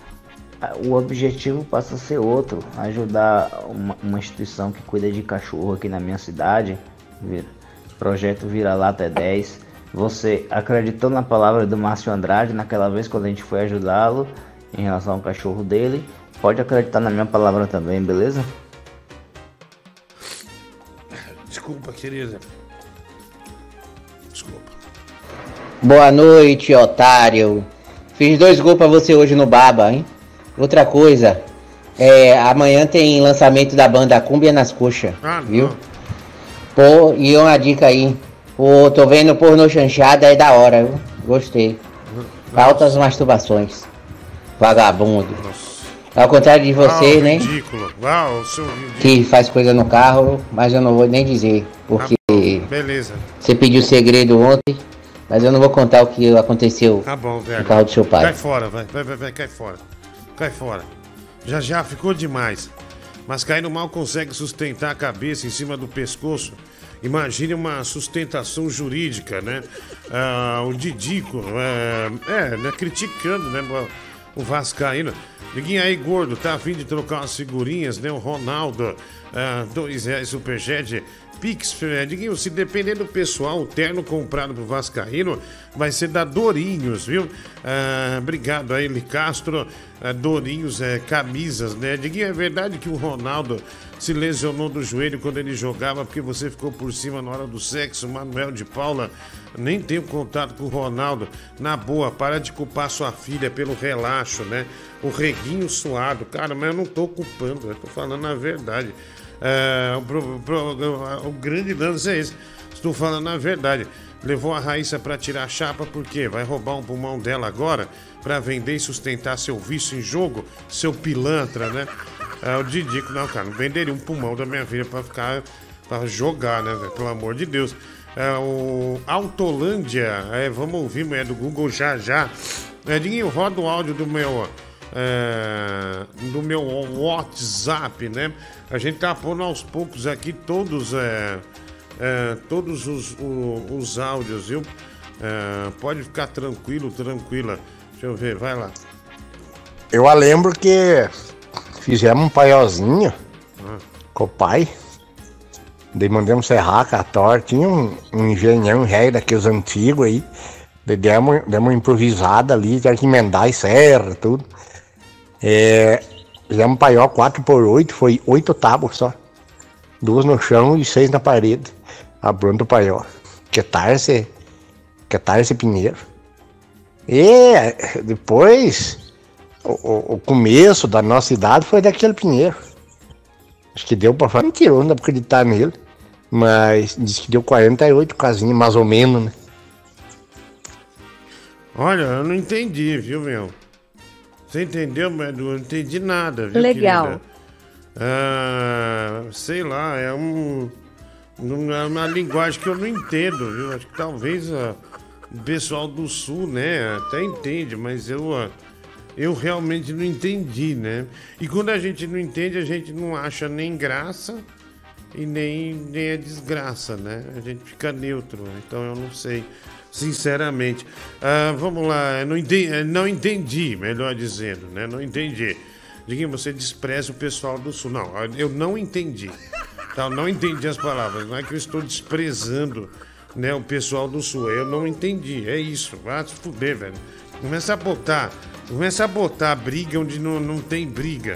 o objetivo passa a ser outro. Ajudar uma, uma instituição que cuida de cachorro aqui na minha cidade. Projeto Vira-Lata é dez. Você acreditou na palavra do Márcio Andrade naquela vez quando a gente foi ajudá-lo em relação ao cachorro dele. Pode acreditar na minha palavra também, beleza? Desculpa, querida. Desculpa. Boa noite, otário. Fiz dois gols pra você hoje no Baba, hein? Outra coisa, é, amanhã tem lançamento da banda Cúmbia nas Coxas, Ah, viu? não. Pô, e uma dica aí. Pô, tô vendo pornô chanchada, é da hora, viu? Gostei. Altas masturbações. Vagabundo. Ao contrário de você, Ah, né? ridículo. Ah, o seu ridículo. Que faz coisa no carro, mas eu não vou nem dizer. Porque Beleza. você pediu segredo ontem, mas eu não vou contar o que aconteceu Tá bom, velho. no carro do seu pai. Cai fora, vai, vai, vai, vai, cai fora. Cai fora. Já já ficou demais. Mas caindo mal consegue sustentar a cabeça em cima do pescoço. Imagine uma sustentação jurídica, né? Ah, o Didico, é, é né? Criticando, né? O Vascaíno. Liguinha aí, gordo, tá a fim de trocar umas figurinhas, né? O Ronaldo, ah, dois reais Superjet, Pix, Diguinho, se depender do pessoal, o terno comprado pro Vascaíno vai ser da Dorinhos, viu? Ah, obrigado aí, Eli Castro. Ah, Dorinhos, é, camisas, né? Diguinho, é verdade que o Ronaldo se lesionou do joelho quando ele jogava porque você ficou por cima na hora do sexo? Manuel de Paula, nem tenho contato com o Ronaldo. Na boa, para de culpar sua filha pelo relaxo, né? O reguinho suado. Cara, mas eu não tô culpando, eu tô falando a verdade. É, o, pro, pro, o grande lance é esse. Estou falando a verdade. Levou a Raíssa pra tirar a chapa porque vai roubar um pulmão dela agora pra vender e sustentar seu vício em jogo, seu pilantra, né? É, o Didico, não, cara, não venderia um pulmão da minha filha pra ficar, pra jogar, né, velho? Pelo amor de Deus. É, o Autolândia, é, vamos ouvir, mulher do Google já já. É, Dinho, roda o áudio do meu, é, do meu WhatsApp, né? A gente tá pondo aos poucos aqui todos, é, é, todos os, o, os áudios, viu? É, pode ficar tranquilo, tranquila. Deixa eu ver, vai lá. eu a lembro que fizemos um paiózinho hum. com o pai. Daí mandamos serrar com a torta. Tinha um, um engenhão velho daqueles antigos aí. Daí demos, demos uma improvisada ali, tinha que emendar e serra, tudo. É, fizemos um paió quatro por oito, foi oito tábuas só. Duas no chão e seis na parede. Abrindo o paió. Que tarde, que tarde Pinheiro. E depois, o, o começo da nossa idade foi daquele Pinheiro. Acho que deu pra falar. Mentira, não dá pra acreditar nele. Mas disse que deu quarenta e oito casinhas, mais ou menos, né? Olha, eu não entendi, viu, meu? Você entendeu, mas eu não entendi nada, viu, Legal. querida? Ah, sei lá, é um... É uma linguagem que eu não entendo, viu? Acho que talvez ah, o pessoal do Sul, né, até entende, mas eu, ah, eu realmente não entendi, né? E quando a gente não entende, a gente não acha nem graça e nem, nem a desgraça, né? A gente fica neutro, então eu não sei, sinceramente. Ah, vamos lá, eu não entendi, não entendi, melhor dizendo, né? Não entendi. Diguinho, você despreza o pessoal do Sul. Não, eu não entendi. Tá, não entendi as palavras. Não é que eu estou desprezando, né, o pessoal do Sul. Eu não entendi. É isso. Vai se fuder, velho. Começa a botar. Começa a botar briga onde não, não tem briga.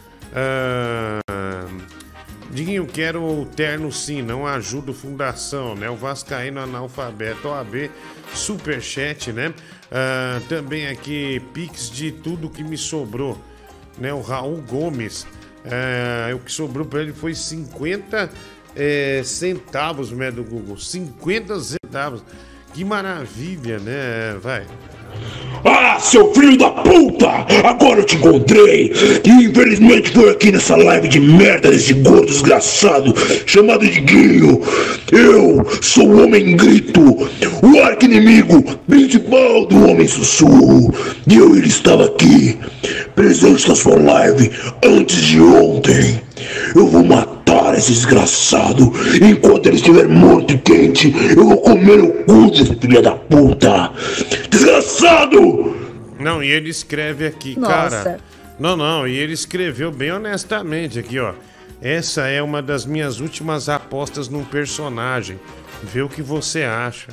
Ah, Diguinho, quero o terno sim, não ajuda o Fundação, né? O Vascaíno analfabeto. O A B, superchat, né? Ah, também aqui, Pix de tudo que me sobrou. Né, o Raul Gomes, é, o que sobrou para ele foi cinquenta é, centavos, né, do Google, cinquenta centavos, que maravilha, né, vai. Ah, seu filho da puta! Agora eu te encontrei! E infelizmente foi aqui nessa live de merda desse gordo desgraçado chamado Diguinho. Eu sou o Homem Grito, o arqui-inimigo principal do Homem Sussurro. E eu ele estava aqui, presente na sua live antes de ontem. Eu vou matar esse desgraçado. Enquanto ele estiver morto e quente, eu vou comer o cu desse filho da puta. Desgraçado! Não, e ele escreve aqui, Nossa. cara. Não, não, e ele escreveu bem honestamente aqui, ó. Essa é uma das minhas últimas apostas num personagem. Vê o que você acha.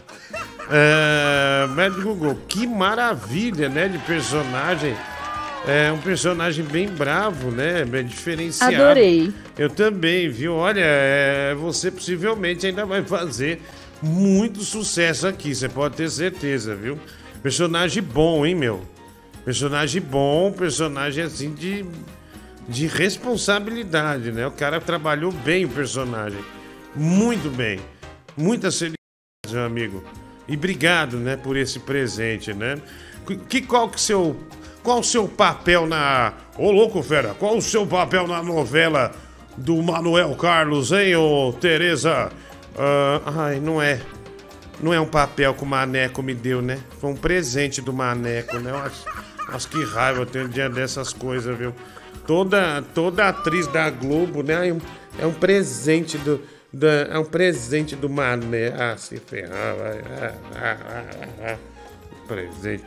É, mas Google, que maravilha, né, de personagem. É um personagem bem bravo, né? Bem diferenciado. Adorei. Eu também, viu? Olha, é, você possivelmente ainda vai fazer muito sucesso aqui, você pode ter certeza, viu? Personagem bom, hein, meu? Personagem bom, personagem assim de, de responsabilidade, né? O cara trabalhou bem o personagem. Muito bem. Muitas felicidades, meu amigo. E obrigado, né, por esse presente, né? Que, qual que seu... Qual o seu papel na... Ô, louco, fera, qual o seu papel na novela do Manuel Carlos, hein, ô, Tereza? Uh, ai, não é... Não é um papel que o Maneco me deu, né? Foi um presente do Maneco, né? Nossa, que raiva eu tenho dia dessas coisas, viu? Toda, toda atriz da Globo, né? É um, é um presente do... Da, é um presente do Mané. Ah, se ferrar, vai. Ah, ah, ah, ah. Presente...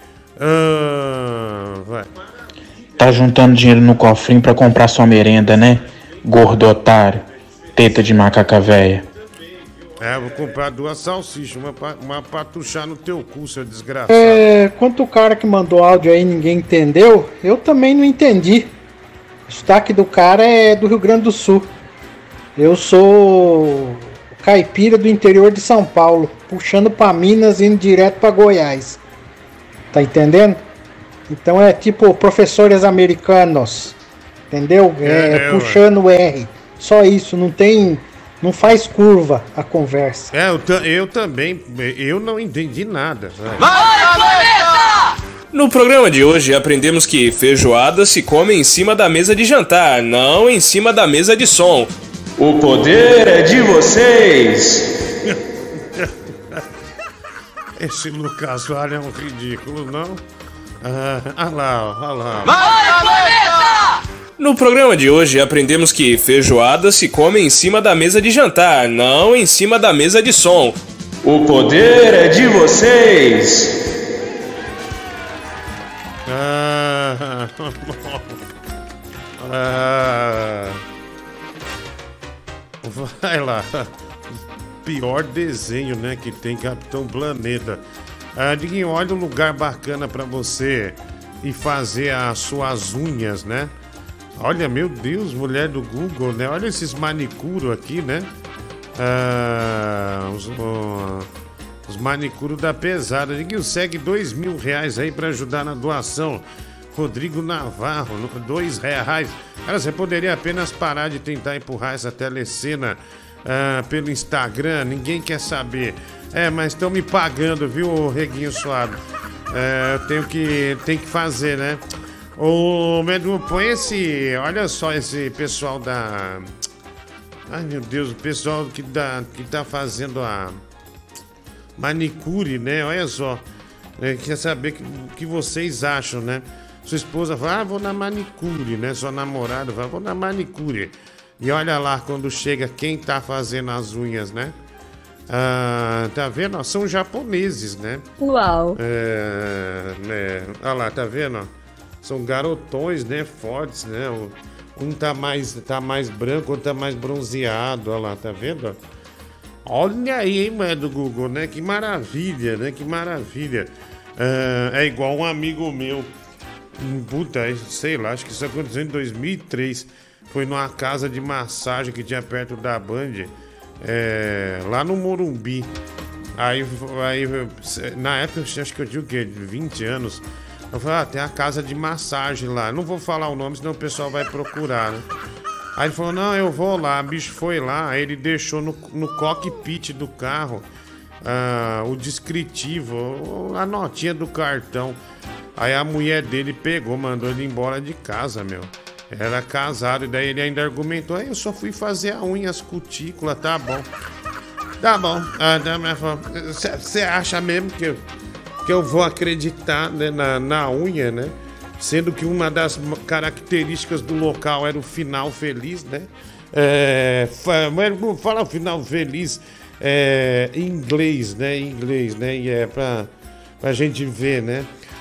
Ah, vai. Tá juntando dinheiro no cofrinho pra comprar sua merenda, né? Gordo otário. Teta de macaca véia. É, vou comprar duas salsichas, uma pra, uma pra tuchar no teu cu, seu desgraçado. É, quanto o cara que mandou áudio aí ninguém entendeu, eu também não entendi. O sotaque do cara é do Rio Grande do Sul. Eu sou caipira do interior de São Paulo, puxando pra Minas e indo direto pra Goiás. Tá entendendo? Então é tipo professores americanos, entendeu? É, é puxando o R. Só isso, não tem, não faz curva a conversa. É, eu, eu também, eu não entendi nada. No programa de hoje aprendemos que feijoada se come em cima da mesa de jantar, não em cima da mesa de som. O poder é de vocês. Esse Lucas Vale é um ridículo, não? Ah, ah lá, ah lá. Vai, planeta! No programa de hoje aprendemos que feijoada se come em cima da mesa de jantar, não em cima da mesa de som. O poder é de vocês. Ah, Ah, ah, vai lá. Pior desenho, né, que tem Capitão Planeta. Ah, Diguinho, olha um lugar bacana pra você ir fazer as suas unhas, né? Olha, meu Deus, mulher do Google, né? Olha esses manicuros aqui, né? Ah, os, oh, os manicuros da pesada. Diguinho, segue dois mil reais aí pra ajudar na doação. Rodrigo Navarro, dois reais. Cara, você poderia apenas parar de tentar empurrar essa telecena ah, pelo Instagram, ninguém quer saber. É, mas estão me pagando, viu, Reguinho Suave? É, eu tenho que, tenho que fazer, né? Ô, Medu, põe esse... Olha só esse pessoal da... Ai, meu Deus, o pessoal que, dá, que tá fazendo a manicure, né? Olha só. É, quer saber o que, que vocês acham, né? Sua esposa fala, ah, vou na manicure, né? Sua namorada fala, vou na manicure. E olha lá quando chega quem tá fazendo as unhas, né? Ah, tá vendo? São japoneses, né? Uau! É, né? Olha lá, tá vendo? São garotões, né? Fortes, né? Um tá mais, tá mais branco, outro tá mais bronzeado. Olha lá, tá vendo? Olha aí, hein, mãe do Google, né? Que maravilha, né? Que maravilha. Ah, é igual um amigo meu. Puta, sei lá, acho que isso aconteceu em dois mil e três. Foi numa casa de massagem que tinha perto da Band, é, lá no Morumbi. Aí, aí, na época, acho que eu tinha o quê? vinte anos. Eu falei, ah, tem a casa de massagem lá. Não vou falar o nome, senão o pessoal vai procurar, né? Aí ele falou, não, eu vou lá. O bicho foi lá, aí ele deixou no, no cockpit do carro ah, o descritivo, a notinha do cartão. Aí a mulher dele pegou, mandou ele embora de casa, meu. Era casado, e daí ele ainda argumentou, eu só fui fazer a unha, as cutículas, tá bom. Tá bom. Você ah, acha mesmo que eu, que eu vou acreditar, né, na, na unha, né? Sendo que uma das características do local era o final feliz, né? É, fala o final feliz é, em inglês, né? Em inglês, né? E é pra, pra gente ver, né?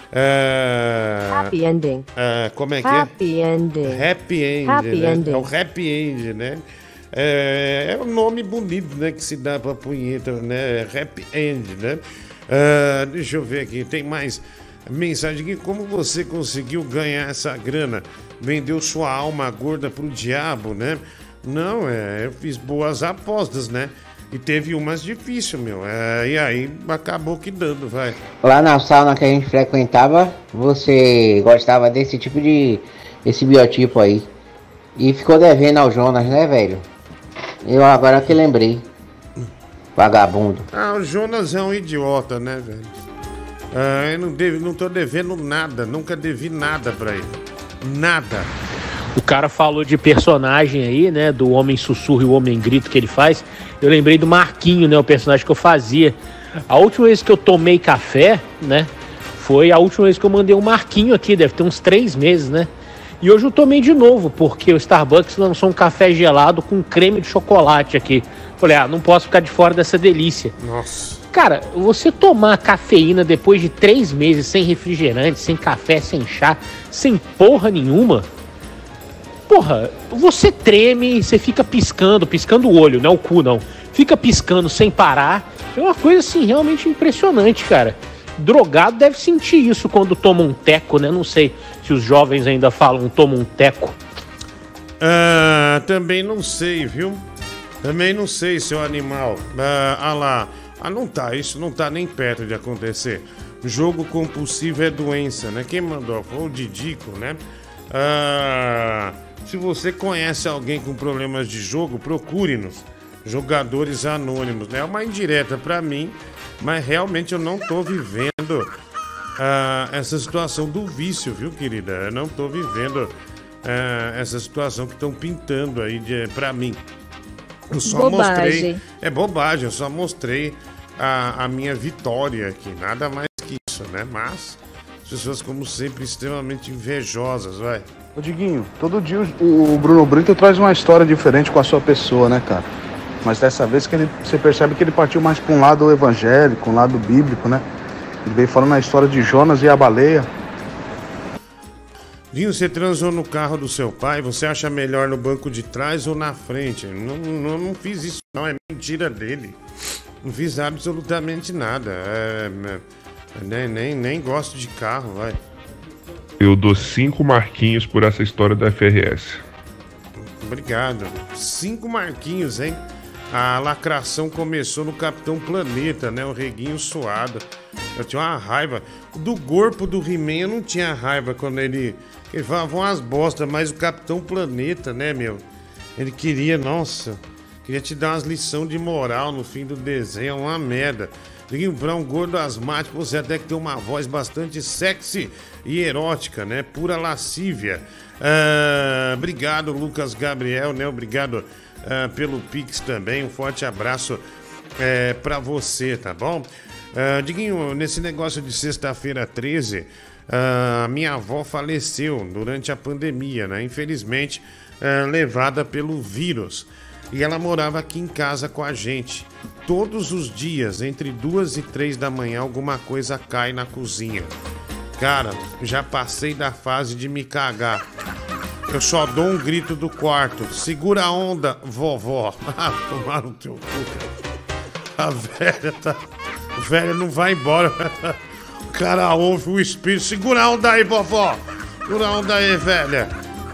Uh, happy ending. Uh, como é que happy é? Ending. Happy End. Happy né? ending. É o Happy End, né? É, é um nome bonito, né? Que se dá pra punheta, né? Happy End, né? Uh, deixa eu ver aqui, tem mais mensagem aqui. Como você conseguiu ganhar essa grana? Vendeu sua alma gorda pro diabo, né? Não, é, eu fiz boas apostas, né? E teve umas difíceis, meu. É, e aí acabou que dando, vai. Lá na sauna que a gente frequentava, você gostava desse tipo de... esse biotipo aí. E ficou devendo ao Jonas, né, velho? Eu agora que lembrei. Vagabundo. Ah, o Jonas é um idiota, né, velho? Ah, eu não, devo, não tô devendo nada. Nunca devi nada pra ele. Nada. O cara falou de personagem aí, né? Do Homem Sussurro e o Homem Grito que ele faz. Eu lembrei do Marquinho, né? O personagem que eu fazia. A última vez que eu tomei café, né? Foi a última vez que eu mandei um Marquinho aqui. Deve ter uns três meses, né? E hoje eu tomei de novo, porque o Starbucks lançou um café gelado com creme de chocolate aqui. Falei, ah, não posso ficar de fora dessa delícia. Nossa. Cara, você tomar cafeína depois de três meses sem refrigerante, sem café, sem chá, sem porra nenhuma... Porra, você treme, você fica piscando, piscando o olho, não é o cu não. Fica piscando sem parar. É uma coisa assim realmente impressionante, cara. Drogado deve sentir isso quando toma um teco, né? Não sei se os jovens ainda falam toma um teco. Ah, também não sei, viu? Também não sei, seu animal. Ah, ah lá. Ah, não tá, isso não tá nem perto de acontecer. Jogo compulsivo é doença, né? Quem mandou? Foi o Didico, né? Ah... Se você conhece alguém com problemas de jogo, procure-nos. Jogadores Anônimos, né? É uma indireta pra mim, mas realmente eu não tô vivendo ah, essa situação do vício, viu, querida? Eu não tô vivendo ah, essa situação que estão pintando aí de, pra mim. Eu só Bobagem. mostrei... É bobagem, eu só mostrei a, a minha vitória aqui. Nada mais que isso, né? Mas as pessoas, como sempre, extremamente invejosas, vai. Ô Diguinho, todo dia o Bruno Brito traz uma história diferente com a sua pessoa, né, cara? Mas dessa vez que ele, você percebe que ele partiu mais para um lado evangélico, um lado bíblico, né? Ele veio falando a história de Jonas e a baleia. Dinho, você transou no carro do seu pai, você acha melhor no banco de trás ou na frente? Não, não, não fiz isso não, é mentira dele. Não fiz absolutamente nada. É, é, nem, nem, nem gosto de carro, vai. Eu dou cinco marquinhos por essa história da F R S. Obrigado. Cinco marquinhos, hein? A lacração começou no Capitão Planeta, né? O reguinho suado. Eu tinha uma raiva. Do corpo do He-Man eu não tinha raiva quando ele... Ele falava umas bosta, mas o Capitão Planeta, né, meu? Ele queria, nossa... Queria te dar umas lições de moral no fim do desenho, é uma merda. Diguinho, pra um gordo asmático, você até que tem uma voz bastante sexy e erótica, né? Pura lascívia. Ah, obrigado, Lucas Gabriel, né? Obrigado ah, pelo Pix também. Um forte abraço é, pra você, tá bom? Ah, Diguinho, nesse negócio de sexta-feira treze, ah, minha avó faleceu durante a pandemia, né? Infelizmente, ah, levada pelo vírus. E ela morava aqui em casa com a gente. Todos os dias, entre duas e três da manhã, alguma coisa cai na cozinha. Cara, já passei da fase de me cagar. Eu só dou um grito do quarto. Segura a onda, vovó. Ah, tomar no teu cu. A velha tá... A velha não vai embora. O cara ouve o espírito. Segura a onda aí, vovó. Segura a onda aí, velha.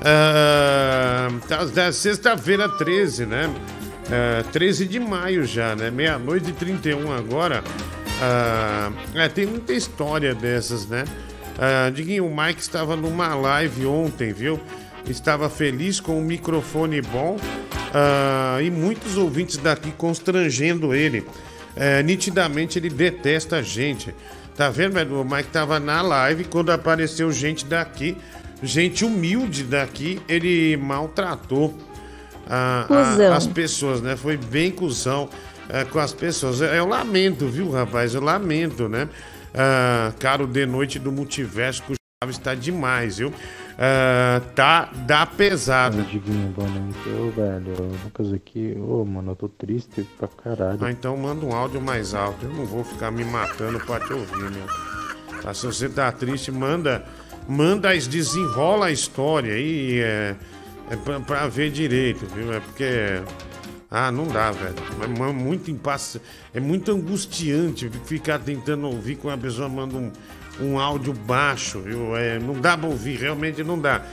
Uh, tá, sexta-feira treze, né? Uh, treze de maio já, né? Meia-noite e trinta e um agora. Uh, é, tem muita história dessas, né? Uh, Diguinho, o Mike estava numa live ontem, viu? Estava feliz com o microfone bom uh, e muitos ouvintes daqui constrangendo ele. Uh, nitidamente ele detesta a gente. Tá vendo, velho? O Mike estava na live quando apareceu gente daqui. Gente humilde daqui, ele maltratou a, a, as pessoas, né? Foi bem cuzão é, com as pessoas. Eu lamento, viu, rapaz? Eu lamento, né? Ah, cara, o De Noite do Multiverso com o Chaves tá demais, viu? Ah, tá, dá pesado. Ô, Diguinho, boa noite. Ô, velho, o Lucas aqui. Ô, mano, eu tô triste pra caralho. Ah, então manda um áudio mais alto. Eu não vou ficar me matando pra te ouvir, meu. Tá, se você tá triste, manda... Manda, desenrola a história aí, é, é pra, pra ver direito, viu? É porque... Ah, não dá, velho. É muito impasse, é muito angustiante ficar tentando ouvir quando a pessoa manda um, um áudio baixo, viu? É, não dá pra ouvir, realmente não dá.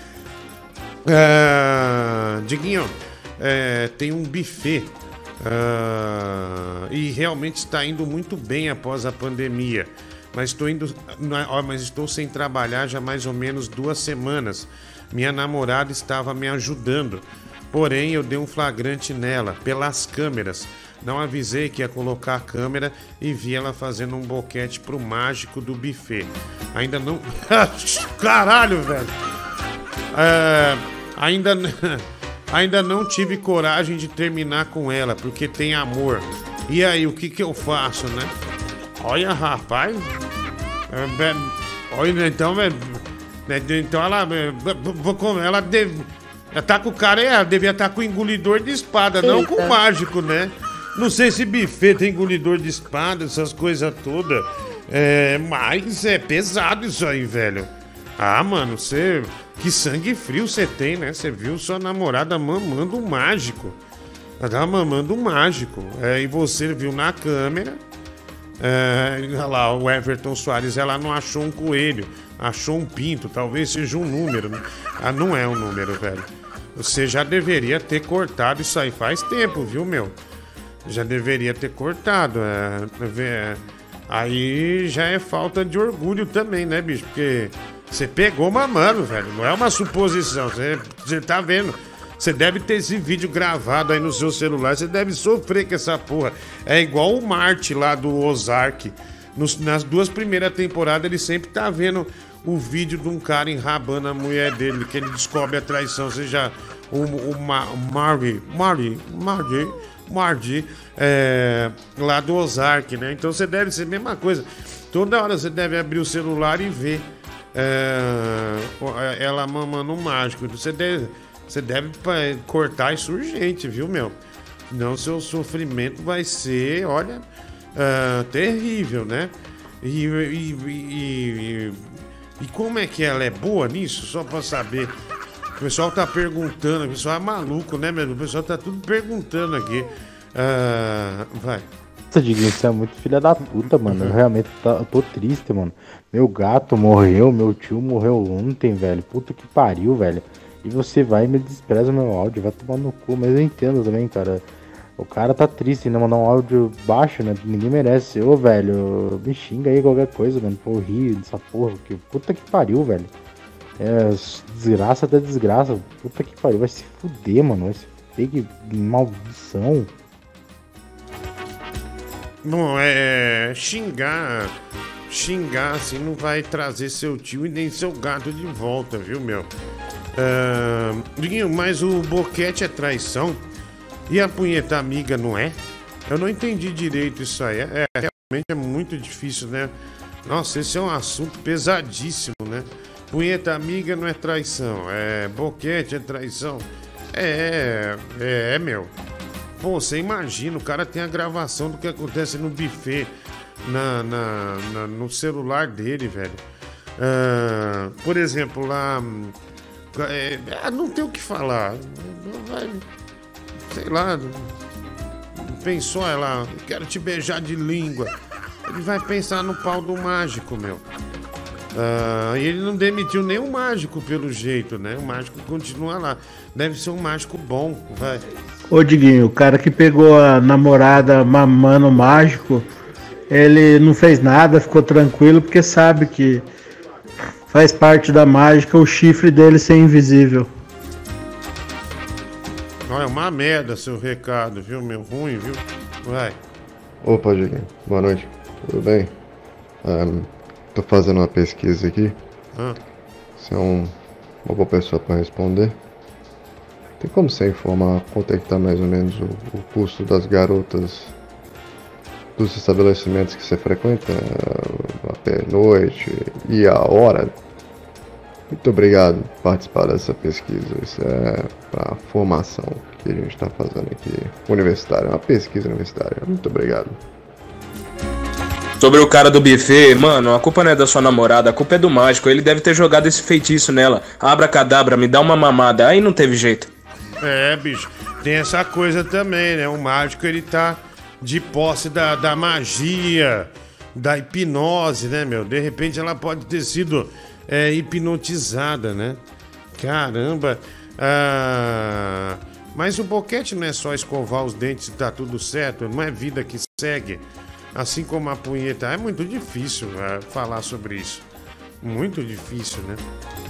É, Diguinho, é, tem um buffet é, e realmente está indo muito bem após a pandemia. Mas estou indo, mas estou sem trabalhar já mais ou menos duas semanas. Minha namorada estava me ajudando, porém eu dei um flagrante nela pelas câmeras. Não avisei que ia colocar a câmera e vi ela fazendo um boquete pro mágico do buffet. Ainda não... Caralho, velho! É, ainda... ainda não tive coragem de terminar com ela, porque tem amor. E aí, o que que eu faço, né? Olha, rapaz. Olha, então, então ela. Ela, deve, ela tá com o cara, ela devia estar tá com o engolidor de espada, Eita. Não com o mágico, né? Não sei se buffet tem engolidor de espada, essas coisas todas. É, mas é pesado isso aí, velho. Ah, mano, você. Que sangue frio você tem, né? Você viu sua namorada mamando um mágico. Ela tava mamando um mágico. É, e você viu na câmera. É, olha lá, o Everton Soares, ela não achou um coelho, achou um pinto, talvez seja um número. Ah, não é um número, velho. Você já deveria ter cortado isso aí faz tempo, viu, meu? Já deveria ter cortado. É, é, aí já é falta de orgulho também, né, bicho? Porque você pegou mamando, velho. Não é uma suposição. Você, você tá vendo. Você deve ter esse vídeo gravado aí no seu celular. Você deve sofrer com essa porra. É igual o Marty lá do Ozark. Nos, nas duas primeiras temporadas, ele sempre tá vendo o vídeo de um cara enrabando a mulher dele, que ele descobre a traição. Ou seja, o, o Ma, Marty, Marty, Marty, Marty, é, lá do Ozark, né? Então você deve ser a mesma coisa. Toda hora você deve abrir o celular e ver é, ela mamando um mágico. Você deve... Você deve cortar isso urgente, viu, meu? Senão seu sofrimento vai ser, olha, uh, terrível, né? E, e, e, E como é que ela é boa nisso? Só pra saber. O pessoal tá perguntando, o pessoal é maluco, né, meu? O pessoal tá tudo perguntando aqui. Ah, vai. Nossa, Diguinho, você é muito filha da puta, mano. Eu realmente tá, eu tô triste, mano. Meu gato morreu, meu tio morreu ontem, velho. Puta que pariu, velho. E você vai e me despreza meu áudio, vai tomar no cu. Mas eu entendo também, cara. O cara tá triste, né? Mandar um áudio baixo, né? Ninguém merece. Ô, velho, me xinga aí qualquer coisa, mano. Pô, rio dessa porra. Que puta que pariu, velho. É, desgraça da desgraça. Puta que pariu. Vai se fuder, mano. Vai se fuder, que maldição. Bom, é. Xingar. Xingar assim não vai trazer seu tio e nem seu gato de volta, viu, meu? Uh, Diguinho, mas o boquete é traição? E a punheta amiga não é? Eu não entendi direito isso aí. É, realmente é muito difícil, né? Nossa, esse é um assunto pesadíssimo, né? Punheta amiga não é traição. É, boquete é traição. É, é, é, meu. Pô, você imagina, o cara tem a gravação do que acontece no buffet, na, na, na no celular dele, velho. Uh, por exemplo, lá... É, não tem o que falar. Vai... Sei lá, pensou ela, quero te beijar de língua. Ele vai pensar no pau do mágico, meu. Ah, e ele não demitiu nenhum mágico pelo jeito, né? O mágico continua lá. Deve ser um mágico bom, vai. Ô Diguinho, o cara que pegou a namorada mamando mágico, ele não fez nada, ficou tranquilo, porque sabe que faz parte da mágica o chifre dele ser invisível. Não, é uma merda seu recado, viu, meu? Ruim, viu? Vai. Opa, Diguinho. Boa noite. Tudo bem? Um, tô fazendo uma pesquisa aqui. Ah. Você é um, uma boa pessoa para responder. Tem como você informar quanto é que tá mais ou menos o, o custo das garotas dos estabelecimentos que você frequenta? Até noite e a hora? Muito obrigado por participar dessa pesquisa. Isso é para a formação que a gente está fazendo aqui, universitária, uma pesquisa universitária. Muito obrigado. Sobre o cara do buffet, mano, a culpa não é da sua namorada, a culpa é do mágico. Ele deve ter jogado esse feitiço nela. Abracadabra, me dá uma mamada. Aí não teve jeito. É, bicho, tem essa coisa também, né? O mágico, ele tá de posse da, da magia, da hipnose, né, meu? De repente ela pode ter sido... É, hipnotizada, né? Caramba. Ah, mas o boquete não é só escovar os dentes e tá tudo certo. Não é vida que segue. Assim como a punheta. É muito difícil é, falar sobre isso. Muito difícil, né?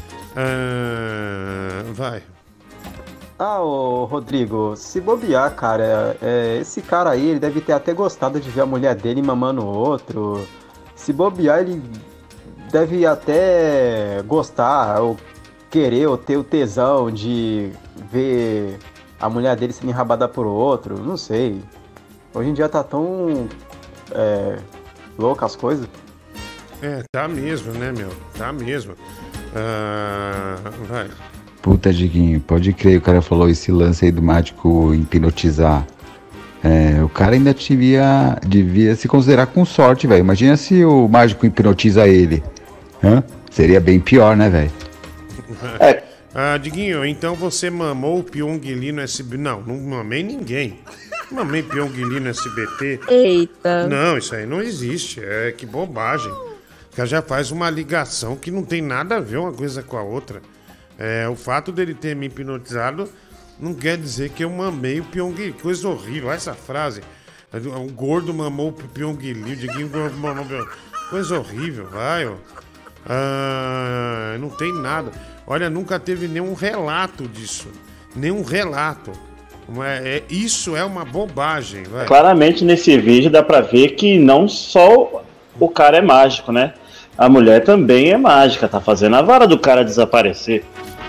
Ah, vai. Ah, ô Rodrigo, se bobear, cara, é, esse cara aí, ele deve ter até gostado de ver a mulher dele mamando outro. Se bobear, ele... deve até gostar, ou querer, ou ter o tesão de ver a mulher dele sendo enrabada por outro, não sei. Hoje em dia tá tão é, louca as coisas. É, tá mesmo, né, meu? Tá mesmo. Ah, vai. Puta, Diguinho, pode crer, o cara falou esse lance aí do mágico hipnotizar. É, o cara ainda devia, devia se considerar com sorte, velho. Imagina se o mágico hipnotiza ele. Hã? Seria bem pior, né, velho? É. Ah, Diguinho, então você mamou o Pyong Lee no S B T? Não, não mamei ninguém. Não mamei Pyong Lee no S B T. Eita. Não, isso aí não existe. É que bobagem. O cara já faz uma ligação que não tem nada a ver uma coisa com a outra. É, o fato dele ter me hipnotizado não quer dizer que eu mamei o Pyong Lee. Coisa horrível. Olha essa frase. O gordo mamou o Pyong Lee, o Diguinho mamou o... Coisa horrível, vai, ó. Ah, não tem nada. Olha, nunca teve nenhum relato disso. Nenhum relato. É, é, isso é uma bobagem, vai. Claramente nesse vídeo dá pra ver que não só o cara é mágico, né? A mulher também é mágica, tá fazendo a vara do cara desaparecer.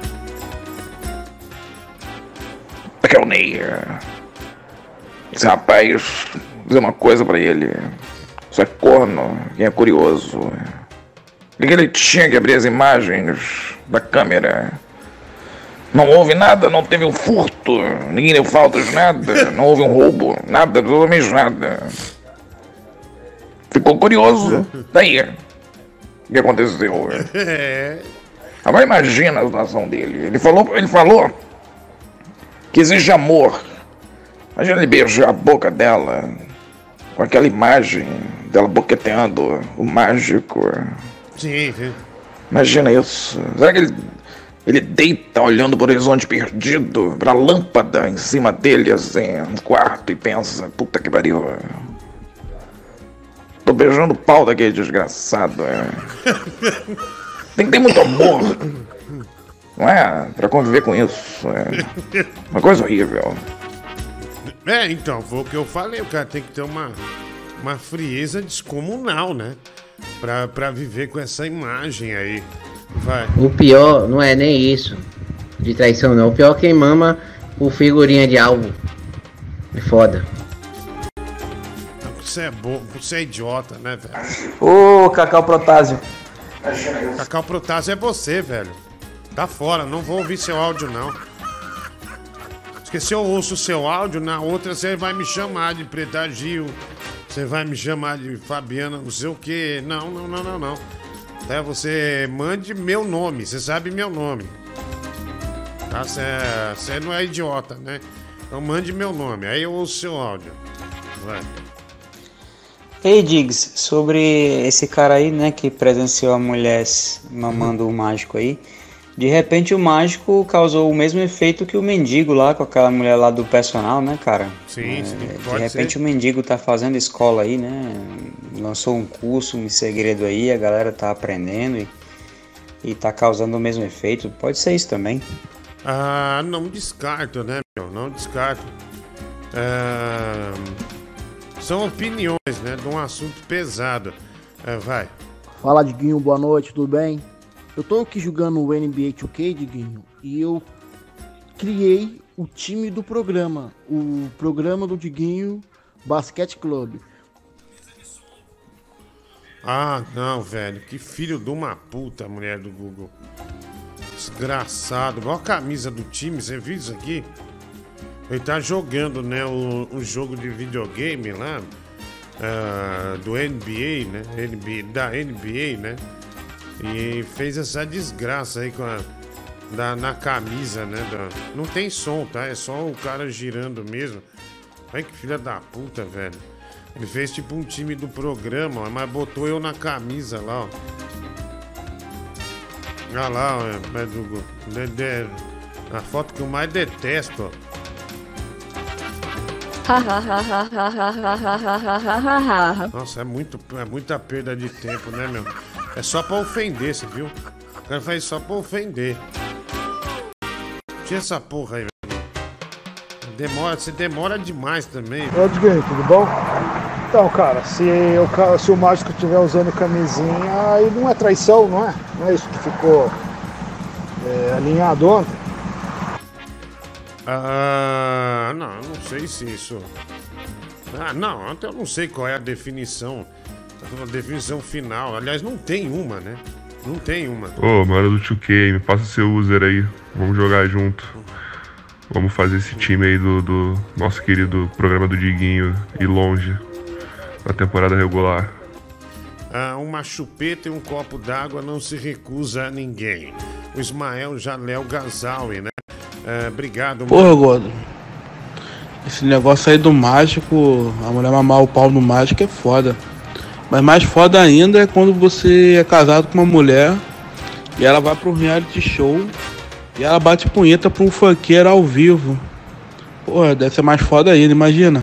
Aqui é o Ney. Esse rapaz, vou dizer uma coisa pra ele. Isso é corno, quem é curioso. Porque ele tinha que abrir as imagens da câmera. Não houve nada, não teve um furto, ninguém deu falta de nada, não houve um roubo, nada, absolutamente nada. Ficou curioso, daí. O que aconteceu? É. Agora imagina a situação dele. Ele falou, ele falou que existe amor. Imagina ele beijar a boca dela com aquela imagem dela boqueteando o mágico. Sim, sim. Imagina isso. Será que ele, ele deita olhando pro horizonte perdido, pra lâmpada em cima dele, assim, no quarto, e pensa, puta que pariu. Tô beijando o pau daquele desgraçado. É. Tem que ter muito amor, não é? Pra conviver com isso. É uma coisa horrível. É, então, foi o que eu falei. O cara tem que ter uma, uma frieza descomunal, né? Pra, pra viver com essa imagem aí. Vai. O pior não é nem isso de traição, não. O pior é quem mama o figurinha de alvo. É foda. Você é bobo, você é idiota, né, velho? Ô, Cacau Protásio. Cacau Protásio é você, velho. Tá fora, não vou ouvir seu áudio, não. Porque se eu ouço o seu áudio, na outra você vai me chamar de Preta Gil, você vai me chamar de Fabiana, não sei o quê. Não, não, não, não, não. Até você mande meu nome, você sabe meu nome. Tá? Você, você não é idiota, né? Então mande meu nome, aí eu ouço seu áudio. Vai. Ei, Diggs, sobre esse cara aí, né, que presenciou a mulher mamando o mágico aí. De repente o mágico causou o mesmo efeito que o mendigo lá, com aquela mulher lá do personal, né, cara? Sim, é, sim, De pode repente ser. o mendigo tá fazendo escola aí, né? Lançou um curso, um segredo aí, a galera tá aprendendo e, e tá causando o mesmo efeito. Pode ser isso também. Ah, não descarto, né, meu? Não descarto. É... São opiniões, né, de um assunto pesado. É, vai. Fala, Diguinho, boa noite, tudo bem? Eu tô aqui jogando o N B A dois K, Diguinho, e eu criei o time do programa, o programa do Diguinho Basquete Clube. Ah, não, velho. Que filho de uma puta, mulher do Google. Desgraçado. Olha a camisa do time, você viu isso aqui? Ele tá jogando, né, o, o jogo de videogame lá, uh, do N B A, né, N B A, da N B A, né, e fez essa desgraça aí com a, da, na camisa, né, da, não tem som, tá, é só o cara girando mesmo. Ai, que filha da puta, velho. Ele fez tipo um time do programa, ó, mas botou eu na camisa lá, ó. Olha lá, ó, é, do, de, de, a foto que eu mais detesto, ó. Nossa, é, muito, é muita perda de tempo, né, meu? É só pra ofender, você viu? O cara faz só pra ofender. Tinha essa porra aí, velho. Demora, você demora demais também. Ô, Diguinho, tudo bom? Então, cara, se, eu, se o mágico estiver usando camisinha, aí não é traição, não é? Não é isso que ficou é, alinhado ontem? Ah, não, eu não sei se isso... Ah, não, eu não sei qual é a definição, a definição final. Aliás, não tem uma, né? Não tem uma. Ô, mano do dois K, me passa seu user aí. Vamos jogar junto. Vamos fazer esse time aí do, do nosso querido programa do Diguinho ir longe na temporada regular. Ah, uma chupeta e um copo d'água não se recusa a ninguém. O Ismael Jalel Gazawi, né? Ah, obrigado, Porra, mano. gordo. Esse negócio aí do mágico, a mulher mamar o pau no mágico é foda. Mas mais foda ainda é quando você é casado com uma mulher e ela vai pro reality show e ela bate punheta pra um funkeiro ao vivo. Porra, deve ser mais foda ainda, imagina.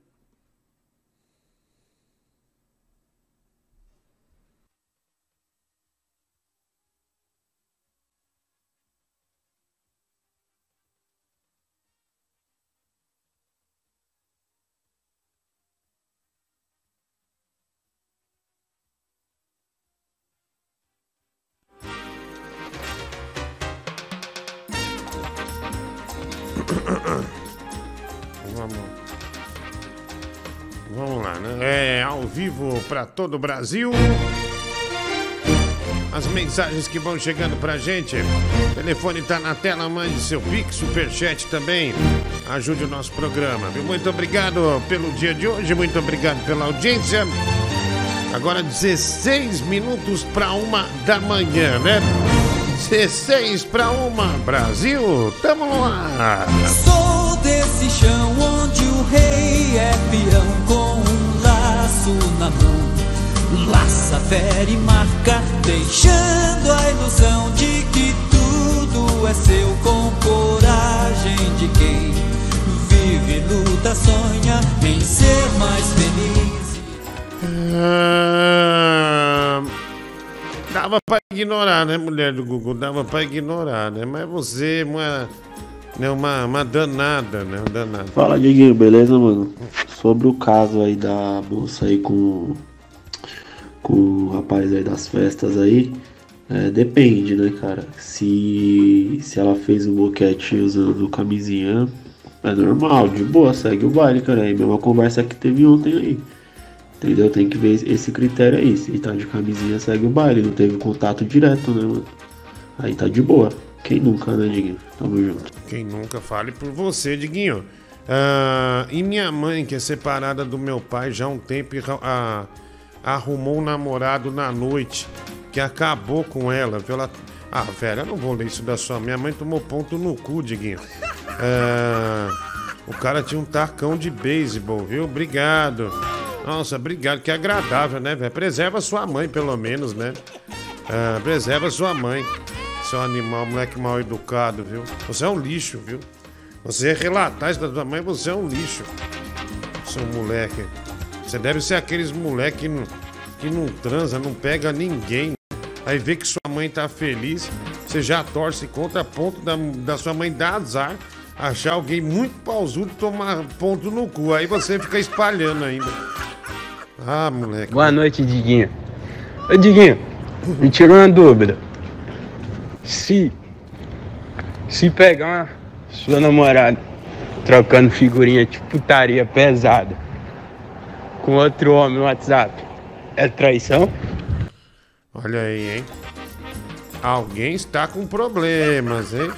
Vamos. Vamos lá, né? É ao vivo para todo o Brasil. As mensagens que vão chegando pra gente. O telefone tá na tela, mande seu Pix, Superchat também. Ajude o nosso programa, viu? Muito obrigado pelo dia de hoje, muito obrigado pela audiência. Agora dezesseis minutos para uma da manhã, né? dezesseis para uma, Brasil, tamo no ar. Sou desse chão onde o rei é peão com um laço na mão. Laça, fere e marca, deixando a ilusão de que tudo é seu, com coragem de quem vive, luta, sonha em ser mais feliz. Ah, dava pra ignorar, né, mulher do Google? Dava pra ignorar, né? Mas você, uma, né, uma, uma danada, né? Uma danada. Fala, Diguinho, beleza, mano? Sobre o caso aí da moça aí com, com o rapaz aí das festas aí, é, depende, né, cara? Se, se ela fez o boquete usando camisinha, é normal, de boa, segue o baile, cara. É a mesma conversa que teve ontem aí. Entendeu? Tem que ver esse critério aí. Se tá de camisinha, segue o baile. Não teve contato direto, né, mano? Aí tá de boa. Quem nunca, né, Diguinho? Tamo junto. Quem nunca, fale por você, Diguinho. Ah, e minha mãe, que é separada do meu pai já há um tempo, ah, arrumou um namorado na noite que acabou com ela. Ela... Ah, velho, eu não vou ler isso da sua. Minha mãe tomou ponto no cu, Diguinho. Ah, o cara tinha um tacão de beisebol, viu? Obrigado. Nossa, obrigado, que agradável, né, velho? Preserva sua mãe, pelo menos, né? Ah, preserva sua mãe. Seu animal, moleque mal educado, viu? Você é um lixo, viu? Você relatar isso da sua mãe, você é um lixo. Seu moleque. Você deve ser aqueles moleque que não, que não transa, não pega ninguém. Aí vê que sua mãe tá feliz, você já torce contra ponto da, da sua mãe dar azar, achar alguém muito pausudo e tomar ponto no cu. Aí você fica espalhando ainda. Ah, moleque. Boa noite, Diguinho. Ô, Diguinho, me tirou uma dúvida. Se, se pegar uma sua namorada trocando figurinha de putaria pesada com outro homem no WhatsApp, é traição? Olha aí, hein? Alguém está com problemas, hein?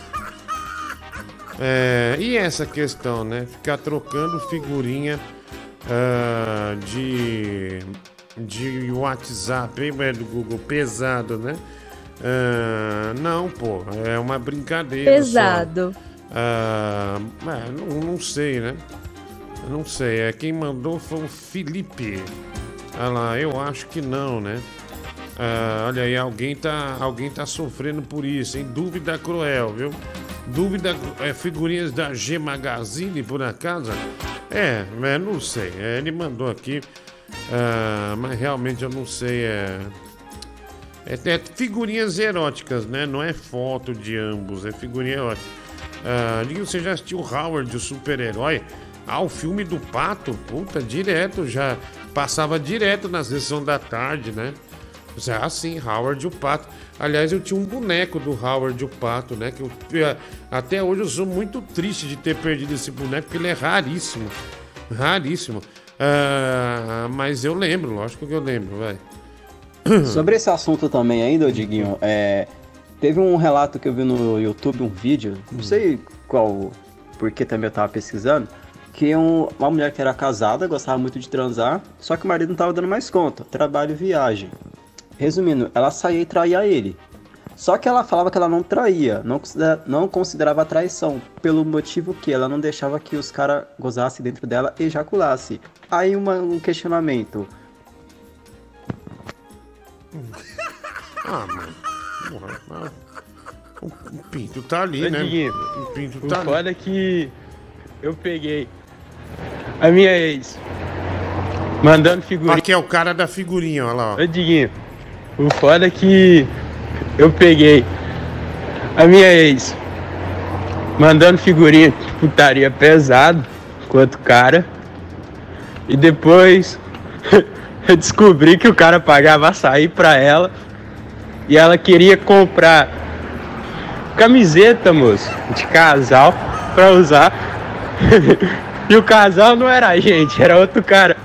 É, e essa questão, né? Ficar trocando figurinha uh, de, de WhatsApp, hein, velho, do Google, pesado, né? Uh, não, pô, é uma brincadeira. Pesado. Uh, é, não, não sei, né? Não sei, é, quem mandou foi o Felipe. Olha lá, eu acho que não, né? Uh, olha aí, alguém tá, alguém tá sofrendo por isso, hein? Dúvida cruel, viu? Dúvida, é, figurinhas da G Magazine, por acaso? É, é não sei. É, ele mandou aqui, uh, mas realmente eu não sei. É, é, é figurinhas eróticas, né? Não é foto de ambos, é figurinha erótica. Uh, você já assistiu Howard, o super-herói? Ah, o filme do Pato? Puta, direto, já passava direto na sessão da tarde, né? Ah, sim, Howard o Pato. Aliás, eu tinha um boneco do Howard o Pato, né? Que eu, até hoje eu sou muito triste de ter perdido esse boneco, porque ele é raríssimo. Raríssimo. Uh, mas eu lembro, lógico que eu lembro, vai. Sobre esse assunto também ainda, Diguinho, é, teve um relato que eu vi no YouTube, um vídeo, não sei qual, porque também eu tava pesquisando, que um, uma mulher que era casada, gostava muito de transar, só que o marido não tava dando mais conta, trabalho e viagem. Resumindo, ela saía e traía ele. Só que ela falava que ela não traía, não, considera, não considerava traição, pelo motivo que ela não deixava que os caras gozassem dentro dela e ejaculassem. Aí uma, um questionamento. Ah, mano. Porra, o, o pinto tá ali, Ô, né? Diguinho, O pinto o tá ali. foda é que eu peguei a minha ex mandando figurinha. Aqui é o cara da figurinha, olha lá. Ó. Ô, Diguinho, o foda é que eu peguei a minha ex mandando figurinha de putaria pesado com outro cara. E depois eu descobri que o cara pagava açaí pra ela. E ela queria comprar camiseta, moço, de casal pra usar. E o casal não era a gente, era outro cara.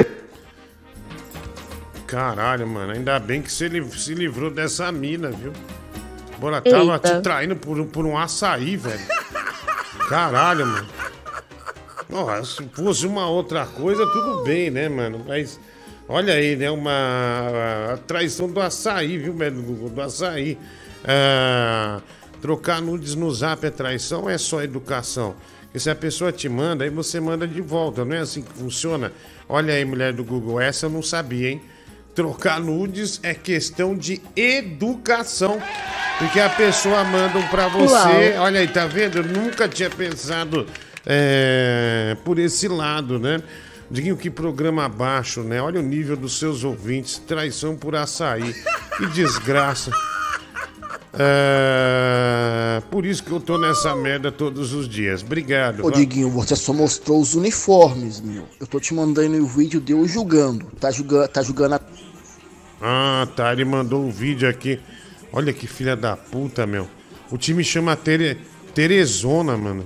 Caralho, mano, ainda bem que você se livrou dessa mina, viu? Bora, tava Eita. te traindo por, por um açaí, velho. Caralho, mano. Ó, se fosse uma outra coisa, tudo bem, né, mano? Mas Olha aí, né? Uma a traição do açaí, viu, médico Google? Do açaí. Ah, trocar nudes no zap é traição ou é só educação? Porque se a pessoa te manda, aí você manda de volta. Não é assim que funciona? Olha aí, mulher do Google, essa eu não sabia, hein? Trocar nudes é questão de educação. Porque a pessoa manda um pra você. Uau. Olha aí, tá vendo? Eu nunca tinha pensado é, por esse lado, né? Diguinho, que programa abaixo, né? Olha o nível dos seus ouvintes. Traição por açaí. Que desgraça. É... Por isso que eu tô nessa merda todos os dias. Obrigado. Ô, Diguinho, você só mostrou os uniformes, meu. Eu tô te mandando o vídeo de eu julgando. Tá julgando, tá julgando a... Ah, tá. Ele mandou um vídeo aqui. Olha que filha da puta, meu. O time chama Tere... Teresona, mano.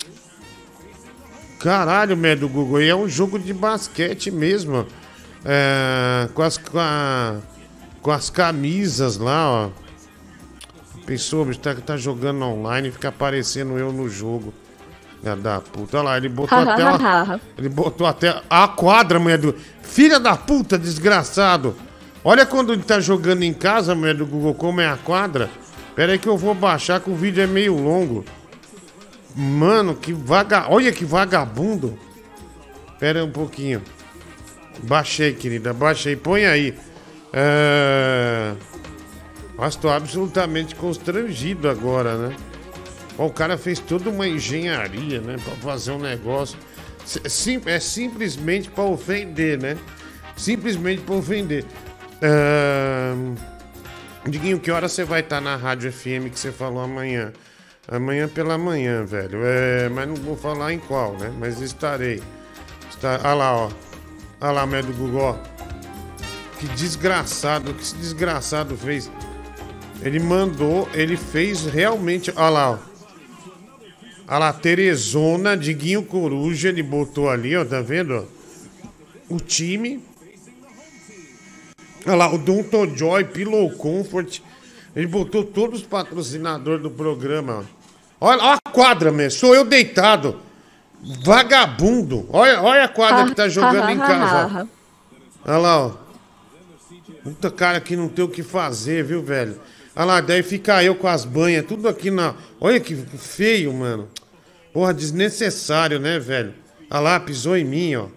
Caralho, meu, do Google. E é um jogo de basquete mesmo. É... Com as... Com, a... Com as camisas lá, ó. Pensou, bicho, tá, tá jogando online e fica aparecendo eu no jogo. Filha da puta. Olha lá, ele botou até uma, ele botou até a quadra, mulher do... Filha da puta, desgraçado. Olha quando ele tá jogando em casa, mulher do Google, como é a quadra. Pera aí que eu vou baixar, que o vídeo é meio longo. Mano, que vaga... Olha que vagabundo. Pera aí um pouquinho. Baixei, querida, baixei. Põe aí. É... Mas tô absolutamente constrangido agora, né? Ó, o cara fez toda uma engenharia, né? Pra fazer um negócio. Sim, é simplesmente pra ofender, né? Simplesmente pra ofender. Uh... Diguinho, que hora você vai estar na Rádio F M que você falou amanhã? Amanhã pela manhã, velho. É... Mas não vou falar em qual, né? Mas estarei. Está... Ah lá, ó. Ah lá, médio do Google, ó. Que desgraçado. O que esse desgraçado fez? Ele mandou, ele fez realmente... Olha lá, ó. Olha lá, Teresona, Diguinho Coruja, ele botou ali, ó, tá vendo? O time. Olha lá, o Doutor Joy, Pillow Comfort. Ele botou todos os patrocinadores do programa, ó. Olha, olha a quadra, meu. Sou eu deitado. Vagabundo. Olha, olha a quadra que tá jogando em casa. Olha lá, ó. Puta cara que não tem o que fazer, viu, velho? Olha lá, daí fica eu com as banhas, tudo aqui na... Olha que feio, mano. Porra, desnecessário, né, velho? Olha lá, pisou em mim, ó.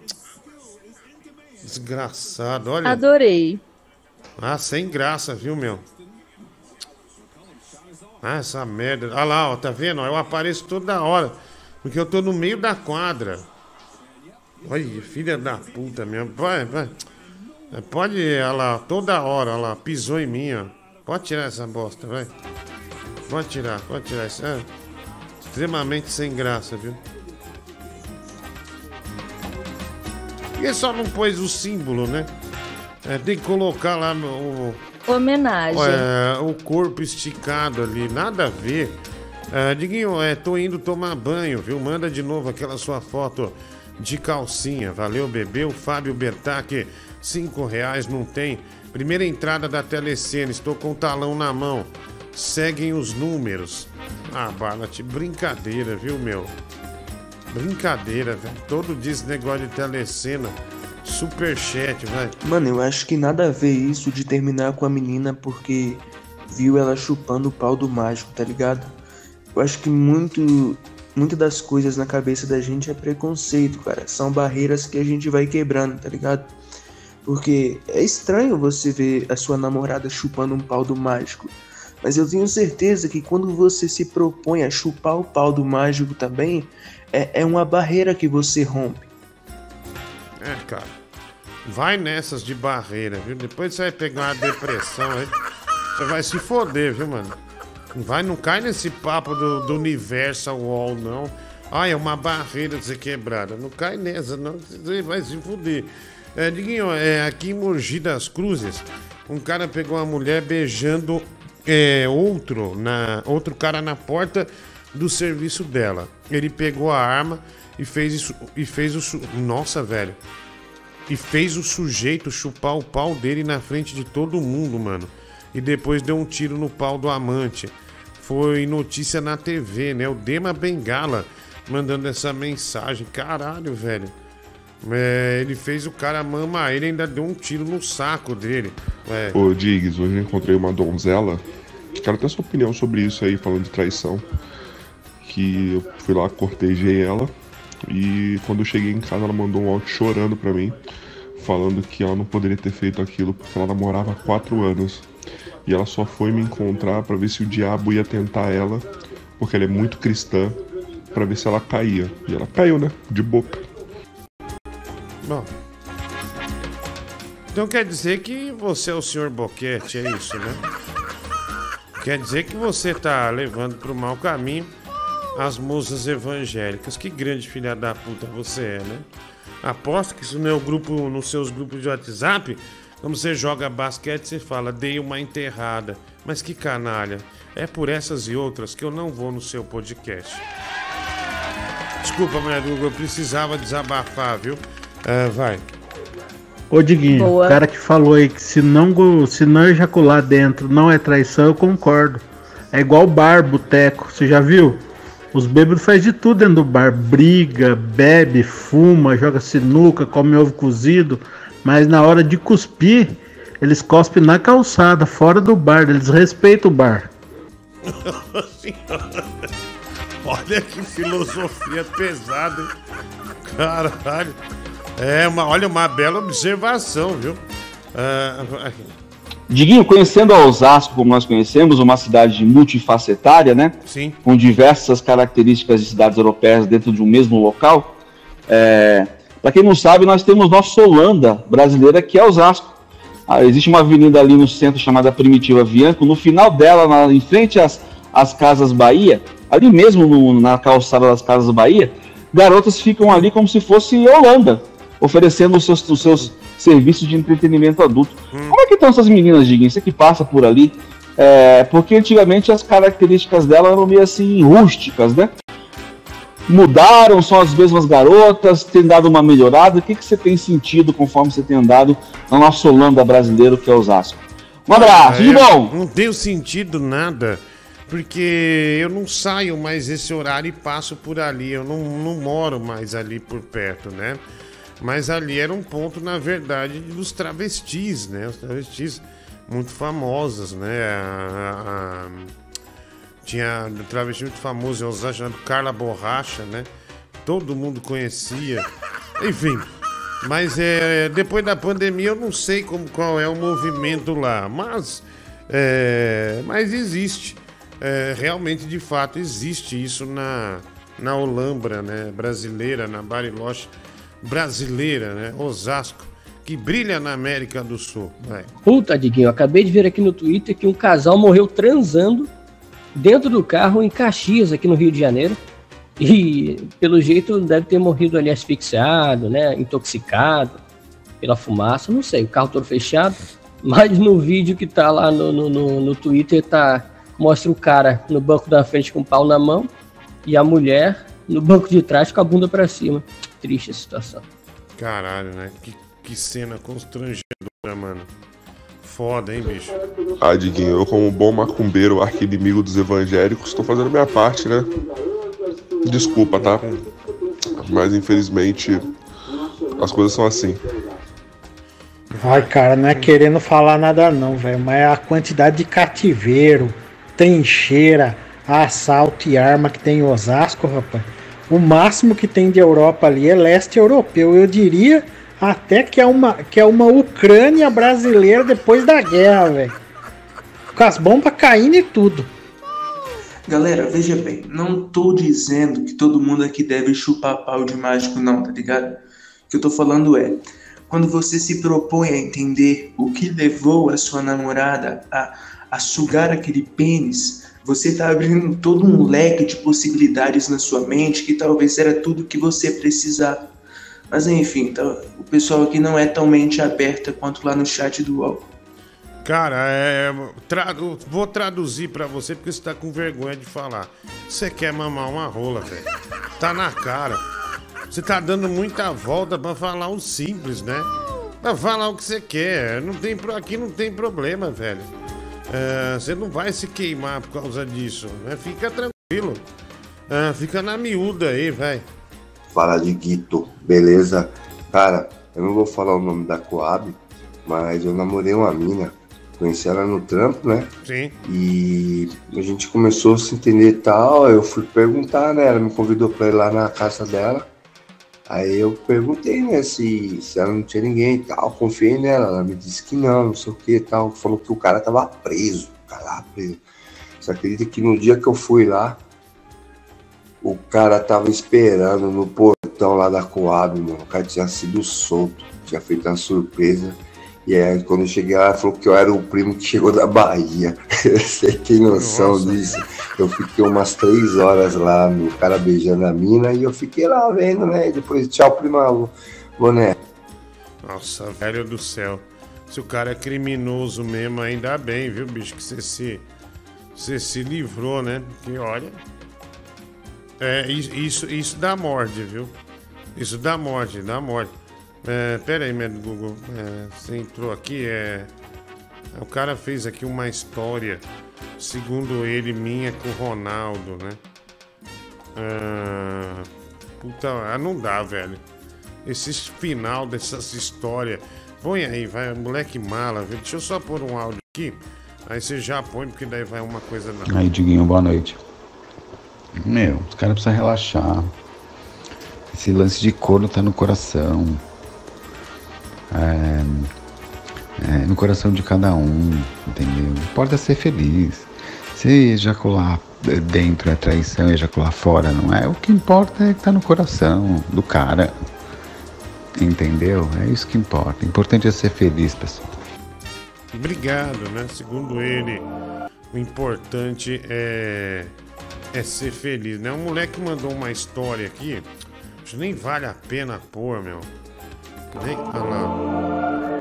Desgraçado, olha. Adorei. Ah, sem graça, viu, meu? Ah, essa merda. Olha lá, ó, tá vendo? Eu apareço toda hora. Porque eu tô no meio da quadra. Olha, filha da puta mesmo. Vai, vai. Pode ir, olha lá, toda hora, olha lá. Pisou em mim, ó. Pode tirar essa bosta, vai. Pode tirar, pode tirar isso. É extremamente sem graça, viu? E só não pôs o símbolo, né? É, tem que colocar lá no... O, homenagem. É, o corpo esticado ali, nada a ver. É, Diguinho, é, tô indo tomar banho, viu? Manda de novo aquela sua foto de calcinha. Valeu, bebê. O Fábio Bertac, cinco reais, não tem... Primeira entrada da Telecena, estou com o talão na mão. Seguem os números. Ah, Barnett, brincadeira, viu, meu? Brincadeira, velho. Todo dia esse negócio de Telecena. Superchat, vai. Mano, eu acho que nada a ver isso de terminar com a menina porque viu ela chupando o pau do mágico, tá ligado? Eu acho que muito, muito das coisas na cabeça da gente é preconceito, cara. São barreiras que a gente vai quebrando, tá ligado? Porque é estranho você ver a sua namorada chupando um pau do mágico. Mas eu tenho certeza que quando você se propõe a chupar o pau do mágico também, é, é uma barreira que você rompe. É, cara. Vai nessas de barreira, viu? Depois você vai pegar uma depressão aí. Você vai se foder, viu, mano? Vai, não cai nesse papo do, do Universal Wall, não. Ah, é uma barreira de ser quebrada. Não cai nessa, não. Você vai se foder. É, Diguinho, é, aqui em Mogi das Cruzes, um cara pegou uma mulher beijando é, outro, na, outro cara na porta do serviço dela. Ele pegou a arma e fez isso, e fez o... Nossa, velho. E fez o sujeito chupar o pau dele na frente de todo mundo, mano. E depois deu um tiro no pau do amante. Foi notícia na T V, né? O Dema Bengala mandando essa mensagem. Caralho, velho. É, ele fez o cara mamar ele, ainda deu um tiro no saco dele. É. Ô, Diggs, hoje eu encontrei uma donzela. Quero ter sua opinião sobre isso aí, falando de traição. Que eu fui lá, cortejei ela. E quando eu cheguei em casa, ela mandou um áudio chorando pra mim, falando que ela não poderia ter feito aquilo porque ela namorava há quatro anos. E ela só foi me encontrar pra ver se o diabo ia tentar ela, porque ela é muito cristã, pra ver se ela caía. E ela caiu, né? De boca. Bom. Então quer dizer que você é o senhor Boquete, é isso, né? Quer dizer que você tá levando pro mau caminho as moças evangélicas. Que grande filha da puta você é, né? Aposto que isso não é o grupo, nos seus grupos de WhatsApp, quando você joga basquete, você fala, dei uma enterrada. Mas que canalha. É por essas e outras que eu não vou no seu podcast. Desculpa, mulher do Google, eu precisava desabafar, viu? Uh, vai. Ô Diguinho, Boa. O cara que falou aí que se não, se não ejacular dentro não é traição, eu concordo. É igual bar, boteco, você já viu? Os bêbados fazem de tudo dentro do bar. Briga, bebe, fuma, joga sinuca, come ovo cozido. Mas na hora de cuspir, eles cospem na calçada, fora do bar. Eles respeitam o bar. Olha que filosofia pesada, hein? Caralho. É, uma, olha, uma bela observação, viu? Uh, Diguinho, conhecendo a Osasco como nós conhecemos, uma cidade multifacetária, né? Sim. Com diversas características de cidades europeias dentro de um mesmo local. É, para quem não sabe, nós temos nossa Holanda brasileira, que é Osasco. Ah, existe uma avenida ali no centro chamada Primitiva Vianco. No final dela, na, em frente às, às Casas Bahia, ali mesmo no, na calçada das Casas Bahia, garotas ficam ali como se fosse Holanda, oferecendo os seus, os seus serviços de entretenimento adulto. Hum. Como é que estão essas meninas, Diguinho? Você que passa por ali? É, porque antigamente as características dela eram meio assim rústicas, né? Mudaram, são as mesmas garotas, tem dado uma melhorada. O que, que você tem sentido conforme você tem andado na nossa Holanda brasileira, que é Osasco? Um abraço, de bom! Não tenho sentido nada, porque eu não saio mais esse horário e passo por ali. Eu não, não moro mais ali por perto, né? Mas ali era um ponto, na verdade, dos travestis, né? Os travestis muito famosas, né? A, a, a, tinha um travesti muito famoso em Osasco, chamado Carla Borracha, né? Todo mundo conhecia. Enfim, mas é, depois da pandemia eu não sei como, qual é o movimento lá, mas, é, mas existe. É, realmente, de fato, existe isso na, na Olambra, né? Brasileira, na Bariloche brasileira, né? Osasco, que brilha na América do Sul. Vai. Puta, Diguinho, eu acabei de ver aqui no Twitter que um casal morreu transando dentro do carro em Caxias, aqui no Rio de Janeiro. E, pelo jeito, deve ter morrido ali asfixiado, né? Intoxicado pela fumaça, não sei, o carro todo fechado. Mas no vídeo que tá lá no, no, no, no Twitter, tá, mostra o cara no banco da frente com o pau na mão e a mulher no banco de trás com a bunda pra cima. Triste a situação. Caralho, né? Que, que cena constrangedora, mano. Foda, hein, bicho? Ah, Diguinho, eu como bom macumbeiro, arqui-inimigo dos evangélicos, tô fazendo minha parte, né? Desculpa, tá? Mas infelizmente as coisas são assim. Ai, cara, não é querendo falar nada não, velho, mas a quantidade de cativeiro, trincheira, assalto e arma que tem em Osasco, rapaz. O máximo que tem de Europa ali é leste europeu. Eu diria até que é uma, que é uma Ucrânia brasileira depois da guerra, velho. Com as bombas caindo e tudo. Galera, veja bem, não tô dizendo que todo mundo aqui deve chupar pau de mágico, não, tá ligado? O que eu tô falando é, quando você se propõe a entender o que levou a sua namorada a, a sugar aquele pênis, você tá abrindo todo um leque de possibilidades na sua mente que talvez era tudo que você precisava. Mas enfim, tá, o pessoal aqui não é tão mente aberta quanto lá no chat do U O L. Cara, é, tradu- vou traduzir pra você porque você tá com vergonha de falar. Você quer mamar uma rola, velho. Tá na cara. Você tá dando muita volta pra falar o simples, né? Pra falar o que você quer. Não tem, aqui não tem problema, velho. É, você não vai se queimar por causa disso, né? Fica tranquilo. É, fica na miúda aí, vai. Fala, Diguito, beleza? Cara, eu não vou falar o nome da Coab, mas eu namorei uma mina. Conheci ela no trampo, né? Sim. E a gente começou a se entender e tal. Eu fui perguntar, né? Ela me convidou pra ir lá na casa dela. Aí eu perguntei, né? Se, se ela não tinha ninguém e tal. Confiei nela. Ela me disse que não, não sei o que e tal. Falou que o cara tava preso. O cara tava preso. Você acredita que no dia que eu fui lá, o cara tava esperando no portão lá da Coab, mano. O cara tinha sido solto. Tinha feito uma surpresa. E aí, quando eu cheguei lá, ela falou que eu era o primo que chegou da Bahia. Você tem noção Nossa. disso? Eu fiquei umas três horas lá, o cara beijando a mina, e eu fiquei lá vendo, né? E depois, tchau, prima, boné. Nossa, velho do céu. Se o cara é criminoso mesmo, ainda bem, viu, bicho? Que você se, você se livrou, né? Que olha. É, isso, isso dá morte, viu? Isso dá morte, dá morte. É, pera aí, meu Google, é, você entrou aqui, é, o cara fez aqui uma história, segundo ele, minha com o Ronaldo, né? Ah, puta, ah, não dá, velho. Esse final dessas histórias, põe aí, vai, moleque mala, viu? Deixa eu só pôr um áudio aqui, aí você já põe, porque daí vai uma coisa na... Aí, Diguinho, boa noite. Meu, os caras precisam relaxar. Esse lance de corno tá no coração. É, é, no coração de cada um, entendeu? Importa ser feliz. Se ejacular dentro é traição, ejacular fora não é. O que importa é que tá no coração do cara, entendeu? É isso que importa. O importante é ser feliz, pessoal. Obrigado, né? Segundo ele, o importante é, é ser feliz, né? Um moleque mandou uma história aqui, acho que nem vale a pena pôr, meu. Nem, olha lá.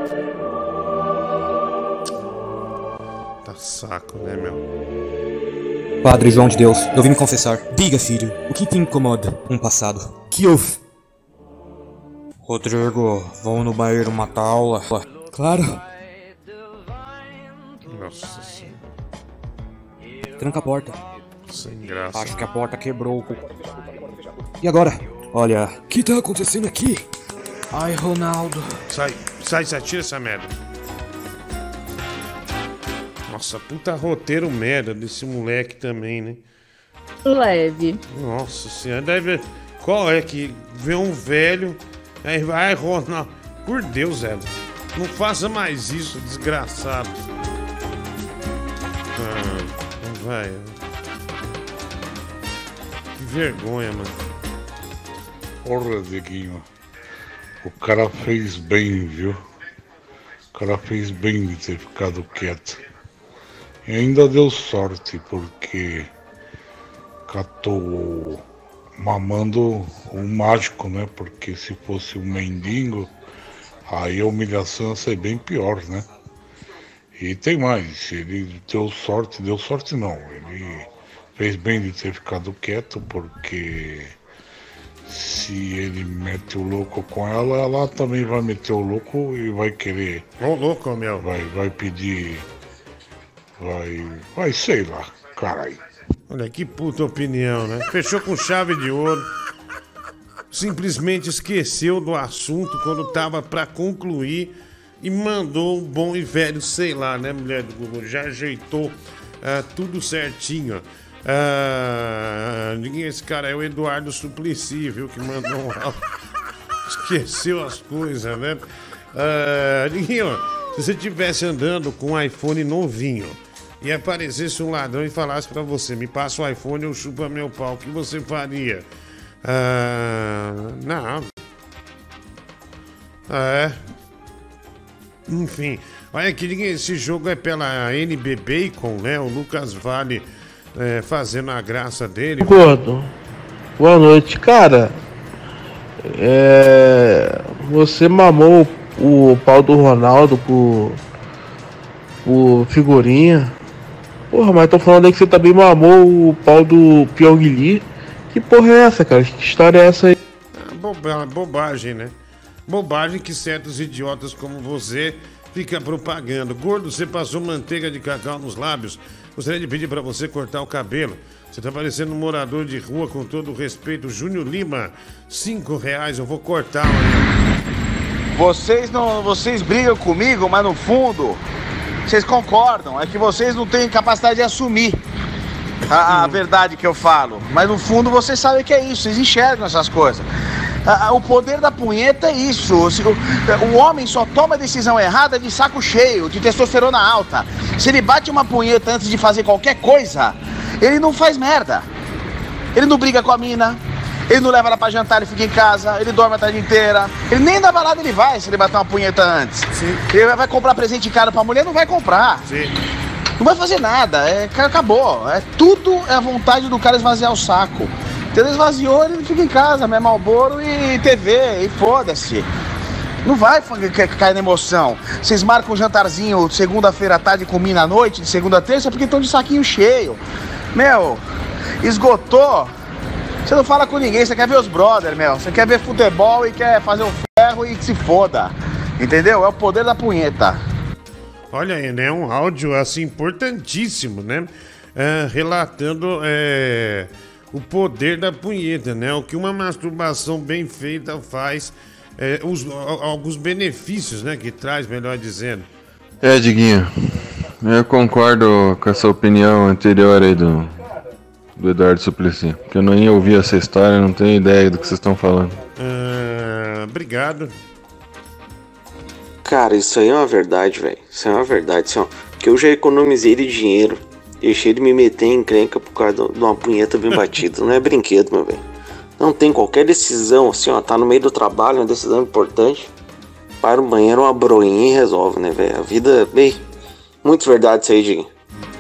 Tá saco, né, meu? Padre João de Deus, eu vim me confessar. Diga, filho, o que te incomoda um passado? Que houve? Rodrigo, vamos no banheiro matar a aula? Claro. Nossa senhora. Tranca a porta. Sem graça. Acho que a porta quebrou. E agora? Olha, o que tá acontecendo aqui? Ai, Ronaldo. Sai, sai, sai, tira essa merda. Nossa, puta roteiro merda desse moleque também, né? Leve. Nossa senhora, deve... Qual é que vê um velho... Aí vai, Ronaldo... Por Deus, velho. Não faça mais isso, desgraçado. Ah, não vai. Que vergonha, mano. Porra, Diguinho. O cara fez bem, viu? O cara fez bem de ter ficado quieto. E ainda deu sorte, porque catou mamando o mágico, né? Porque se fosse um mendigo, aí a humilhação ia ser bem pior, né? E tem mais, ele deu sorte, deu sorte não, ele fez bem de ter ficado quieto, porque se ele mete o louco com ela, ela também vai meter o louco e vai querer... Ô louco, meu. Vai, vai pedir... Vai... Vai, sei lá, caralho. Olha, que puta opinião, né? Fechou com chave de ouro. Simplesmente esqueceu do assunto quando tava pra concluir e mandou um bom e velho, sei lá, né, mulher do Google? Já ajeitou uh, tudo certinho. Uh, esse cara é o Eduardo Suplicy, viu? Que mandou um áudio. Esqueceu as coisas, né? Uh, se você estivesse andando com um iPhone novinho e aparecesse um ladrão e falasse pra você: me passa o iPhone, eu chupo meu pau, o que você faria? Uh, não. É. Enfim. Olha aqui, esse jogo é pela N B Bacon, né? O Lucas Vale é, fazendo a graça dele. Gordo, boa noite, cara. É, você mamou o, o pau do Ronaldo por, por figurinha. Porra, mas tô falando aí que você também mamou o pau do Pyongyi. Que porra é essa, cara? Que história é essa aí? É boba, bobagem, né? Bobagem que certos idiotas como você fica propagando. Gordo, você passou manteiga de cacau nos lábios. Gostaria de pedir pra você cortar o cabelo. Você tá parecendo um morador de rua, com todo o respeito. Júnior Lima, cinco reais, eu vou cortar, olha. vocês não, vocês brigam comigo, mas no fundo, vocês concordam. É que vocês não têm capacidade de assumir a, a verdade que eu falo. Mas no fundo, vocês sabem que é isso, vocês enxergam essas coisas. O poder da punheta é isso. O homem só toma decisão errada de saco cheio, de testosterona alta. Se ele bate uma punheta antes de fazer qualquer coisa, ele não faz merda. Ele não briga com a mina, ele não leva ela pra jantar, ele fica em casa, ele dorme a tarde inteira. Ele nem na balada ele vai se ele bater uma punheta antes. Sim. Ele vai comprar presente caro pra mulher, não vai comprar. Sim. Não vai fazer nada, é, acabou. É, tudo é a vontade do cara esvaziar o saco. Ele esvaziou, ele fica em casa, mesmo Marlboro e T V, e foda-se. Não vai cair na emoção. Vocês marcam um jantarzinho segunda-feira à tarde com mina à noite, de segunda a terça, porque estão de saquinho cheio. Meu, esgotou. Você não fala com ninguém, você quer ver os brothers, meu. Você quer ver futebol e quer fazer um ferro e que se foda. Entendeu? É o poder da punheta. Olha aí, né? Um áudio, assim, importantíssimo, né? É, relatando... É... o poder da punheta, né? O que uma masturbação bem feita faz, é, os, alguns benefícios, né? Que traz, melhor dizendo. É, Diguinho, eu concordo com essa opinião anterior aí do, do Eduardo Suplicy, porque eu nem ouvi essa história, não tenho ideia do que vocês estão falando. Ah, obrigado. Cara, isso aí é uma verdade, velho. Isso é uma verdade, assim, ó. Que eu já economizei de dinheiro. Deixei de me meter em encrenca por causa de uma punheta bem batida. Não é brinquedo, meu velho. Não tem qualquer decisão, assim, ó. Tá no meio do trabalho, uma decisão importante. Para o banheiro, uma broinha e resolve, né, velho? A vida, bem... Muito verdade isso aí, Diguinho.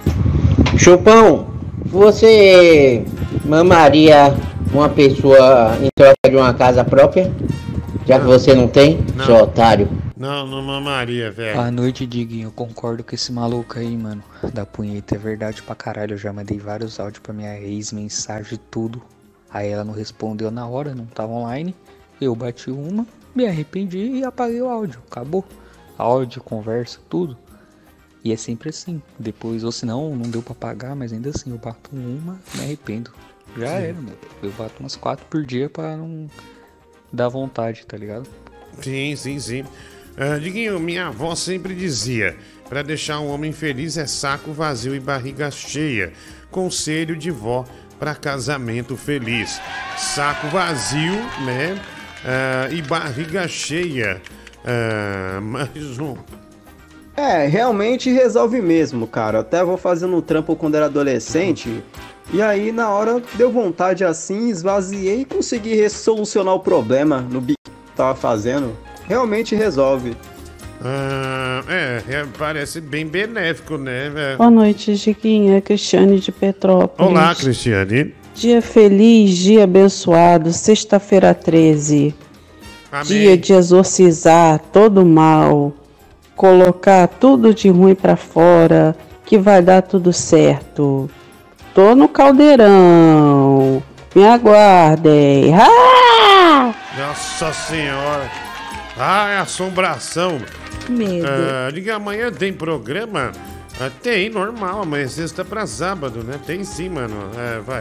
Chupão, você mamaria uma pessoa em troca de uma casa própria? Já que você não tem, Não. seu otário. Não, não mamaria, velho. Boa noite, Diguinho. Eu concordo com esse maluco aí, mano. Da punheta é verdade pra caralho. Eu já mandei vários áudios pra minha ex, mensagem, tudo. Aí ela não respondeu na hora, não tava online. Eu bati uma, me arrependi e apaguei o áudio. Acabou. Áudio, conversa, tudo. E é sempre assim. Depois, ou senão, não deu pra pagar, mas ainda assim, eu bato uma, me arrependo. Já Sim. era, mano. Eu bato umas quatro por dia pra não dar vontade, tá ligado? Sim, sim, sim. Uh, Diguinho, minha avó sempre dizia: pra deixar um homem feliz é saco vazio e barriga cheia. Conselho de vó pra casamento feliz. Saco vazio, né? Uh, e barriga cheia. Uh, mais um. É, realmente resolve mesmo, cara. Até vou fazendo um trampo quando era adolescente. E aí, na hora, deu vontade assim, esvaziei e consegui solucionar o problema no bico que tava fazendo. Realmente resolve. Ah, é, é, parece bem benéfico, né, velho? Boa noite, Chiquinha. É Cristiane de Petrópolis. Olá, Cristiane. Dia feliz, dia abençoado, sexta-feira treze. Amém. Dia de exorcizar todo o mal, colocar tudo de ruim pra fora, que vai dar tudo certo. Tô no caldeirão. Me aguardem. Ah! Nossa Senhora. Ah, é assombração. Medo. Ah, diga, amanhã tem programa? Ah, tem, normal. Amanhã é sexta pra sábado, né? Tem sim, mano. É, vai.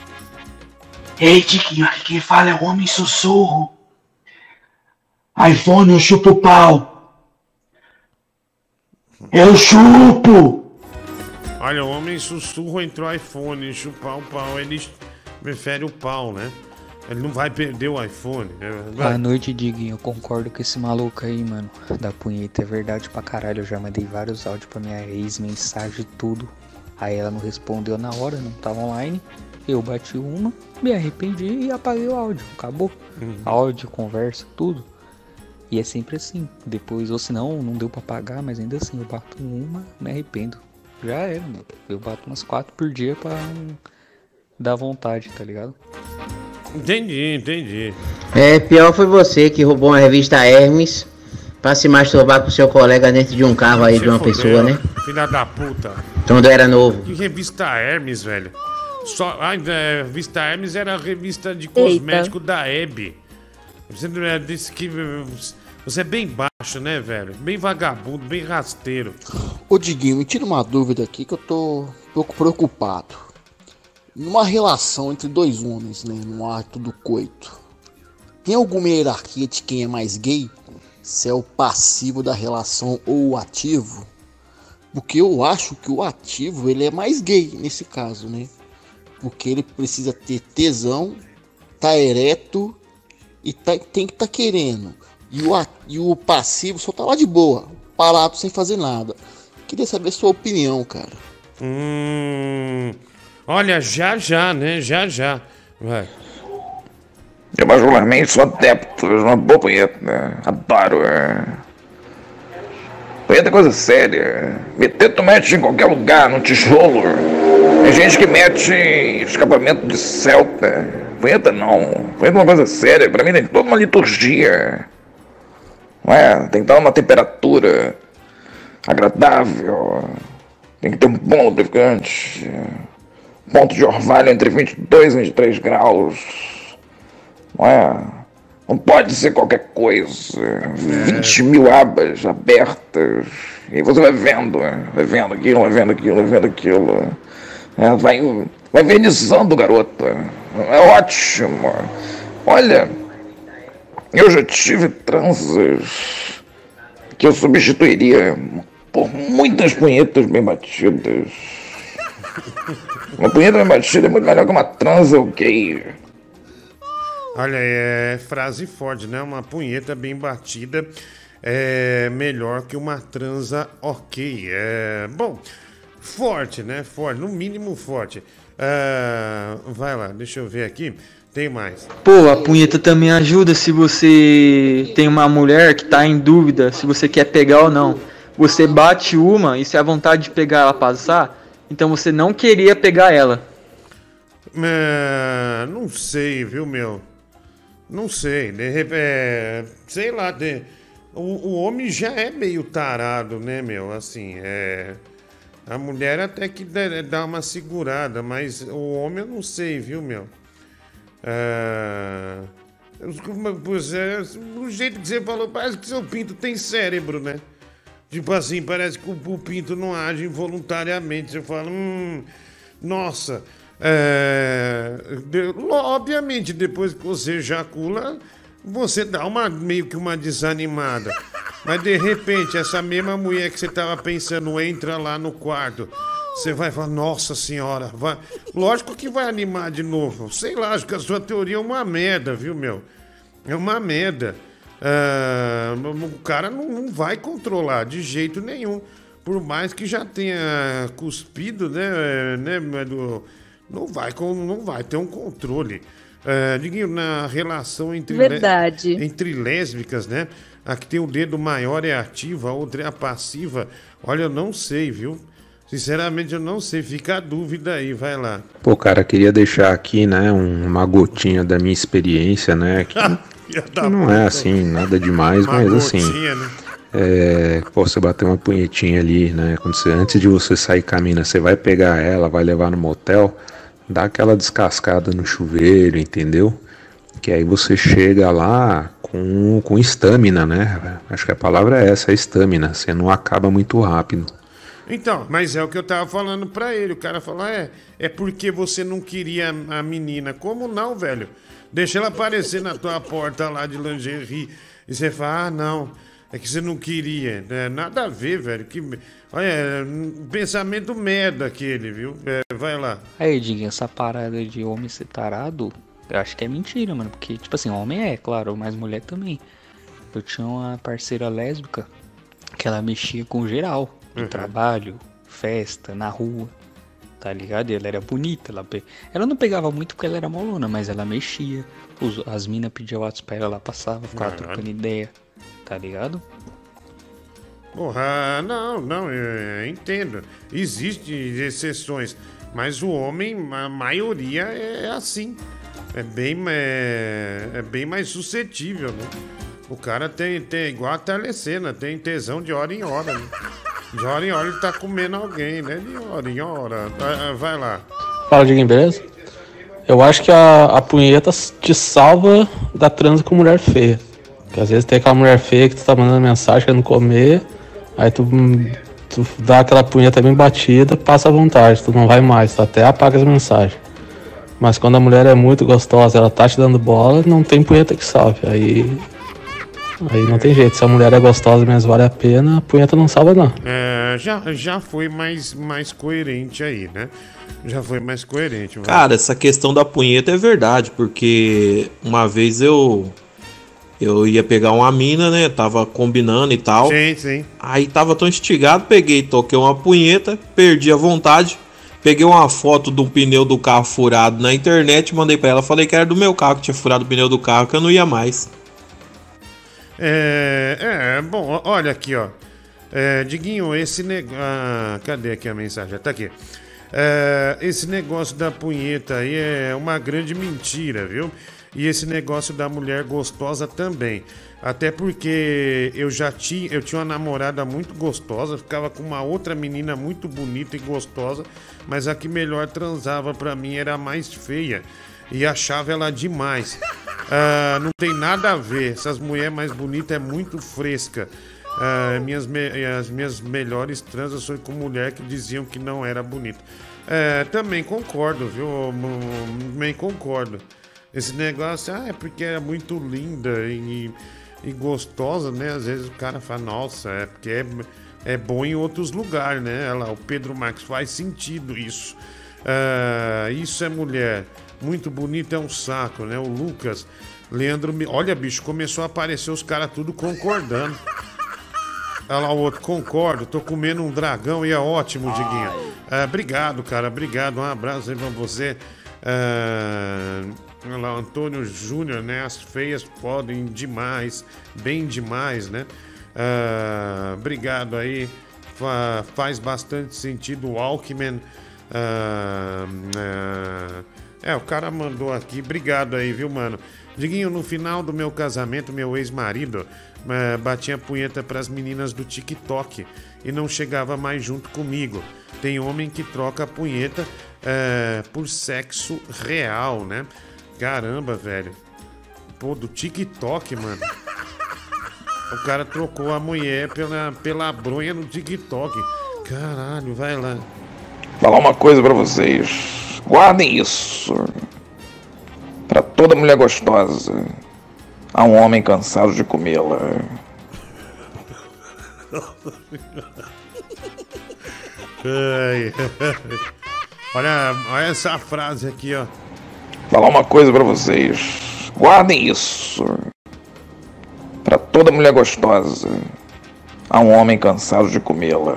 Ei, Tiquinho, aqui quem fala é o Homem Sussurro. iPhone, eu chupo o pau. Eu chupo. Olha, o homem sussurro entrou iPhone, chupar o pau. Ele prefere o pau, né? Ele não vai perder o iPhone. Vai. Boa noite, Diguinho. Eu concordo com esse maluco aí, mano. Da punheta é verdade pra caralho. Eu já mandei vários áudios pra minha ex, mensagem, tudo. Aí ela não respondeu na hora, não tava online. Eu bati uma, me arrependi e apaguei o áudio. Acabou. Uhum. Áudio, conversa, tudo. E é sempre assim. Depois, ou senão, não deu pra pagar, mas ainda assim, eu bato uma, me arrependo. Já era, mano. Eu bato umas quatro por dia pra não dar vontade, tá ligado? Entendi, entendi. É, pior foi você que roubou uma revista Hermes pra se masturbar com seu colega dentro de um carro aí de uma fodeu, pessoa, né? Filha da puta. Quando era novo. Que revista Hermes, velho? Só, a revista Hermes era a revista de cosmético Eita. da Hebe. Você disse que você é bem baixo, né, velho? Bem vagabundo, bem rasteiro. Ô Diguinho, me tira uma dúvida aqui que eu tô um pouco preocupado. Numa relação entre dois homens, né, no ato do coito, tem alguma hierarquia de quem é mais gay? se é o passivo da relação ou o ativo, porque eu acho que o ativo ele é mais gay nesse caso, né? Porque ele precisa ter tesão, tá ereto e tá, tem que tá querendo. E o, e o passivo só tá lá de boa, parado sem fazer nada. Queria saber a sua opinião, cara. Hum, olha, já já, né? Já já. Vai. Eu particularmente sou adepto de uma boa punheta, né? Adoro. É... Punheta é coisa séria. Meter tu mete em qualquer lugar, no tijolo. Tem gente que mete escapamento de Celta. Punheta não. Punheta é uma coisa séria. Pra mim tem toda uma liturgia. Não é? Tem que estar uma temperatura agradável. Tem que ter um bom lubrificante. Ponto de orvalho entre vinte e dois e vinte e três graus. Não é? Não pode ser qualquer coisa. vinte mil abas abertas. E você vai vendo, vai vendo aquilo, vai vendo aquilo, vai vendo aquilo. É, vai, vai vernizando, garoto. É ótimo. Olha, eu já tive transas que eu substituiria por muitas punhetas bem batidas. Uma punheta bem batida é muito melhor que uma transa ok. Olha, é frase forte, né? Uma punheta bem batida é melhor que uma transa ok. É, bom, forte, né? Forte, no mínimo forte. É, vai lá, deixa eu ver aqui. Tem mais. Pô, a punheta também ajuda se você tem uma mulher que tá em dúvida se você quer pegar ou não. Você bate uma e se a vontade de pegar ela passar, então você não queria pegar ela. É, não sei, viu, meu? Não sei. De repente, é, sei lá, de, o, o homem já é meio tarado, né, meu? Assim, é... A mulher até que dá uma segurada, mas o homem eu não sei, viu, meu? É... Pois é, o jeito que você falou, parece que seu pinto tem cérebro, né? Tipo assim, parece que o pinto não age involuntariamente. Você fala, hum, nossa, é... obviamente, depois que você ejacula, você dá uma, meio que uma desanimada. Mas de repente, essa mesma mulher que você tava pensando entra lá no quarto. Você vai falar, nossa senhora, vai... lógico que vai animar de novo. Sei lá, acho que a sua teoria é uma merda, viu, meu? É uma merda. Uh, o cara não, não vai controlar de jeito nenhum. Por mais que já tenha cuspido, né? né não, vai, não vai ter um controle. Uh, Diguinho, na relação entre, Verdade. Lé, entre lésbicas, né? A que tem o dedo maior é ativa, a outra é a passiva. Olha, eu não sei, viu? Sinceramente, eu não sei. Fica a dúvida aí, vai lá. Pô, cara, queria deixar aqui, né, uma gotinha da minha experiência, né? Que, que não é assim, nada demais, uma mas gotinha, assim. Né? É, pô, você bater uma punhetinha ali, né? Quando você, antes de você sair com a mina, você vai pegar ela, vai levar no motel, dá aquela descascada no chuveiro, entendeu? Que aí você chega lá com, com estamina, né? Acho que a palavra é essa, estamina. Você não acaba muito rápido. Então, mas é o que eu tava falando pra ele. O cara falou, é, é porque você não queria a menina. Como não, velho? Deixa ela aparecer na tua porta lá de lingerie. E você fala, ah, não, é que você não queria. É, nada a ver, velho. Que, olha, um pensamento merda aquele, viu? É, vai lá. Aí, Diguinho, essa parada de homem ser tarado, eu acho que é mentira, mano. Porque, tipo assim, homem é, claro, mas mulher também. Eu tinha uma parceira lésbica que ela mexia com geral. No uhum. trabalho, festa, na rua, tá ligado? E ela era bonita, ela, pe... ela não pegava muito porque ela era molona, mas ela mexia. Os... As minas pediam WhatsApp pra ela, ela passava, ficava Caralho. trocando ideia, tá ligado? Porra, não, não, eu entendo. Existem exceções, mas o homem, a maioria é assim. É bem, é, é bem mais suscetível, né? O cara tem, tem igual a telecena, tem tesão de hora em hora, né? De hora em hora ele tá comendo alguém, né? De hora em hora. Vai lá. Fala, Diguinho, beleza? Eu acho que a, a punheta te salva da transa com mulher feia. Porque às vezes tem aquela mulher feia que tu tá mandando mensagem querendo comer, aí tu, tu dá aquela punheta bem batida, passa à vontade, tu não vai mais, tu até apaga as mensagens. Mas quando a mulher é muito gostosa, ela tá te dando bola, não tem punheta que salve. Aí Aí não tem jeito, se a mulher é gostosa, mas vale a pena, a punheta não salva não. É, já, já foi mais, mais coerente aí, né? Já foi mais coerente. Vai. Cara, essa questão da punheta é verdade, porque uma vez eu eu ia pegar uma mina, né? Tava combinando e tal. Sim, sim. Aí tava tão instigado, peguei, toquei uma punheta, perdi a vontade. Peguei uma foto do pneu do carro furado na internet, mandei pra ela, falei que era do meu carro, que tinha furado o pneu do carro, que eu não ia mais. É, é bom, olha aqui, ó. É, Diguinho, esse negócio. Ah, cadê aqui a mensagem? Tá aqui. É, esse negócio da punheta aí é uma grande mentira, viu? E esse negócio da mulher gostosa também. Até porque eu já tinha, eu tinha uma namorada muito gostosa, ficava com uma outra menina muito bonita e gostosa, mas a que melhor transava pra mim era a mais feia e achava ela demais. Ah, não tem nada a ver, essas mulheres mais bonitas é muito fresca. Ah, minhas me, as minhas melhores transas foi com mulher que diziam que não era bonita. É, também concordo, viu? Também concordo. Esse negócio, ah, é porque é muito linda e, e gostosa, né? Às vezes o cara fala, nossa, é porque é, é bom em outros lugares, né? Olha lá, o Pedro Marques, faz sentido isso. Uh, isso é mulher. Muito bonita é um saco, né? O Lucas, Leandro, olha, bicho, começou a aparecer os caras tudo concordando. Olha lá o outro, concordo, tô comendo um dragão e é ótimo, Diguinho. Uh, obrigado, cara, obrigado, um abraço aí pra você. Uh, olha lá, Antônio Júnior, né? As feias podem demais, bem demais, né? Uh, obrigado aí, Fa- faz bastante sentido o Walkman. Uh, uh, é, o cara mandou aqui, obrigado aí, viu, mano? Diguinho, no final do meu casamento, meu ex-marido uh, batia punheta pras meninas do TikTok e não chegava mais junto comigo. Tem homem que troca a punheta uh, por sexo real, né? Caramba, velho. Pô, do TikTok, mano. O cara trocou a mulher pela, pela bronha no TikTok. Caralho, vai lá. Falar uma coisa pra vocês. Guardem isso. Pra toda mulher gostosa, há um homem cansado de comê-la. Ai, olha, olha essa frase aqui, ó. Falar uma coisa pra vocês. Guardem isso. Pra toda mulher gostosa, há um homem cansado de comê-la.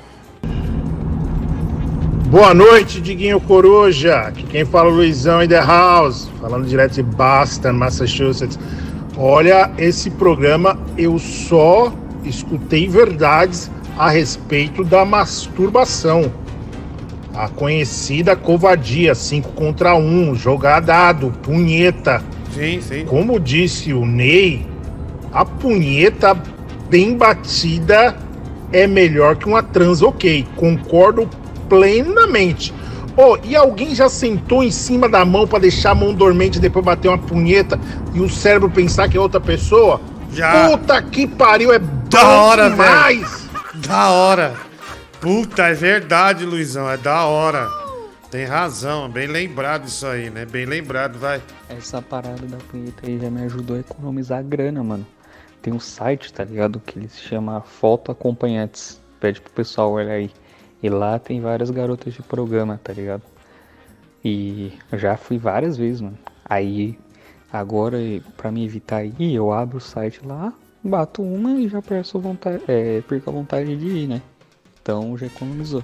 Boa noite, Diguinho Coruja. Aqui quem fala é o Luizão in the house, falando direto de Boston, Massachusetts. Olha, esse programa eu só escutei verdades a respeito da masturbação. A conhecida covardia, cinco contra um, jogar dado, punheta. Sim, sim. Como disse o Ney, a punheta bem batida é melhor que uma trans, ok. Concordo plenamente. Oh, e alguém já sentou em cima da mão pra deixar a mão dormente e depois bater uma punheta e o cérebro pensar que é outra pessoa? Já. Puta que pariu, é Da bom hora, demais. velho. Da hora. Puta, é verdade, Luizão, é da hora. Tem razão, bem lembrado isso aí, né? Bem lembrado, vai. Essa parada da punheta aí já me ajudou a economizar grana, mano. Tem um site, tá ligado? Que ele se chama Foto Acompanhantes. Pede pro pessoal olhar aí. E lá tem várias garotas de programa, tá ligado? E eu já fui várias vezes, mano. Aí, agora, pra me evitar ir, eu abro o site lá, bato uma e já perco a vontade, é, perco a vontade de ir, né? Então já economizou.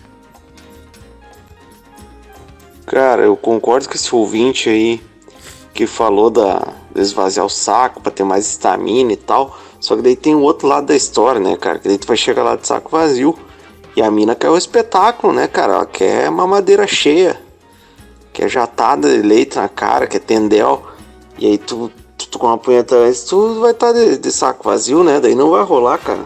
Cara, eu concordo com esse ouvinte aí que falou da de esvaziar o saco pra ter mais estamina e tal. Só que daí tem o outro lado da história, né, cara? Que daí tu vai chegar lá de saco vazio e a mina quer o espetáculo, né, cara? Ela quer mamadeira cheia, quer jatada de leite na cara, quer tendel. E aí tu, tu, tu com uma punheta antes, tu vai estar tá de, de saco vazio, né? Daí não vai rolar, cara.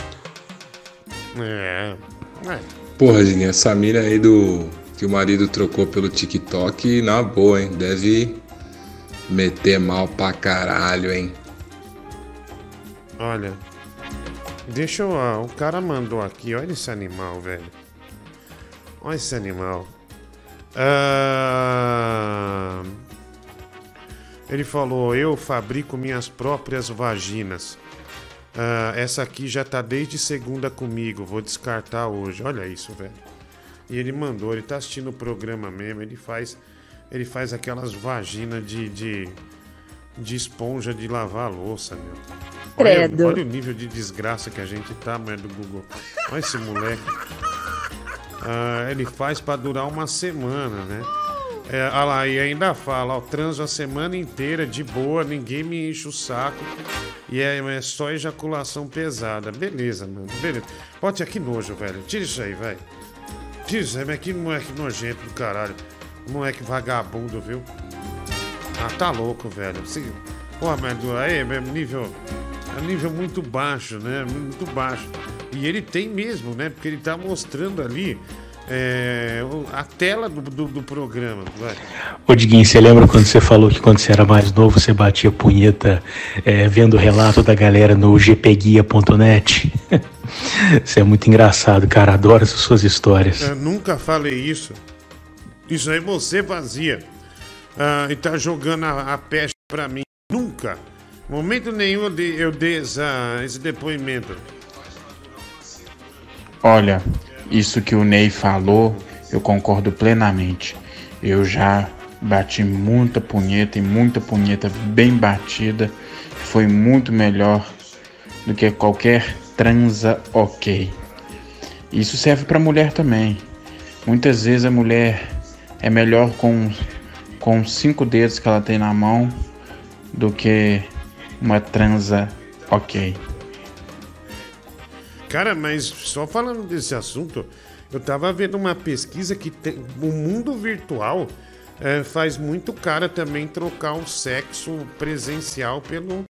É. é. Porra, Diguinho, essa mina aí do que o marido trocou pelo TikTok, na boa, hein? Deve meter mal pra caralho, hein? Olha, deixa eu... Ah, o cara mandou aqui, olha esse animal, velho. Olha esse animal. Ah, Ele falou, eu fabrico minhas próprias vaginas. Ah, essa aqui já tá desde segunda comigo, vou descartar hoje. Olha isso, velho. E ele mandou, ele tá assistindo o programa mesmo, ele faz, ele faz aquelas vaginas de, de, de esponja de lavar a louça, meu. Olha, Credo. olha o nível de desgraça que a gente tá, mulher do Google. Olha esse moleque. Ah, ele faz pra durar uma semana, né? É, olha lá, e ainda fala, ó, transo a semana inteira de boa, ninguém me enche o saco. E é, é só ejaculação pesada. Beleza, mano, beleza. Pode ser que nojo, velho. Tira isso aí, velho. Tira isso aí, mas que moleque nojento do caralho. Moleque vagabundo, viu? Ah, tá louco, velho. Se... Pô, mas aí é nível... É nível muito baixo, né? Muito baixo. E ele tem mesmo, né? Porque ele tá mostrando ali é, a tela do, do, do programa. Vai. Ô Diguinho, você lembra quando você falou que quando você era mais novo você batia punheta é, vendo o relato da galera no g p guia ponto net? Você é muito engraçado, cara. Adoro essas suas histórias. Eu nunca falei isso. Isso aí você fazia. Ah, e tá jogando a, a peste pra mim. Nunca. Momento nenhum eu dei, eu dei essa, esse depoimento. Olha, isso que o Ney falou, eu concordo plenamente. Eu já bati muita punheta e muita punheta bem batida. Foi muito melhor do que qualquer transa ok. Isso serve para mulher também. Muitas vezes a mulher é melhor com, com cinco dedos que ela tem na mão do que uma transa ok. Cara, mas só falando desse assunto, eu tava vendo uma pesquisa que tem, o mundo virtual é, faz muito cara também trocar o sexo presencial pelo...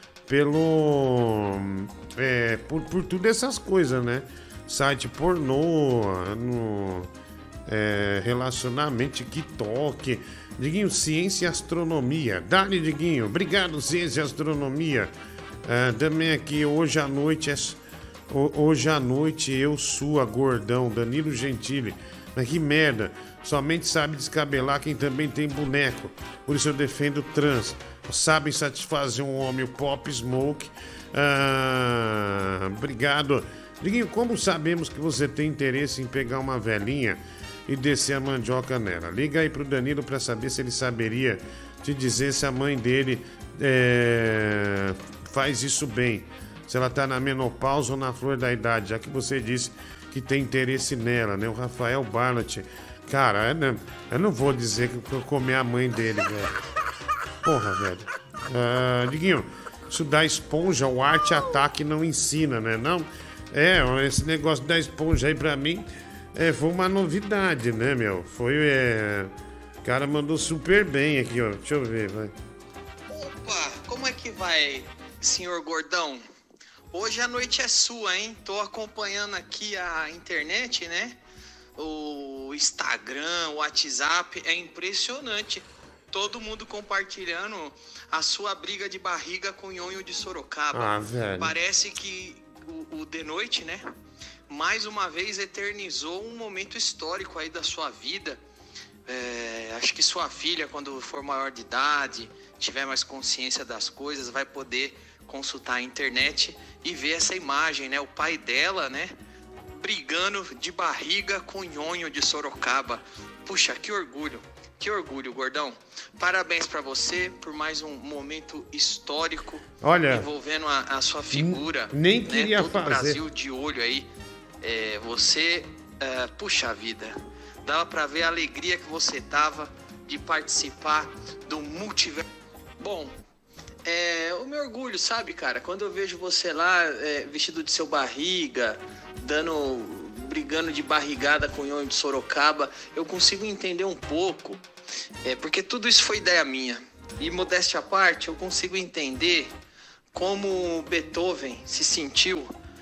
pelo é, por, por tudo essas coisas, né? Site pornô, no, é, relacionamento, TikTok. Diguinho, ciência e astronomia. Dali, Diguinho. Obrigado, ciência e astronomia. É, também aqui, hoje à noite é... Hoje à noite eu sua, gordão, Danilo Gentili. Mas que merda, somente sabe descabelar quem também tem boneco. Por isso eu defendo trans. Sabem satisfazer um homem, o Pop Smoke. Ah, obrigado. Diguinho, como sabemos que você tem interesse em pegar uma velhinha e descer a mandioca nela? Liga aí pro Danilo pra saber se ele saberia te dizer se a mãe dele é, faz isso bem. Se ela tá na menopausa ou na flor da idade, já que você disse que tem interesse nela, né? O Rafael Barnett. Cara, eu não, eu não vou dizer que eu comi a mãe dele, velho. Porra, velho. Ah, Diguinho, isso da esponja, o arte ataque não ensina, né? Não? É, esse negócio da esponja aí pra mim é, foi uma novidade, né, meu? Foi. É... O cara mandou super bem aqui, ó. Deixa eu ver, vai. Opa, como é que vai, senhor gordão? Hoje a noite é sua, hein? Tô acompanhando aqui a internet, né? O Instagram, o WhatsApp, é impressionante. Todo mundo compartilhando a sua briga de barriga com o Nhonho de Sorocaba. Ah, velho. Parece que o, o The Noite, né? Mais uma vez eternizou um momento histórico aí da sua vida. É, acho que sua filha, quando for maior de idade, tiver mais consciência das coisas, vai poder consultar a internet e ver essa imagem, né? O pai dela, né? Brigando de barriga com o Nhonho de Sorocaba. Puxa, que orgulho. Que orgulho, gordão. Parabéns pra você por mais um momento histórico. Olha, envolvendo a, a sua figura. Nem né? queria Todo fazer. o Brasil de olho aí. É, você, é, puxa vida, dava pra ver a alegria que você tava de participar do multiverso. Bom, é, eu me orgulho, sabe, cara? Quando eu vejo você lá, é, vestido de seu barriga, dando, brigando de barrigada com o Nhonho de Sorocaba, eu consigo entender um pouco, é, porque tudo isso foi ideia minha. E modéstia à parte, eu consigo entender como Beethoven se sentiu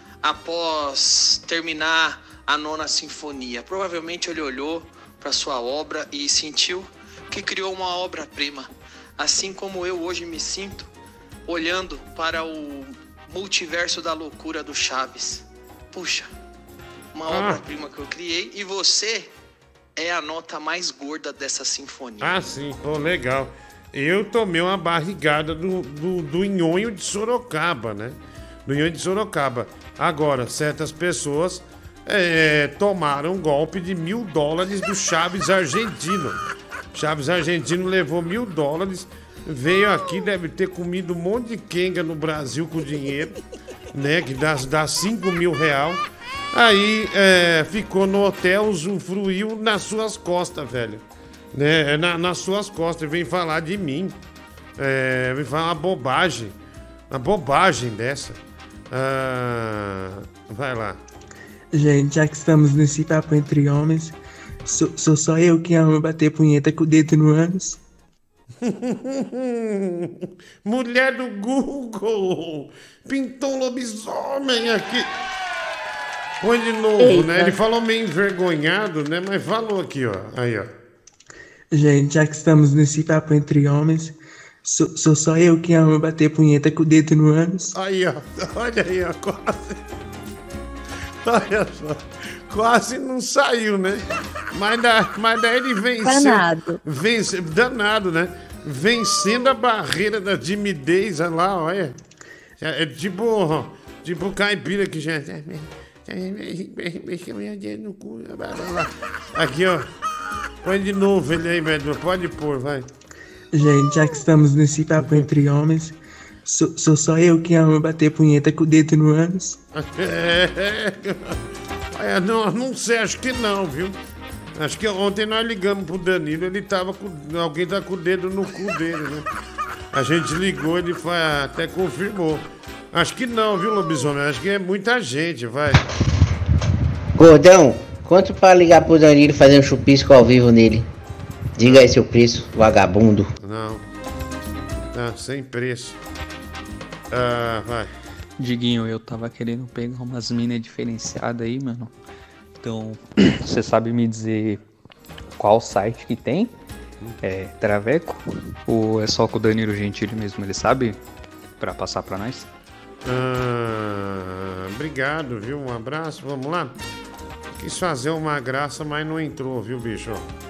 após terminar a nona sinfonia. Provavelmente ele olhou para sua obra e sentiu que criou uma obra-prima. Assim como eu hoje me sinto olhando para o multiverso da loucura do Chaves. Puxa, uma ah. obra-prima que eu criei e você é a nota mais gorda dessa sinfonia. Ah, sim, pô, legal. eu tomei uma barrigada do, do, do nhonho de Sorocaba, né? Do nhonho de Sorocaba. Agora, certas pessoas é, tomaram um golpe de mil dólares do Chaves argentino. Chaves argentino levou mil dólares, veio aqui, deve ter comido um monte de quenga no Brasil com dinheiro, né? Que dá, dá cinco mil real. Aí é, ficou no hotel, usufruiu nas suas costas, velho. Né? Na, nas suas costas, vem falar de mim. É, vem falar uma bobagem. Uma bobagem dessa. Ah, vai lá. Gente, já que estamos nesse papo entre homens, sou, sou só eu que amo bater punheta com o dedo no ânus? Mulher do Google! Pintou um lobisomem aqui. Põe de novo, Eita. né? Ele falou meio envergonhado, né? Mas falou aqui, ó. Aí, ó. Gente, já que estamos nesse papo entre homens, sou, sou só eu que amo bater punheta com o dedo no ânus? Aí, ó. Olha aí, ó. Quase. Olha só. Quase não saiu, né? Mas, da, mas daí ele venceu. Danado. Vence, danado, né? Vencendo a barreira da timidez. Olha lá, olha. É, é tipo, tipo caipira que já... Aqui, ó. Põe de novo ele aí, velho. Pode pôr, vai. Gente, já que estamos nesse papo entre homens, sou, sou só eu que amo bater punheta com o dedo no ânus? É, é, não, não sei, acho que não, viu? Acho que ontem nós ligamos pro Danilo, ele tava com. Alguém tá com o dedo no cu dele, né? A gente ligou, ele foi, até confirmou. Acho que não, viu, lobisomem? Acho que é muita gente, vai. Gordão, quanto pra ligar pro Danilo e fazer um chupisco ao vivo nele? Diga aí seu preço, vagabundo. Não. Tá, sem preço. Ah, vai. Diguinho, eu tava querendo pegar umas minas diferenciadas aí, mano. Então, você sabe me dizer qual site que tem? É Traveco? Ou é só com o Danilo Gentili mesmo? Ele sabe? Pra passar pra nós? Ah, obrigado, viu? Um abraço, vamos lá. Quis fazer uma graça, mas não entrou, viu, bicho?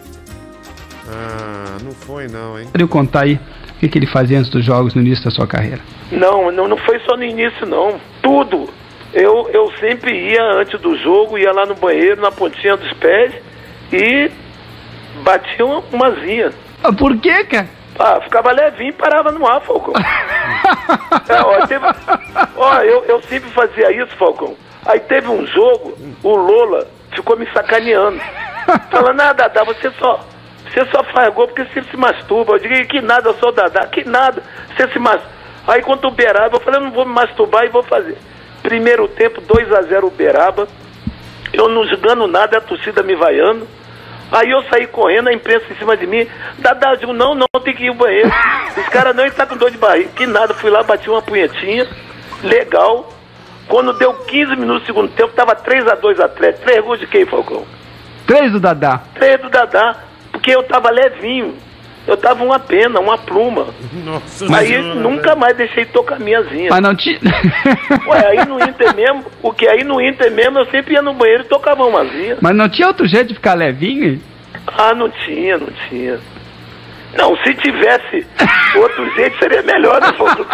Ah, não foi não, hein? Pode eu contar aí o que, que ele fazia antes dos jogos no início da sua carreira? Não, não, não foi só no início, não. Tudo. Eu, eu sempre ia antes do jogo, ia lá no banheiro, na pontinha dos pés e batia uma, uma zinha. Ah, por quê, cara? Ah, ficava levinho e parava no ar, Falcão. é, ó, teve, ó eu, eu sempre fazia isso, Falcão. Aí teve um jogo, o Lola ficou me sacaneando. Falando, ah, Dadá, você só, você só faz gol porque você se masturba. Eu digo, que nada, eu sou Dadá, que nada, você se masturba. Aí quando o Uberaba, eu falei, eu não vou me masturbar e vou fazer. Primeiro tempo, dois a zero Uberaba. Eu não jogando nada, a torcida me vaiando. Aí eu saí correndo, a imprensa em cima de mim. Dadá, eu digo, não, não, tem que ir ao banheiro. Os caras não estão com dor de barriga. Que nada, fui lá, bati uma punhetinha. Legal. Quando deu quinze minutos do segundo tempo, tava três a dois Atlético. Três gols de quem, Falcão? Três do Dadá. Três do Dadá. Porque eu tava levinho. Eu tava uma pena, uma pluma. Nossa Aí senhora, nunca velho. mais deixei tocar minhazinha. Mas não tinha. Ué, aí no Inter mesmo, o que aí no Inter mesmo, eu sempre ia no banheiro e tocava umazinha. Mas não tinha outro jeito de ficar levinho? Ah, não tinha, não tinha. Não, se tivesse outro jeito seria melhor, né, Falcão?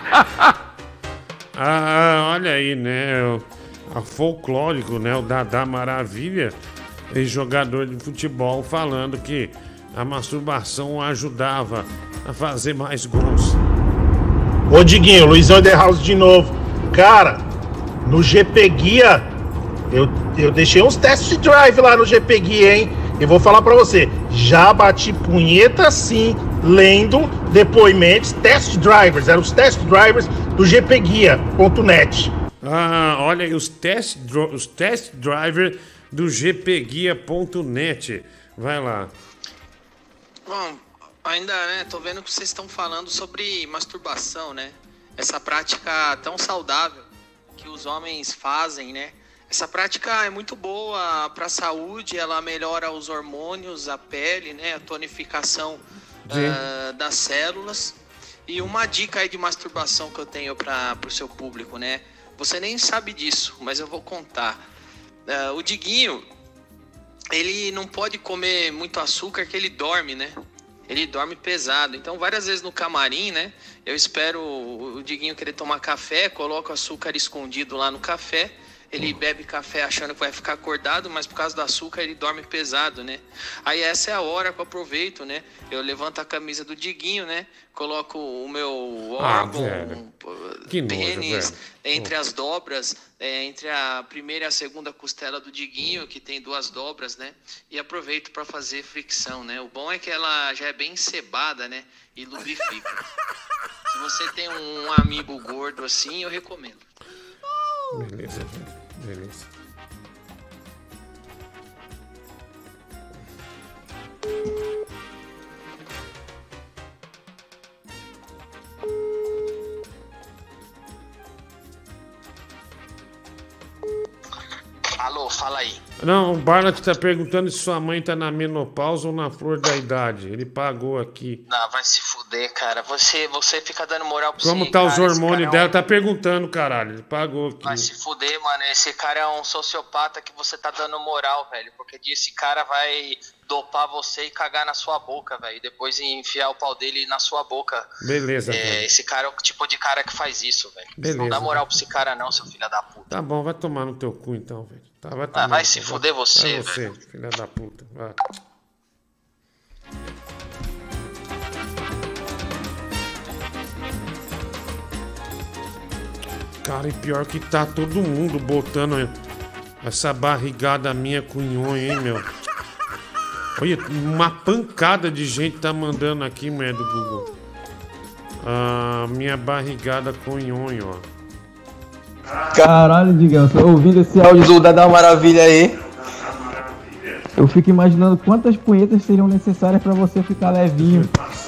Ah, olha aí, né? O, a folclórico, né? O Dadá Maravilha, ex-jogador de futebol, falando que a masturbação ajudava a fazer mais gols. Ô Diguinho, Luizão The House de novo. Cara, no G P Guia, eu, eu deixei uns test drive lá no G P Guia, hein? Eu vou falar pra você, já bati punheta sim, lendo depoimentos, test drivers, eram os test drivers do G P Guia ponto net. Ah, olha aí, os test, os test driver do G P Guia ponto net. Vai lá. Bom, ainda, né, tô vendo que vocês estão falando sobre masturbação, né? Essa prática tão saudável que os homens fazem, né? Essa prática é muito boa para a saúde, ela melhora os hormônios, a pele, né? A tonificação uh, das células. E uma dica aí de masturbação que eu tenho para o seu público, né? Você nem sabe disso, mas eu vou contar. Uh, o Diguinho, ele não pode comer muito açúcar que ele dorme, né? ele dorme pesado. Então, várias vezes no camarim, né, eu espero o, o Diguinho querer tomar café, coloco açúcar escondido lá no café, ele bebe café achando que vai ficar acordado, mas por causa do açúcar ele dorme pesado, né? Aí essa é a hora que eu aproveito, né? Eu levanto a camisa do Diguinho, né? Coloco o meu órgão, ah, que pênis nojo, entre as dobras, é, entre a primeira e a segunda costela do Diguinho, que tem duas dobras, né? E aproveito para fazer fricção, né? O bom é que ela já é bem encebada, né? E lubrifica. Se você tem um amigo gordo assim, eu recomendo. Beleza, velho. Beleza. Alô, fala aí. Não, o Barla que tá perguntando se sua mãe tá na menopausa ou na flor da idade. Ele pagou aqui. Não, vai se fuder, cara. Você, você fica dando moral pra Como esse tá cara, os hormônios é um... dela? Tá perguntando, caralho. Ele pagou aqui. Vai se fuder, mano. Esse cara é um sociopata que você tá dando moral, velho. Porque esse cara vai dopar você e cagar na sua boca, velho. E depois enfiar o pau dele na sua boca. Beleza, é, velho. Esse cara é o tipo de cara que faz isso, velho. Beleza, não dá moral velho. pra esse cara não, seu filho da puta. Tá bom, vai tomar no teu cu então, velho. Tá, vai tomar Ah, vai no se cu. fuder você, vai você, velho. filha da puta. Vai. Cara, e pior que tá todo mundo botando essa barrigada minha com nhonho, hein, meu? Olha, uma pancada de gente tá mandando aqui, mulher do Google. Ah, minha barrigada com nhonho, ó. Caralho, Digão, tô ouvindo esse áudio do Dadá Maravilha aí. Eu fico imaginando quantas punhetas seriam necessárias pra você ficar levinho.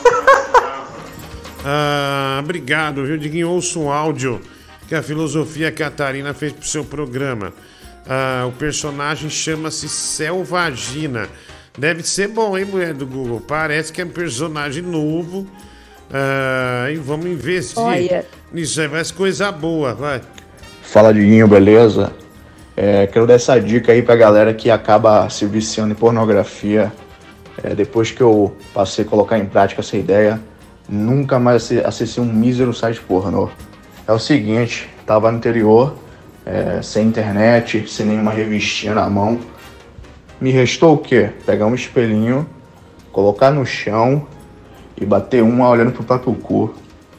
Ah, obrigado, viu, Diguinho? Ouça um áudio que a Filosofia Catarina fez pro seu programa. Ah, o personagem chama-se Selvagina. Deve ser bom, hein, mulher do Google? Parece que é um personagem novo. Ah, e vamos investir Olha. nisso aí. Vai ser coisa boa, vai. Fala, Diguinho, beleza? É, quero dar essa dica aí pra galera que acaba se viciando em pornografia. É, depois que eu passei a colocar em prática essa ideia, nunca mais acessei um mísero site pornô. É o seguinte, tava no interior, é, sem internet, sem nenhuma revistinha na mão. Me restou o quê? Pegar um espelhinho, colocar no chão e bater uma olhando pro próprio cu.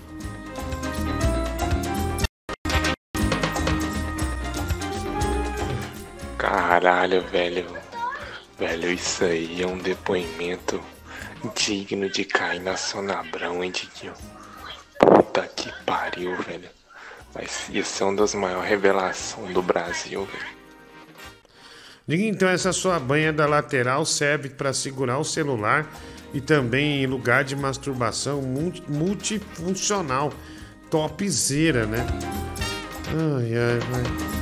Caralho, velho. Velho, isso aí é um depoimento digno de cair na Sonabrão, hein, Diguinho? Puta que pariu, velho. Mas isso é uma das maiores revelações do Brasil, velho. Diga então, essa sua banha da lateral serve para segurar o celular e também em lugar de masturbação multi, multifuncional. Topzera, né? Ai, ai, vai.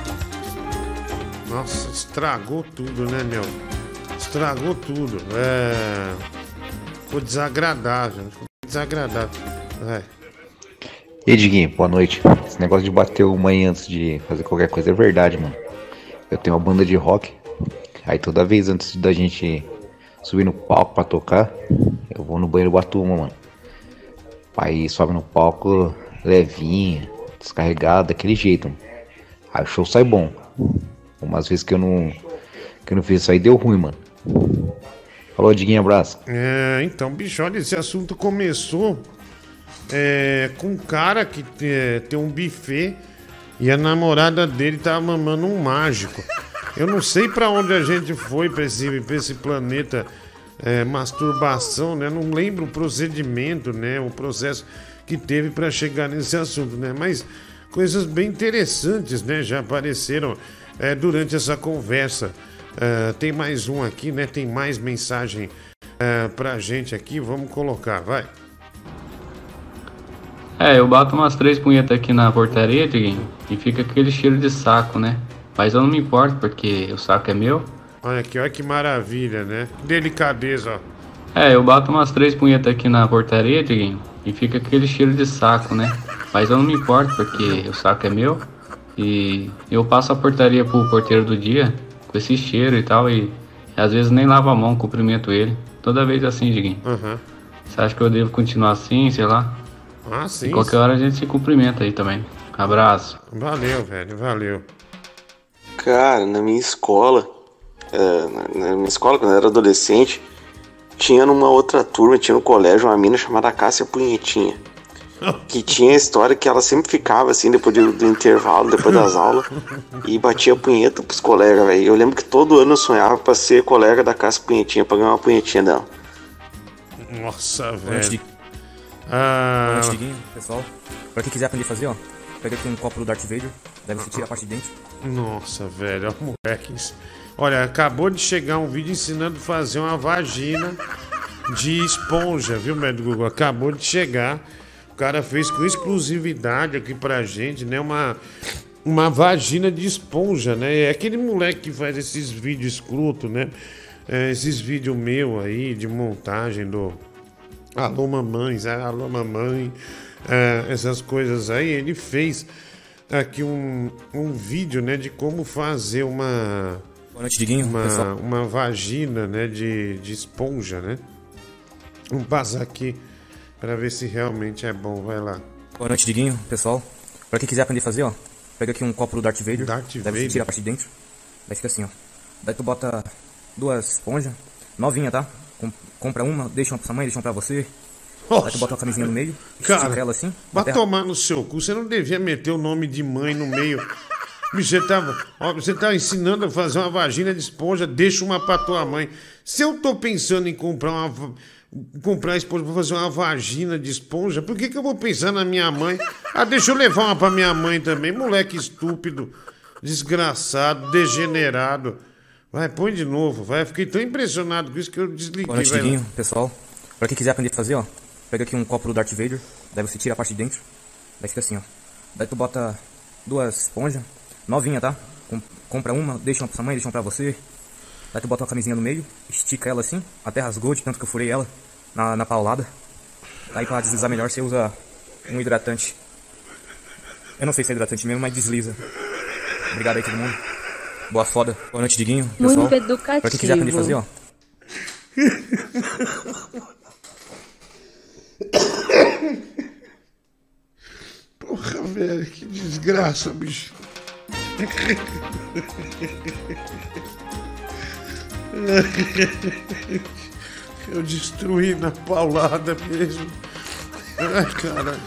Nossa, estragou tudo, né, meu? Estragou tudo. É... Ficou desagradável. Ficou desagradável. É. E aí, Diguinho, boa noite. Esse negócio de bater uma aí antes de fazer qualquer coisa é verdade, mano. Eu tenho uma banda de rock. Aí toda vez antes da gente subir no palco pra tocar, eu vou no banheiro e bato uma, mano. Aí sobe no palco levinha, descarregado, daquele jeito, mano. Aí o show sai bom. Umas vezes que eu não que eu não fiz isso aí deu ruim, mano. Falou, Diguinho, abraço. É, então, bicho, olha, esse assunto começou é, com um cara que é, tem um buffet e a namorada dele tava mamando um mágico. Eu não sei pra onde a gente foi pra esse, pra esse planeta é, masturbação, né? Não lembro o procedimento, né? O processo que teve pra chegar nesse assunto, né? Mas coisas bem interessantes, né? Já apareceram é, durante essa conversa. Uh, tem mais um aqui, né? Tem mais mensagem uh, pra gente aqui. Vamos colocar, vai. É, eu bato umas três punhetas aqui na portaria, Diguinho, e fica aquele cheiro de saco, né? Mas eu não me importo, porque o saco é meu. Olha aqui, olha que maravilha, né? Delicadeza, ó. É, eu bato umas três punhetas aqui na portaria, Diguinho, e fica aquele cheiro de saco, né? Mas eu não me importo, porque o saco é meu. E eu passo a portaria pro porteiro do dia com esse cheiro e tal, e às vezes nem lavo a mão, cumprimento ele. toda vez assim, Diguinho. Aham. Você acha que eu devo continuar assim, sei lá? Ah, sim. E qualquer hora a gente se cumprimenta aí também. Abraço. Valeu, velho, valeu. Cara, na minha escola, é, na minha escola, quando eu era adolescente, tinha numa outra turma, tinha no colégio uma mina chamada Cássia Punhetinha. Que tinha a história que ela sempre ficava assim, depois do, do intervalo, depois das aulas, e batia punheta pros colegas, velho. Eu lembro que todo ano eu sonhava pra ser colega da Cássia Punhetinha, pra ganhar uma punhetinha dela. Nossa, Boa noite, velho. Dig- Ah. Boa noite, Diguinho, pessoal. Pra quem quiser aprender a fazer, ó, pega aqui um copo do Darth Vader, daí você tira a parte de dentro. Nossa, velho, ó, moleque. Olha, acabou de chegar um vídeo ensinando a fazer uma vagina de esponja, viu, médico Google? Acabou de chegar. O cara fez com exclusividade aqui pra gente, né? Uma, uma vagina de esponja, né? É aquele moleque que faz esses vídeos escroto, né? É, esses vídeos meus aí de montagem do Alô Mamães, Alô Mamãe, é, essas coisas aí. Ele fez aqui um, um vídeo, né? De como fazer uma... Boa noite, Diguinho, uma, pessoal. uma vagina, né? De, de esponja, né? Vamos passar aqui pra ver se realmente é bom. Vai lá. Boa noite, Diguinho, pessoal. Pra quem quiser aprender a fazer, ó, pega aqui um copo do Darth Vader, Darth daí Vader. você tira a parte de dentro, daí fica assim, ó. Daí tu bota duas esponjas, novinha, tá? Com- compra uma, deixa uma pra sua mãe, deixa uma pra você. Daí tu bota uma camisinha no meio, estica Cara, ela assim. vai até- tomar no seu cu. Você não devia meter o nome de mãe no meio. Bicho, você tava, ó, você tá ensinando a fazer uma vagina de esponja, deixa uma pra tua mãe. Se eu tô pensando em comprar uma va- comprar esponja pra fazer uma vagina de esponja, por que que eu vou pensar na minha mãe? Ah, deixa eu levar uma pra minha mãe também. Moleque estúpido, desgraçado, degenerado. Vai, põe de novo, vai. Fiquei tão impressionado com isso que eu desliguei. Boa noite, vai lá. Diguinho, pessoal. Pra quem quiser aprender a fazer, ó, pega aqui um copo do Darth Vader, daí você tira a parte de dentro, daí fica assim, ó. Daí tu bota duas esponjas, novinha, tá? Com- compra uma, deixa uma pra sua mãe, deixa uma pra você. Daí tu bota uma camisinha no meio, estica ela assim, até rasgou de tanto que eu furei ela na, na paulada. Daí pra deslizar melhor você usa um hidratante. Eu não sei se é hidratante mesmo, mas desliza. Obrigado aí todo mundo. Boa foda. Boa noite, Diguinho, pessoal. Muito educativo. Pra quem quiser aprender a fazer, ó. Porra, velho, que desgraça, bicho. Eu destruí na paulada mesmo. Ai, caralho.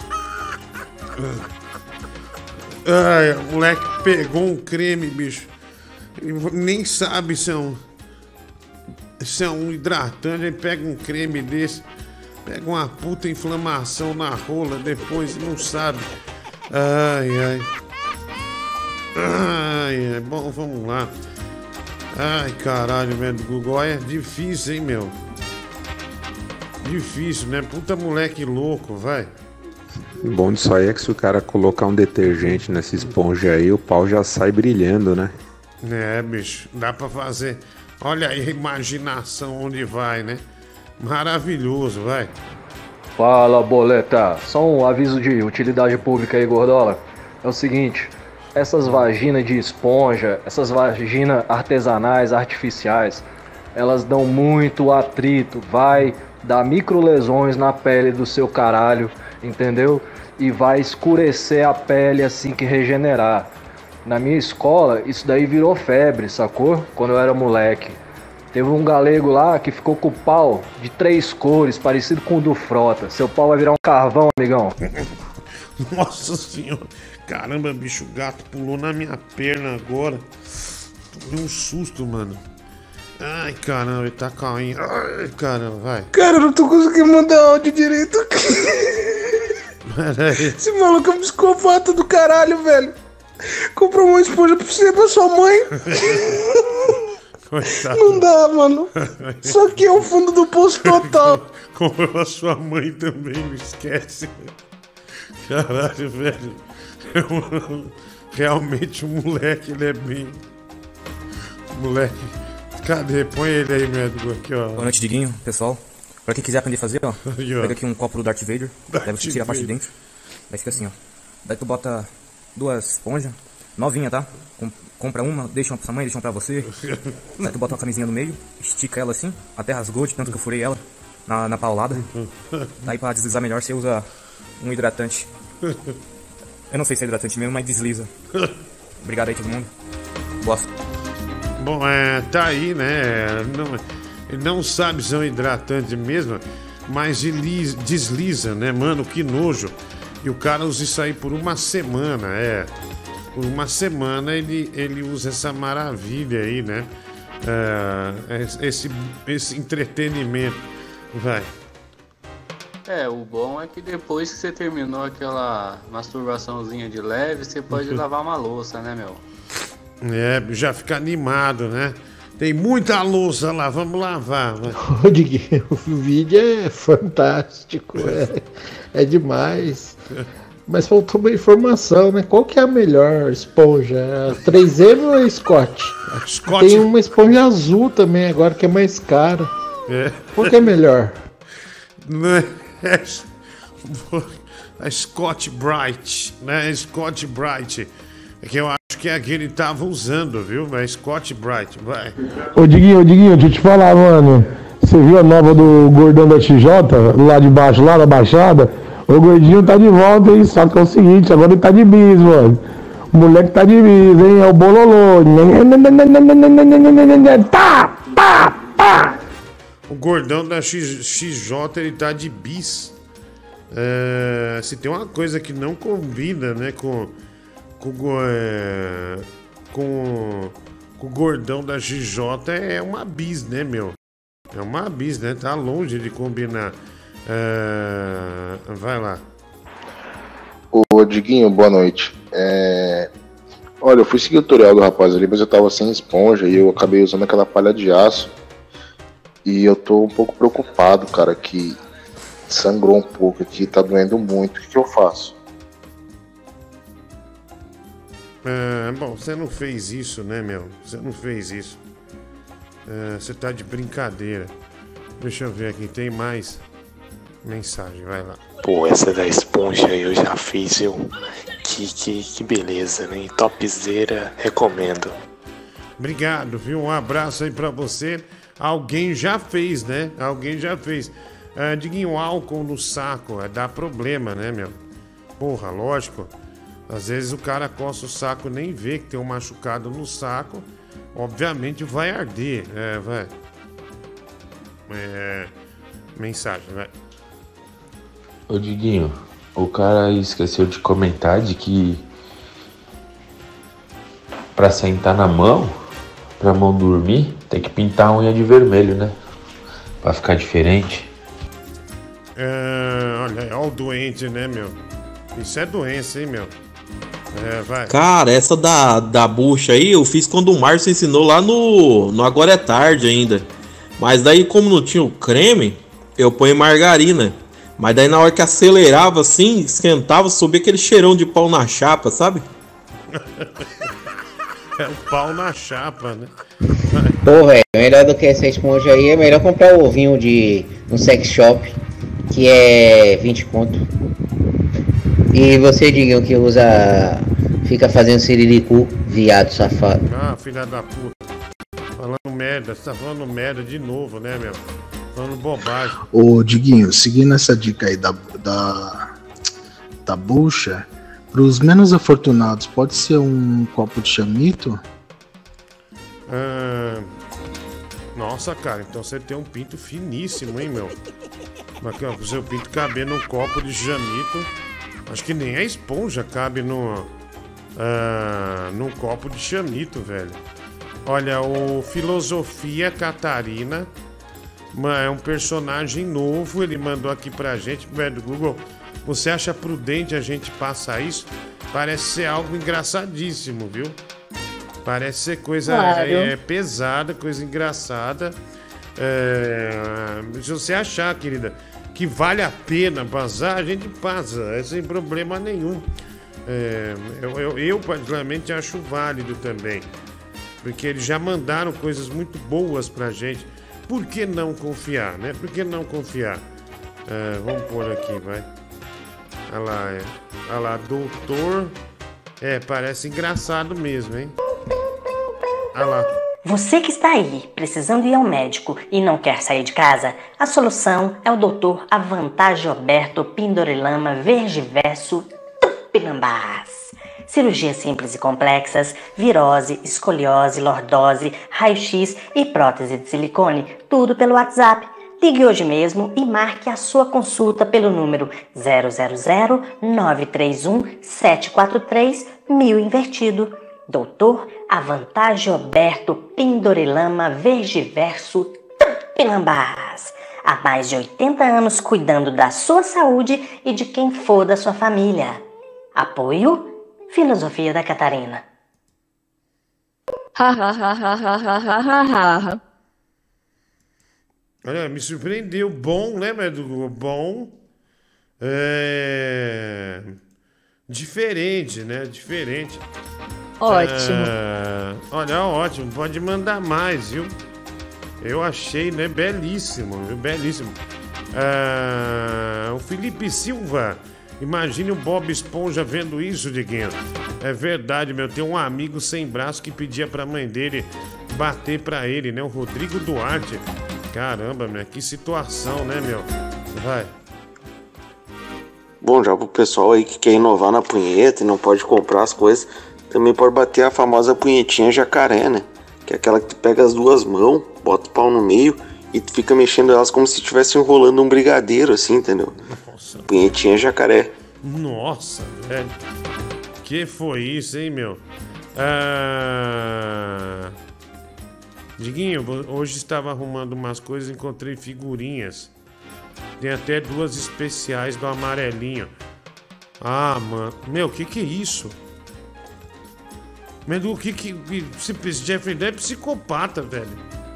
Ai, o moleque pegou um creme, bicho. Ele nem sabe se é um. Se é um hidratante, ele pega um creme desse, pega uma puta inflamação na rola depois, não sabe. Ai, ai. Ai, ai. Bom, vamos lá. Ai, caralho, velho, do Google. É difícil, hein, meu? Difícil, né? Puta moleque louco, vai. O bom disso aí é que se o cara colocar um detergente nessa esponja aí, o pau já sai brilhando, né? É, bicho, dá pra fazer. Olha aí a imaginação onde vai, né? Maravilhoso, vai. Fala, boleta. Só um aviso de utilidade pública aí, gordola. É o seguinte, essas vaginas de esponja, essas vaginas artesanais, artificiais, elas dão muito atrito, vai dar microlesões na pele do seu caralho, entendeu? E vai escurecer a pele assim que regenerar. Na minha escola, isso daí virou febre, sacou? Quando eu era moleque. Teve um galego lá que ficou com o pau de três cores, parecido com o do Frota. Seu pau vai virar um carvão, amigão. Nossa senhora. Caramba, bicho, o gato pulou na minha perna agora. Tomei um susto, mano. Ai, caramba, ele tá caindo. Ai, caramba, vai. Cara, eu não tô conseguindo mandar áudio direito. Peraí. Esse maluco é um psicopata do caralho, velho. Comprou uma esponja pra você e pra sua mãe. Coitado. Não dá, mano. Isso aqui é o fundo do poço total. Comprou a sua mãe também, não esquece. Caralho, velho. Eu- realmente o moleque, ele é bem. Moleque. Cadê? Põe ele aí, médico, aqui, ó. Boa noite, Diguinho, pessoal. Pra quem quiser aprender a fazer, ó, Aí, ó. pega aqui um copo do Darth Vader, Darth daí você tira a parte de Vader. dentro, daí fica assim, ó. Daí tu bota duas esponjas, Novinha, tá? Com, compra uma, deixa uma pra sua mãe, deixa uma pra você. Aí tu bota uma camisinha no meio, estica ela assim, até rasgou de tanto que eu furei ela na, na paulada. Aí pra deslizar melhor você usa um hidratante. Eu não sei se é hidratante mesmo, mas desliza. Obrigado aí todo mundo. Boa. Bom, é, tá aí, né? Não, ele não sabe se é um hidratante mesmo, mas desliza, desliza, né, mano? Que nojo. E o cara usa isso aí por uma semana, é. Por uma semana ele, ele usa essa maravilha aí, né? É, esse, esse entretenimento. Vai. É, o bom é que depois que você terminou aquela masturbaçãozinha de leve, você pode lavar uma louça, né, meu? É, já fica animado, né? Tem muita louça lá, vamos lavar. Ô, Diguinho, o vídeo é fantástico, é, é demais. Mas faltou uma informação, né? Qual que é a melhor esponja? A três M ou a Scott? A Scott? Tem uma esponja azul também agora que é mais cara. É. Qual que é melhor? Não é... A Scott Bright, né? Scott Bright. É que eu acho que é a que ele tava usando, viu? Vai, Scott Bright, vai. Ô Diguinho, ô Diguinho, deixa eu te falar, mano. Você viu a nova do Gordão da X J? Lá de baixo, lá na Baixada? O gordinho tá de volta, hein? Só que é o seguinte, agora ele tá de bis, mano. O moleque tá de bis, hein? É o bololô. Tá, tá, tá. O Gordão da X, XJ, ele tá de bis. É, se tem uma coisa que não combina, né, com... Com, é, com, com o Gordão da X J é uma bis, né, meu? É uma bis, né? Tá longe de combinar. É, vai lá. Ô, Diguinho, boa noite. É... Olha, eu fui seguir o tutorial do rapaz ali, mas eu tava sem esponja e eu acabei usando aquela palha de aço. E eu tô um pouco preocupado, cara, que sangrou um pouco aqui, tá doendo muito. O que, que eu faço? É, bom, você não fez isso, né, meu? Você não fez isso. É, você tá de brincadeira. Deixa eu ver aqui, tem mais mensagem, vai lá. Pô, essa da esponja eu já fiz, viu? Que, que, que beleza, né? Topzera, recomendo. Obrigado, viu? Um abraço aí pra você. Alguém já fez, né? Alguém já fez. É, Diguinho, álcool no saco, é, dá problema, né, meu? Porra, lógico. Às vezes o cara coça o saco, nem vê que tem um machucado no saco. Obviamente vai arder. É, vai. É, mensagem, vai. Ô Diguinho, o cara esqueceu de comentar de que pra sentar na mão, pra mão dormir, tem que pintar a unha de vermelho, né? Pra ficar diferente. É, olha, é o doente, né, meu? Isso é doença, hein, meu? É, vai. Cara, essa da, da bucha aí eu fiz quando o Márcio ensinou lá no, no Agora é Tarde ainda. Mas daí, como não tinha o creme, eu ponho margarina. Mas daí na hora que acelerava assim, esquentava, subia aquele cheirão de pau na chapa, sabe? É o pau na chapa, né? Pô, velho, melhor do que essa esponja aí é melhor comprar o ovinho de um sex shop, que é vinte conto. E você, digam que usa, fica fazendo siriricu, viado safado. Ah, filha da puta. Falando merda, você tá falando merda de novo, né, meu? Falando bobagem. Ô, Diguinho, seguindo essa dica aí da, da, da bucha, pros menos afortunados, pode ser um copo de chamito? Ah, nossa, cara, então você tem um pinto finíssimo, hein, meu? Mas o seu pinto caber num copo de chamito... Acho que nem a esponja cabe no, uh, num copo de chamito, velho. Olha, o Filosofia Catarina é um personagem novo. Ele mandou aqui pra gente, velho, do Google. Você acha prudente a gente passar isso? Parece ser algo engraçadíssimo, viu? Parece ser coisa claro. é, pesada, coisa engraçada. É, se você achar, querida, que vale a pena passar, a gente passa, é sem problema nenhum. É, eu, eu, eu, particularmente, acho válido também, porque eles já mandaram coisas muito boas pra gente. Por que não confiar, né? Por que não confiar? É, vamos pôr aqui, vai. Olha lá, é. Olha lá, doutor É, parece engraçado mesmo, hein? Olha lá. Você que está aí, precisando ir ao médico e não quer sair de casa, a solução é o doutor Avantajoberto Pindorilama Vergiverso Tupinambás. Cirurgias simples e complexas, virose, escoliose, lordose, raio-x e prótese de silicone, tudo pelo WhatsApp. Ligue hoje mesmo e marque a sua consulta pelo número zero zero zero nove três um sete quatro três mil invertido. doutor Avantajoberto Pindorilama Vergiverso Tupinambás. Há mais de oitenta anos cuidando da sua saúde e de quem for da sua família. Apoio Filosofia da Catarina. Ha ha ha ha ha ha ha ha ha. Olha, me surpreendeu. Bom, né, Médico? Bom. É... Diferente, né? Diferente. Ótimo. É... Olha, ótimo. Pode mandar mais, viu? Eu achei, né? Belíssimo, viu? Belíssimo. É... O Felipe Silva. Imagine o Bob Esponja vendo isso, Diguinho. É verdade, meu. Tem um amigo sem braço que pedia pra mãe dele bater pra ele, né? O Rodrigo Duarte. Caramba, meu. Que situação, né, meu? Vai. Bom, já pro pessoal aí que quer inovar na punheta e não pode comprar as coisas, também pode bater a famosa punhetinha jacaré, né? Que é aquela que tu pega as duas mãos, bota o pau no meio e tu fica mexendo elas como se estivesse enrolando um brigadeiro, assim, entendeu? Nossa. Punhetinha jacaré. Nossa, velho. Que foi isso, hein, meu? Ah... Diguinho, hoje estava arrumando umas coisas e encontrei figurinhas. Tem até duas especiais do amarelinho. Ah, mano. Meu, que que é isso? Mas o que que... Esse Jeffrey é psicopata, velho.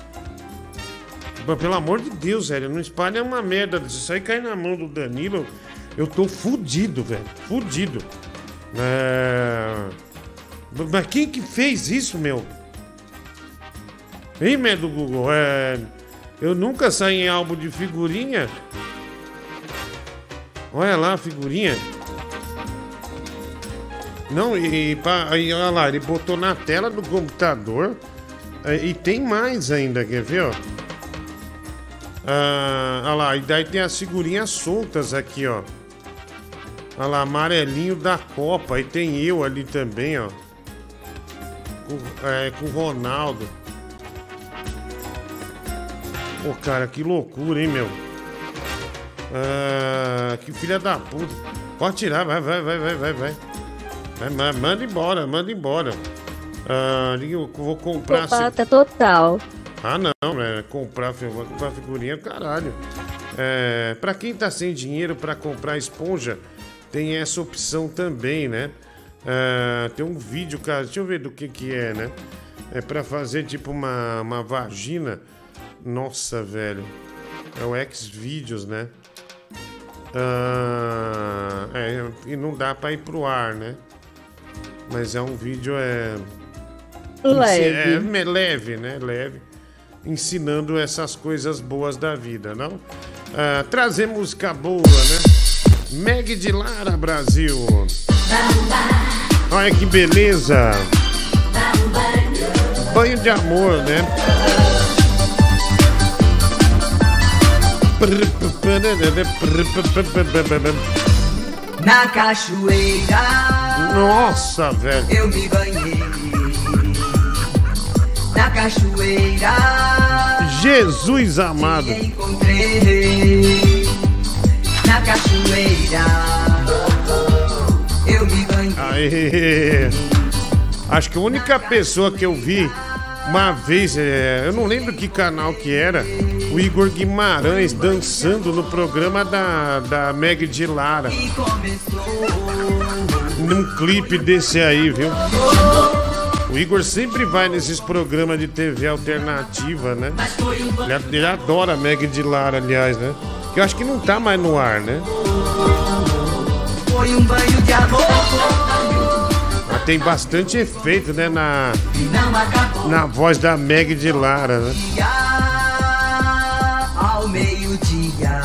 Pelo amor de Deus, velho. Não espalha uma merda. Se isso aí cair na mão do Danilo, eu tô fudido, velho. Fudido. É... Mas quem que fez isso, meu? Hein, meu do Google? É... Eu nunca saí em álbum de figurinha. Olha lá a figurinha. Não, e, e olha lá, ele botou na tela do computador. E tem mais ainda, quer ver, ó? Ah, olha lá, e daí tem as figurinhas soltas aqui, ó. Olha lá, amarelinho da Copa. E tem eu ali também, ó. Com, é, com o Ronaldo. Pô, cara, que loucura, hein, meu? Ah, que filha da puta. Pode tirar, vai, vai, vai, vai, vai, vai. vai manda embora, manda embora. Ah, eu vou comprar... Pata total. Ah, não, né? Comprar, vou comprar figurinha, caralho. É, pra quem tá sem dinheiro pra comprar esponja, tem essa opção também, né? É, tem um vídeo, cara, deixa eu ver do que que é, né? É pra fazer tipo uma, uma vagina. Nossa, velho. É o Xvideos, né? Ah, é, e não dá pra ir pro ar, né? Mas é um vídeo, é... Leve. É, é leve, né? Leve. Ensinando essas coisas boas da vida, não? Ah, trazer música boa, né? Meg de Lara, Brasil. Olha que beleza. Banho de amor, né? Na cachoeira. Nossa, velho. Eu me banhei. Na cachoeira. Jesus amado. Me encontrei. Na cachoeira. Eu me banhei. Aê. Acho que a única pessoa que eu vi uma vez, é, eu não lembro que canal que era, o Igor Guimarães dançando no programa da, da Meg de Lara. Num clipe desse aí, viu? O Igor sempre vai nesses programas de T V alternativa, né? Ele, ele adora a Meg de Lara, aliás, né? Que eu acho que não tá mais no ar, né? Foi um banho de amor. Mas tem bastante efeito, né? Na, na voz da Meg de Lara, né? Ao meio-dia.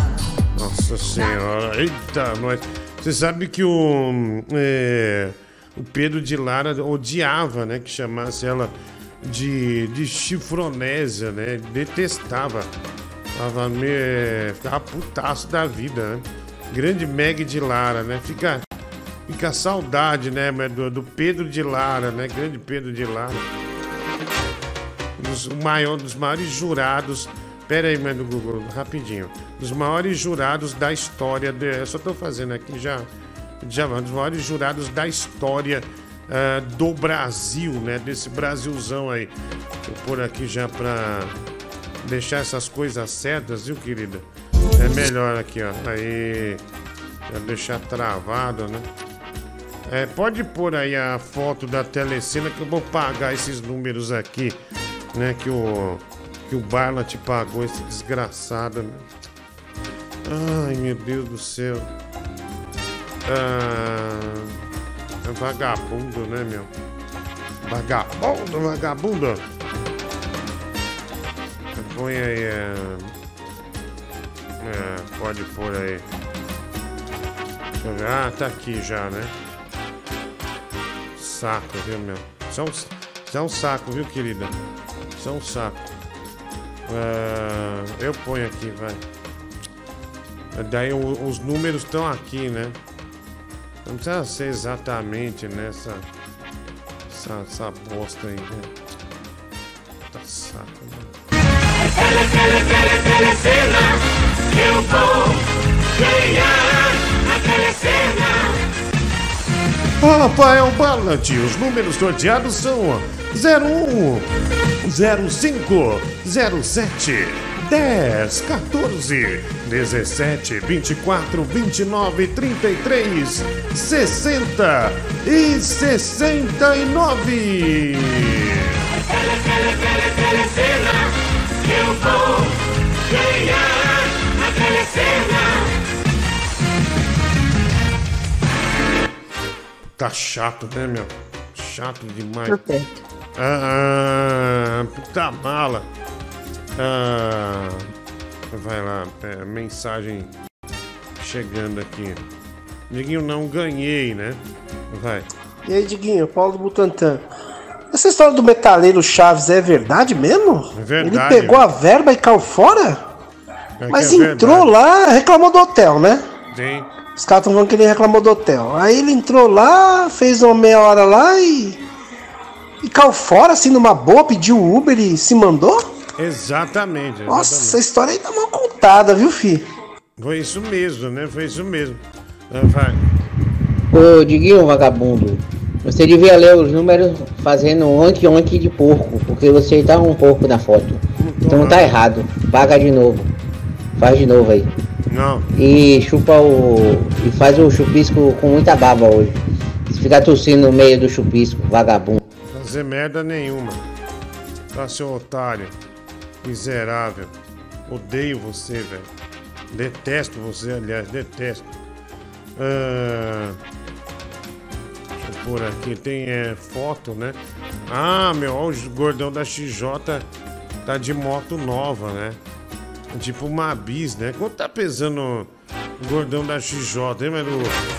Nossa senhora, eita, nós. Você sabe que o, é, o Pedro de Lara odiava, né? Que chamasse ela de, de chifronésia, né? Detestava. Tava meio... Ficava putaço da vida, né? Grande Meg de Lara, né? Fica, fica saudade, né? Do, do Pedro de Lara, né? Grande Pedro de Lara. Dos, o maior, dos maiores jurados... Pera aí, mano, do Google, rapidinho. Dos maiores jurados da história... De, eu só tô fazendo aqui já... já dos maiores jurados da história uh, do Brasil, né? Desse Brasilzão aí. Vou pôr aqui já pra deixar essas coisas certas, viu, querida? É melhor aqui, ó. Aí... Pra deixar travado, né? É, pode pôr aí a foto da telecena que eu vou pagar esses números aqui, né? Que o... Que o Barla te pagou, esse desgraçado, né? Ai, meu Deus do céu. Ah, é vagabundo, né, meu? Vagabundo, vagabundo. Põe aí, é... é... Pode pôr aí. Deixa eu ver. Ah, tá aqui já, né? Saco, viu, meu? Isso é um, isso é um saco, viu, querida? Isso é um saco. Uh, eu ponho aqui, vai. Daí o, os números estão aqui, né? Não precisa ser exatamente nessa essa, essa bosta aí, né? Tá saco, né? Eu vou ganhar na telecena. Rafael Barlat, os números sorteados são zero um, zero cinco, zero sete, dez, quatorze, dezessete, vinte e quatro, vinte e nove, trinta e três, sessenta e sessenta e nove. Eu vou ganhar na telecena. Tá chato, né, meu? Chato demais. Por perto. Ah, puta mala. Ah, vai lá, é, mensagem chegando aqui. Diguinho, não ganhei, né? Vai. E aí, Diguinho, Paulo Butantan. Essa história do metaleiro Chaves é verdade mesmo? É verdade. Ele pegou a verba e caiu fora? É Mas é entrou lá, reclamou do hotel, né? Tem. Os caras estão falando que ele reclamou do hotel. Aí ele entrou lá, fez uma meia hora lá e... E caiu fora, assim, numa boa, pediu o Uber e se mandou? Exatamente. exatamente. Nossa, essa história aí tá mal contada, viu, fi? Foi isso mesmo, né? Foi isso mesmo. Ah, vai. Ô, Diguinho, vagabundo, você devia ler os números fazendo onque-onque de porco, porque você tá um porco na foto. Então tá errado. Paga de novo. Faz de novo aí. Não. E chupa o... E faz o chupisco com muita baba hoje. Se ficar tossindo no meio do chupisco, vagabundo. Fazer merda nenhuma. Tá, seu otário. Miserável. Odeio você, velho. Detesto você, aliás, detesto. Ah, deixa eu pôr aqui, tem é, foto, né? Ah, meu, ó, o gordão da X J tá de moto nova, né? Tipo uma bis, né? Quanto tá pesando o gordão da X J, hein, mano?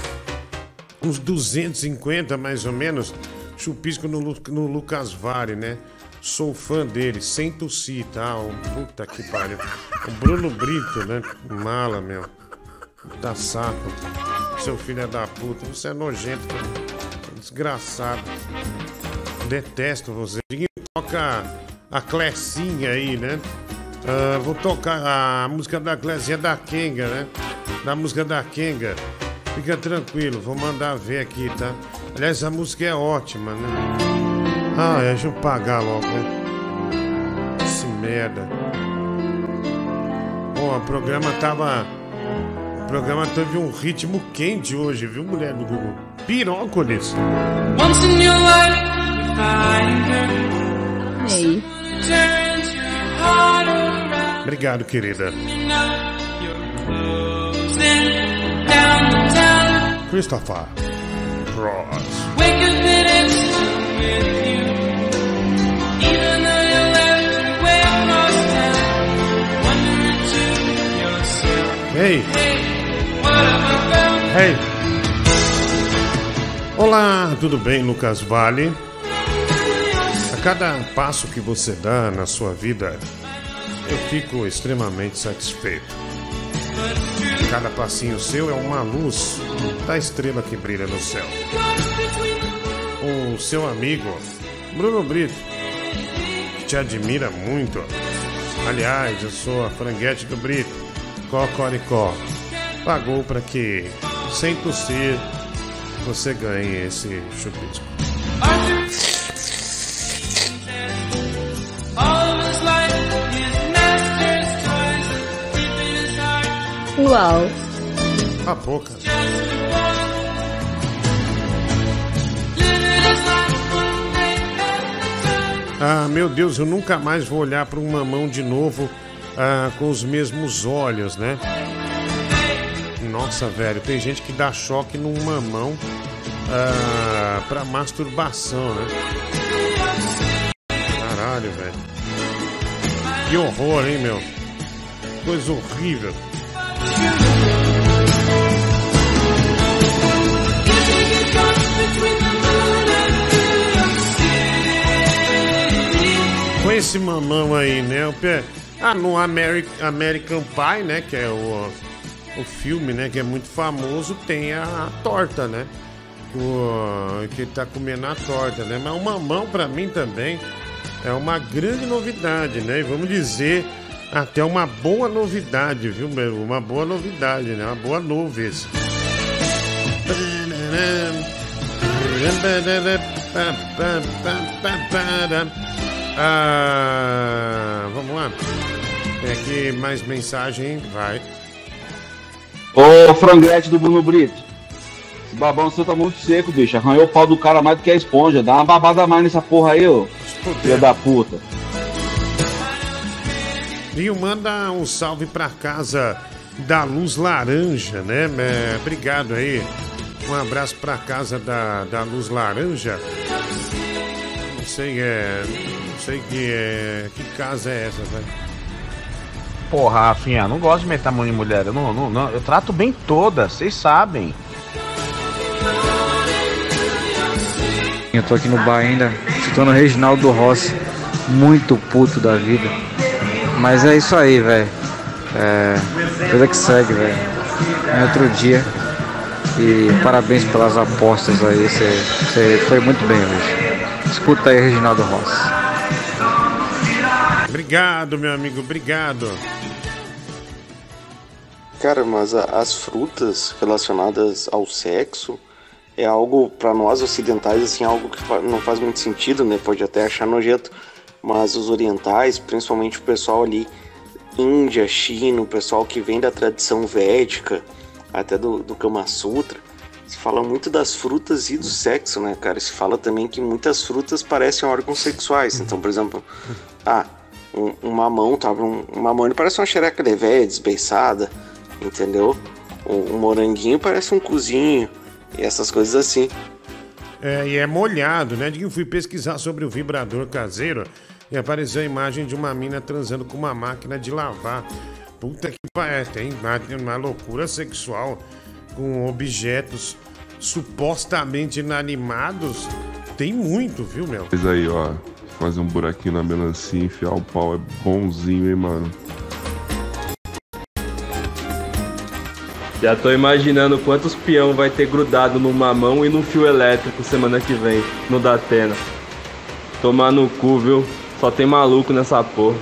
Uns duzentos e cinquenta, mais ou menos. Chupisco no, no Lucas Vale, né? Sou fã dele, sem tossir, tá? O, puta que pariu. O Bruno Brito, né? Mala, meu. Puta saco. Seu filho é da puta. Você é nojento, cara. Desgraçado. Detesto você. Ninguém toca a Clecinha aí, né? Uh, vou tocar a música da Clecinha da Kenga, né? Da música da Kenga. Fica tranquilo, vou mandar ver aqui, tá? Aliás, essa música é ótima, né? Ah, deixa eu pagar logo, né? Esse merda. Bom, o programa tava... O programa teve um ritmo quente hoje, viu, mulher do Google? Pirócolis. Once in your life, you find her. Ei. Turns your heart around. Obrigado, querida. You know you're closing down the town. Christopher Cross. Wake up and it's with you. Even though you left your way across town. Wondering to yourself. Hey. Hey, what have I found? Hey. Olá, tudo bem, Lucas Vale? A cada passo que você dá na sua vida, eu fico extremamente satisfeito. Cada passinho seu é uma luz da estrela que brilha no céu. O seu amigo, Bruno Brito, que te admira muito. Aliás, eu sou a franguete do Brito, Cocoricó. Pagou para que, sem tossir, você ganhe esse chupisco. Uau. A boca. Ah, meu Deus, eu nunca mais vou olhar para um mamão de novo ah, com os mesmos olhos, né? Nossa, velho, tem gente que dá choque num mamão ah, pra masturbação, né? Caralho, velho. Que horror, hein, meu? Coisa horrível. Com esse mamão aí, né? O pé... Ah, no Ameri- American Pie, né? Que é o, o filme, né? Que é muito famoso. Tem a, a torta, né? O, que ele tá comendo a torta, né? Mas o mamão, pra mim, também é uma grande novidade, né? E vamos dizer, até uma boa novidade, viu, meu? Uma boa novidade, né? Uma boa novidade. Ah, vamos lá. Tem aqui mais mensagem, vai. Ô, franguete do Bruno Brito. Esse babão seu tá muito seco, bicho. Arranhou o pau do cara mais do que a esponja. Dá uma babada a mais nessa porra aí, ô. Filha da puta. Rio, manda um salve pra casa da Luz Laranja, né? É, obrigado aí. Um abraço pra casa da, da Luz Laranja. Não sei, é. Não sei que é. Que casa é essa, velho? Porra, Rafinha, eu não gosto de meter a mão em mulher. Eu, não, não, não, eu trato bem todas, vocês sabem. Eu tô aqui no bar ainda, escutando o Reginaldo Rossi, muito puto da vida. Mas é isso aí, velho. É. Vida que segue, velho. É outro dia. E parabéns pelas apostas aí, você foi muito bem hoje. Escuta aí, Reginaldo Rossi. Obrigado, meu amigo, obrigado. Cara, mas a- as frutas relacionadas ao sexo é algo, pra nós ocidentais, assim, algo que fa- não faz muito sentido, né? Pode até achar nojento, mas os orientais, principalmente o pessoal ali, Índia, China, o pessoal que vem da tradição védica, até do, do Kama Sutra, se fala muito das frutas e do sexo, né, cara? Se fala também que muitas frutas parecem órgãos sexuais. Então, por exemplo, ah, um, um mamão, tá? Um, um mamão ele parece uma xereca de véia, desbeiçada, entendeu? Um, um moranguinho parece um cozinho, e essas coisas assim. É, e é molhado, né? Eu fui pesquisar sobre o vibrador caseiro e apareceu a imagem de uma mina transando com uma máquina de lavar. Puta que pariu, tem uma, uma loucura sexual com objetos supostamente inanimados. Tem muito, viu, meu? Mas aí, ó, fazer um buraquinho na melancia e enfiar o pau é bonzinho, hein, mano? Já tô imaginando quantos peão vai ter grudado no mamão e no fio elétrico semana que vem, no Datena. Tomar no cu, viu? Só tem maluco nessa porra.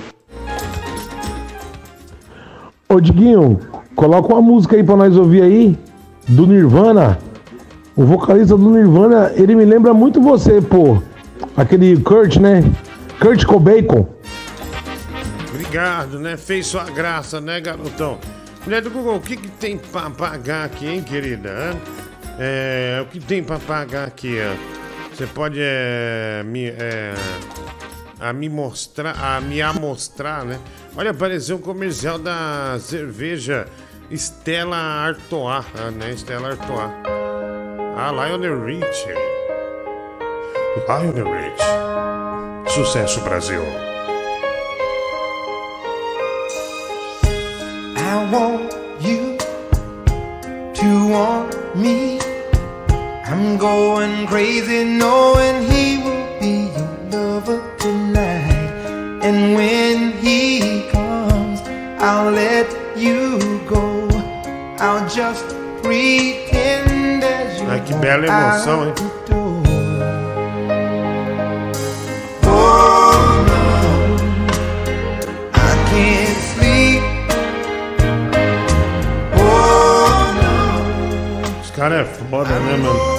Ô Diguinho, coloca uma música aí pra nós ouvir aí, do Nirvana. O vocalista do Nirvana, ele me lembra muito você, pô. Aquele Kurt, né? Kurt Cobain. Obrigado, né? Fez sua graça, né, garotão? Mulher do Google, o que, que tem pra pagar aqui, hein, querida? Hã? É, o que tem pra pagar aqui, ó? Você pode é, me, é, a me mostrar, a me amostrar, né? Olha, apareceu um comercial da cerveja Stella Artois, ah, né? Stella Artois. Ah, Lionel Richie. Lionel Richie. Sucesso, Brasil. I want you to want me. I'm going crazy knowing he will be your lover tonight. And when he comes, I'll let you go. I'll just pretend as you Ai, que bela emoção, hein? Oh no, I can't sleep. Oh no, Os caras é foda, né, mano?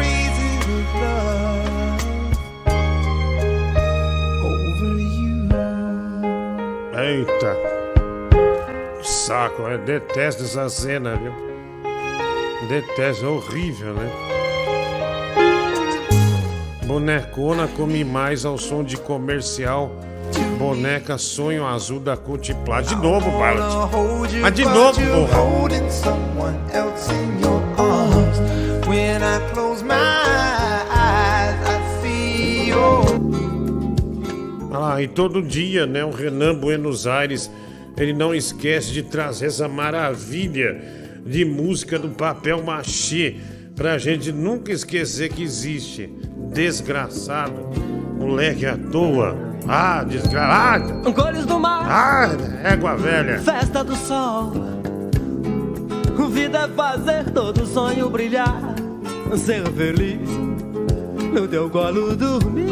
Eita, que saco, eu detesto essa cena, viu? Detesto, é horrível, né? Bonecona come mais ao som de comercial. Boneca Sonho Azul da Cultiplá. De novo, Ballad. Ah, de novo, porra. When I close my eyes, I see you. Ah, e todo dia, né, o Renan Buenos Aires, ele não esquece de trazer essa maravilha de música do Papel Machê pra gente nunca esquecer que existe. Desgraçado, moleque à toa. Ah, desgraçado. Cores do mar. Ah, égua velha. Festa do sol. Vida é fazer todo sonho brilhar. Ser feliz no teu colo dormir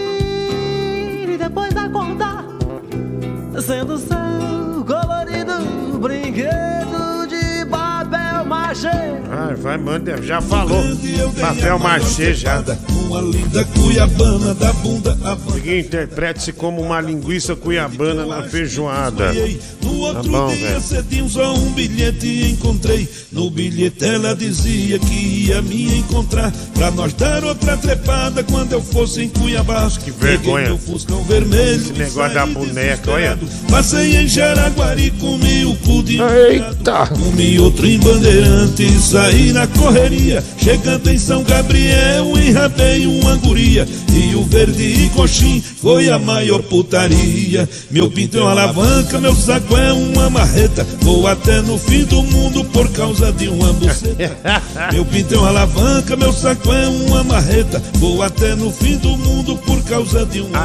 e depois acordar sendo seu colorido brinquedo de papel machê. Ah, vai, manda, já falou. Papel machê já. Uma linda cuiabana da bunda a banda. Interprete-se como uma linguiça cuiabana na feijoada. No Tá outro bom, dia velho. cedinho só um bilhete encontrei. No bilhete ela dizia que ia me encontrar pra nós dar outra trepada quando eu fosse em Cuiabá. Que vergonha. Peguei meu Fuscão vermelho. Esse negócio da boneca, olha. Passei em Jaraguari, comi o pudim. Eita! Comi outro em Bandeirantes, saí na correria. Chegando em São Gabriel, enrabei uma anguria. E o verde e coxim foi a maior putaria. Meu pinto é uma alavanca, meu saco é uma marreta. Vou até no fim do mundo por causa de uma buceta. Meu pinto é uma alavanca, meu saco é uma marreta. Vou até no fim do mundo por causa de uma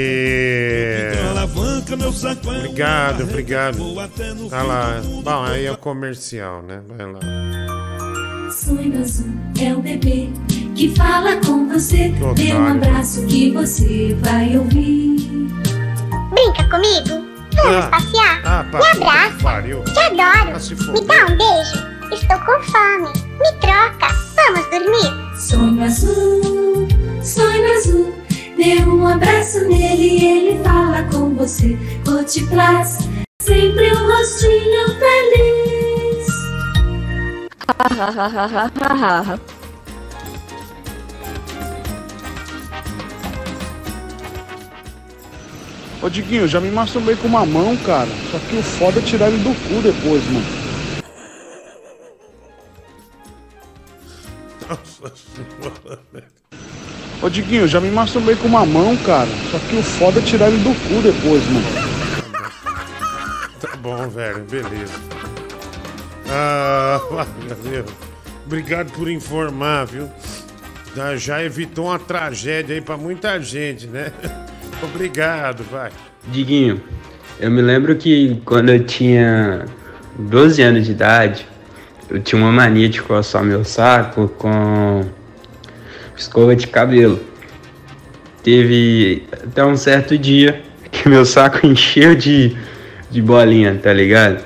Aê! alavanca, meu saco é Obrigado, obrigado. Tá lá. Bom, aí é o comercial, né? Vai lá. Sonho azul é o bebê que fala com você. Que Dê um otário. abraço que você vai ouvir. Brinca comigo? Vamos Ah. passear? Ah, Me puta que abraça. pariu. Te adoro. Ah, se Me foder. dá um beijo. Estou com fome. Me troca. Vamos dormir? Sonho azul, sonho azul. Dê um abraço nele e ele fala com você. Cotiplas, sempre um rostinho feliz. Ô Diguinho, eu já me masturbei com uma mão, cara. Só que o foda é tirar ele do cu depois, mano. Nossa senhora, velho. Ô Diguinho, eu já me masturbei com uma mão, cara. Só que o foda é tirar ele do cu depois, mano. Tá bom, velho, beleza. Ah, valeu. Obrigado por informar, viu? Já- Já evitou uma tragédia aí pra muita gente, né? Obrigado, vai. Diguinho, eu me lembro que quando eu tinha doze anos de idade, eu tinha uma mania de coçar meu saco com escova de cabelo. Teve até um certo dia que meu saco encheu de, de bolinha, tá ligado?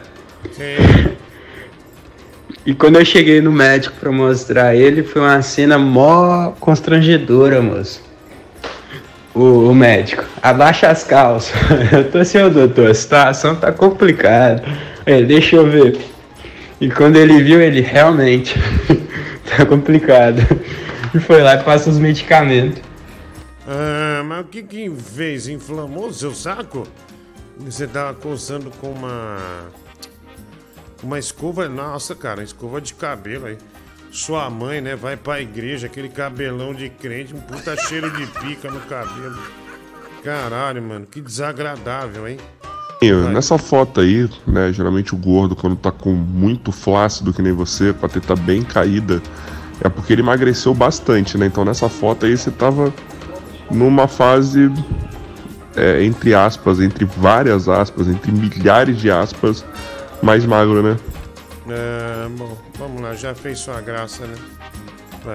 E quando eu cheguei no médico pra mostrar ele, foi uma cena mó constrangedora, moço. O, o médico, abaixa as calças. Eu tô assim, ô doutor, a situação tá complicada. Ele, deixa eu ver. E quando ele viu, ele realmente tá complicado. E foi lá e passa os medicamentos. Ah, mas o que que fez? Inflamou o seu saco? Você tava coçando com uma... Uma escova... Nossa, cara, escova de cabelo aí. Sua mãe, né, vai pra igreja, aquele cabelão de crente, um puta cheiro de pica no cabelo. Caralho, mano, que desagradável, hein? Nessa foto aí, né, geralmente o gordo, quando tá com muito flácido, que nem você, com a teta bem caída, é porque ele emagreceu bastante, né? Então nessa foto aí você tava numa fase, é, entre aspas, entre várias aspas, entre milhares de aspas, mais magro, né? É, bom, vamos lá, já fez sua graça, né? Vai.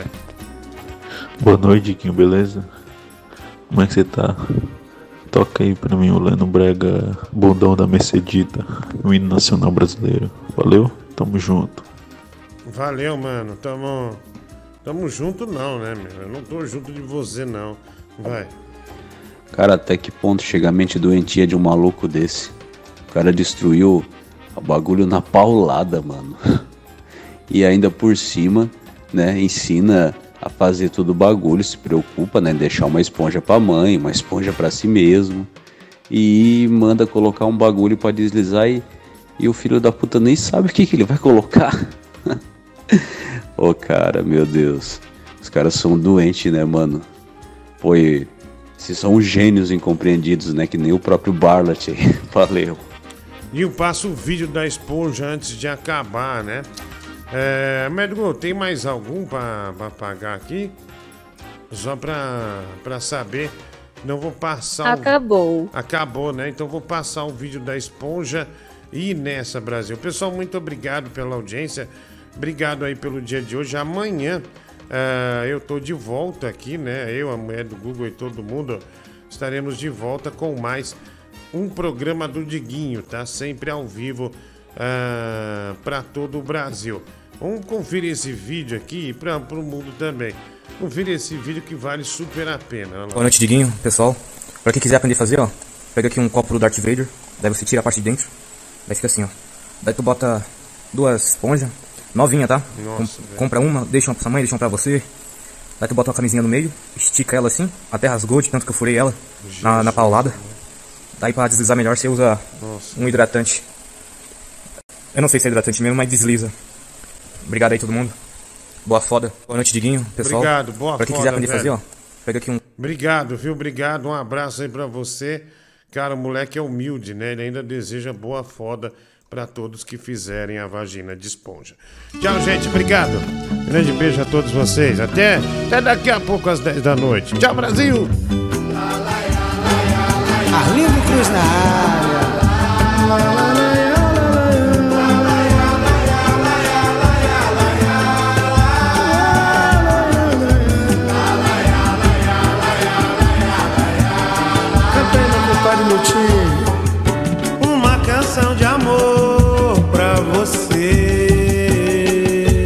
Boa noite, Diquinho, beleza? Como é que você tá? Toca aí pra mim o Leno Brega, bundão da Mercedita, o hino nacional brasileiro. Valeu? Tamo junto. Valeu, mano. Tamo. Tamo junto não, né, meu? Eu não tô junto de você, não. Vai. Cara, até que ponto chega a mente doentia de um maluco desse? O cara destruiu o bagulho na paulada, mano. E ainda por cima, né, ensina a fazer todo o bagulho, se preocupa, né, deixar uma esponja pra mãe, uma esponja pra si mesmo. E manda colocar um bagulho pra deslizar e, e o filho da puta nem sabe o que, que ele vai colocar. Ô, cara, meu Deus. Os caras são doentes, né, mano? Pô, e vocês são gênios incompreendidos, né? Que nem o próprio Barlat. Valeu. E eu passo o vídeo da esponja antes de acabar, né? É, Médico, tem mais algum pra, pra pagar aqui? Só pra, pra saber. Não vou passar. Acabou. O... Acabou, né? Então vou passar o vídeo da esponja e Nessa Brasil. Pessoal, muito obrigado pela audiência. Obrigado aí pelo dia de hoje. Amanhã uh, eu tô de volta aqui, né? Eu, a mulher do Google e todo mundo estaremos de volta com mais um programa do Diguinho, tá? Sempre ao vivo uh, para todo o Brasil. Vamos conferir esse vídeo aqui para o mundo também. Confira esse vídeo que vale super a pena. Boa noite, Diguinho, pessoal. Para quem quiser aprender a fazer, ó, pega aqui um copo do Darth Vader, daí você tira a parte de dentro, daí fica assim, ó. Daí tu bota duas esponjas, novinha, tá? Nossa, Com, compra uma, deixa uma pra sua mãe, deixa uma pra você. Daí tu bota uma camisinha no meio, estica ela assim, até rasgou de tanto que eu furei ela na, na paulada. Daí pra deslizar melhor você usa Nossa. um hidratante. Eu não sei se é hidratante mesmo, mas desliza. Obrigado aí todo mundo. Boa foda. Boa noite, Diguinho, pessoal. Obrigado, boa pra quem foda, quiser aprender a fazer, ó, pega aqui um... Obrigado, viu? Obrigado, um abraço aí pra você. Cara, o moleque é humilde, né? Ele ainda deseja boa foda pra todos que fizerem a vagina de esponja. Tchau, gente. Obrigado. Grande beijo a todos vocês. Até, até daqui a pouco às dez da noite. Tchau, Brasil! Arlindo Cruz na área. Uma canção de amor pra você,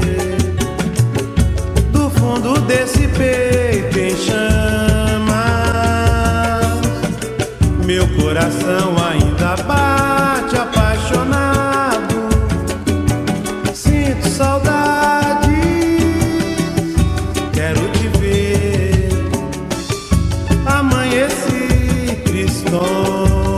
do fundo desse peito em chamas, meu coração ainda bate apaixonado, sinto saudade, quero te ver, amanheci tristonho.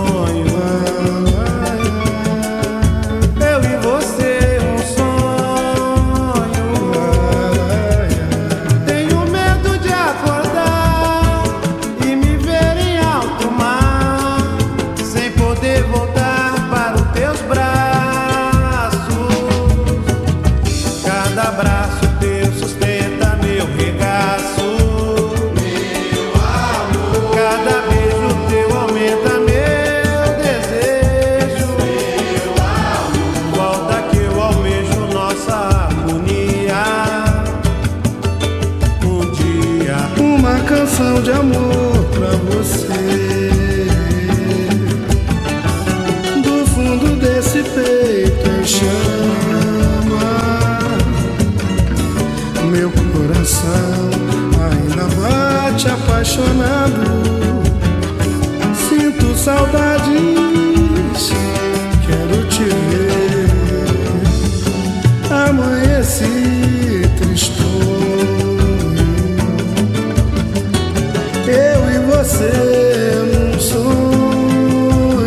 De amor pra você, do fundo desse peito em chama, meu coração ainda bate apaixonado, sinto saudades, quero te ver, amanheci tristonho. Eu e você num sonho,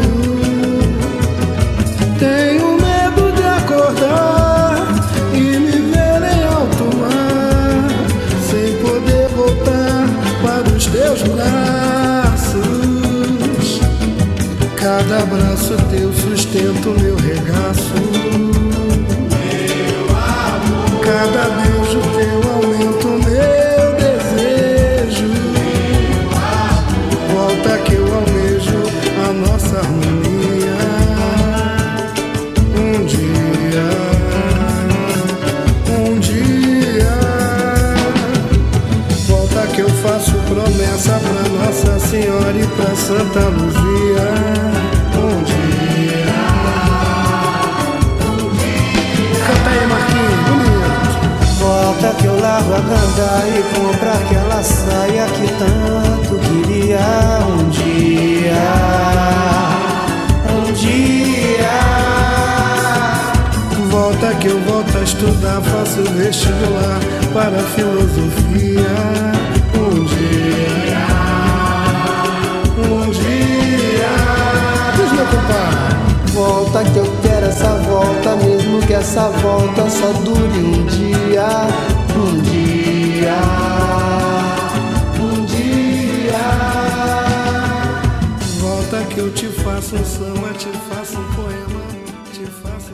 tenho medo de acordar e me ver em alto mar, sem poder voltar para os teus braços. Cada abraço teu sustenta o meu regaço, meu amor. Cada beijo teu aumenta Santa Luzia. Um dia, um dia. Canta aí, Marquinhos, bonito. Volta que eu largo a ganga e compro aquela saia que tanto queria. Um dia, um dia. Volta que eu volto a estudar, faço vestibular para filosofia. Um dia, um dia. Diz meu compadre. Volta que eu quero essa volta, mesmo que essa volta só dure um dia. Um dia, um dia. Volta que eu te faço um samba, te faço um poema, te faço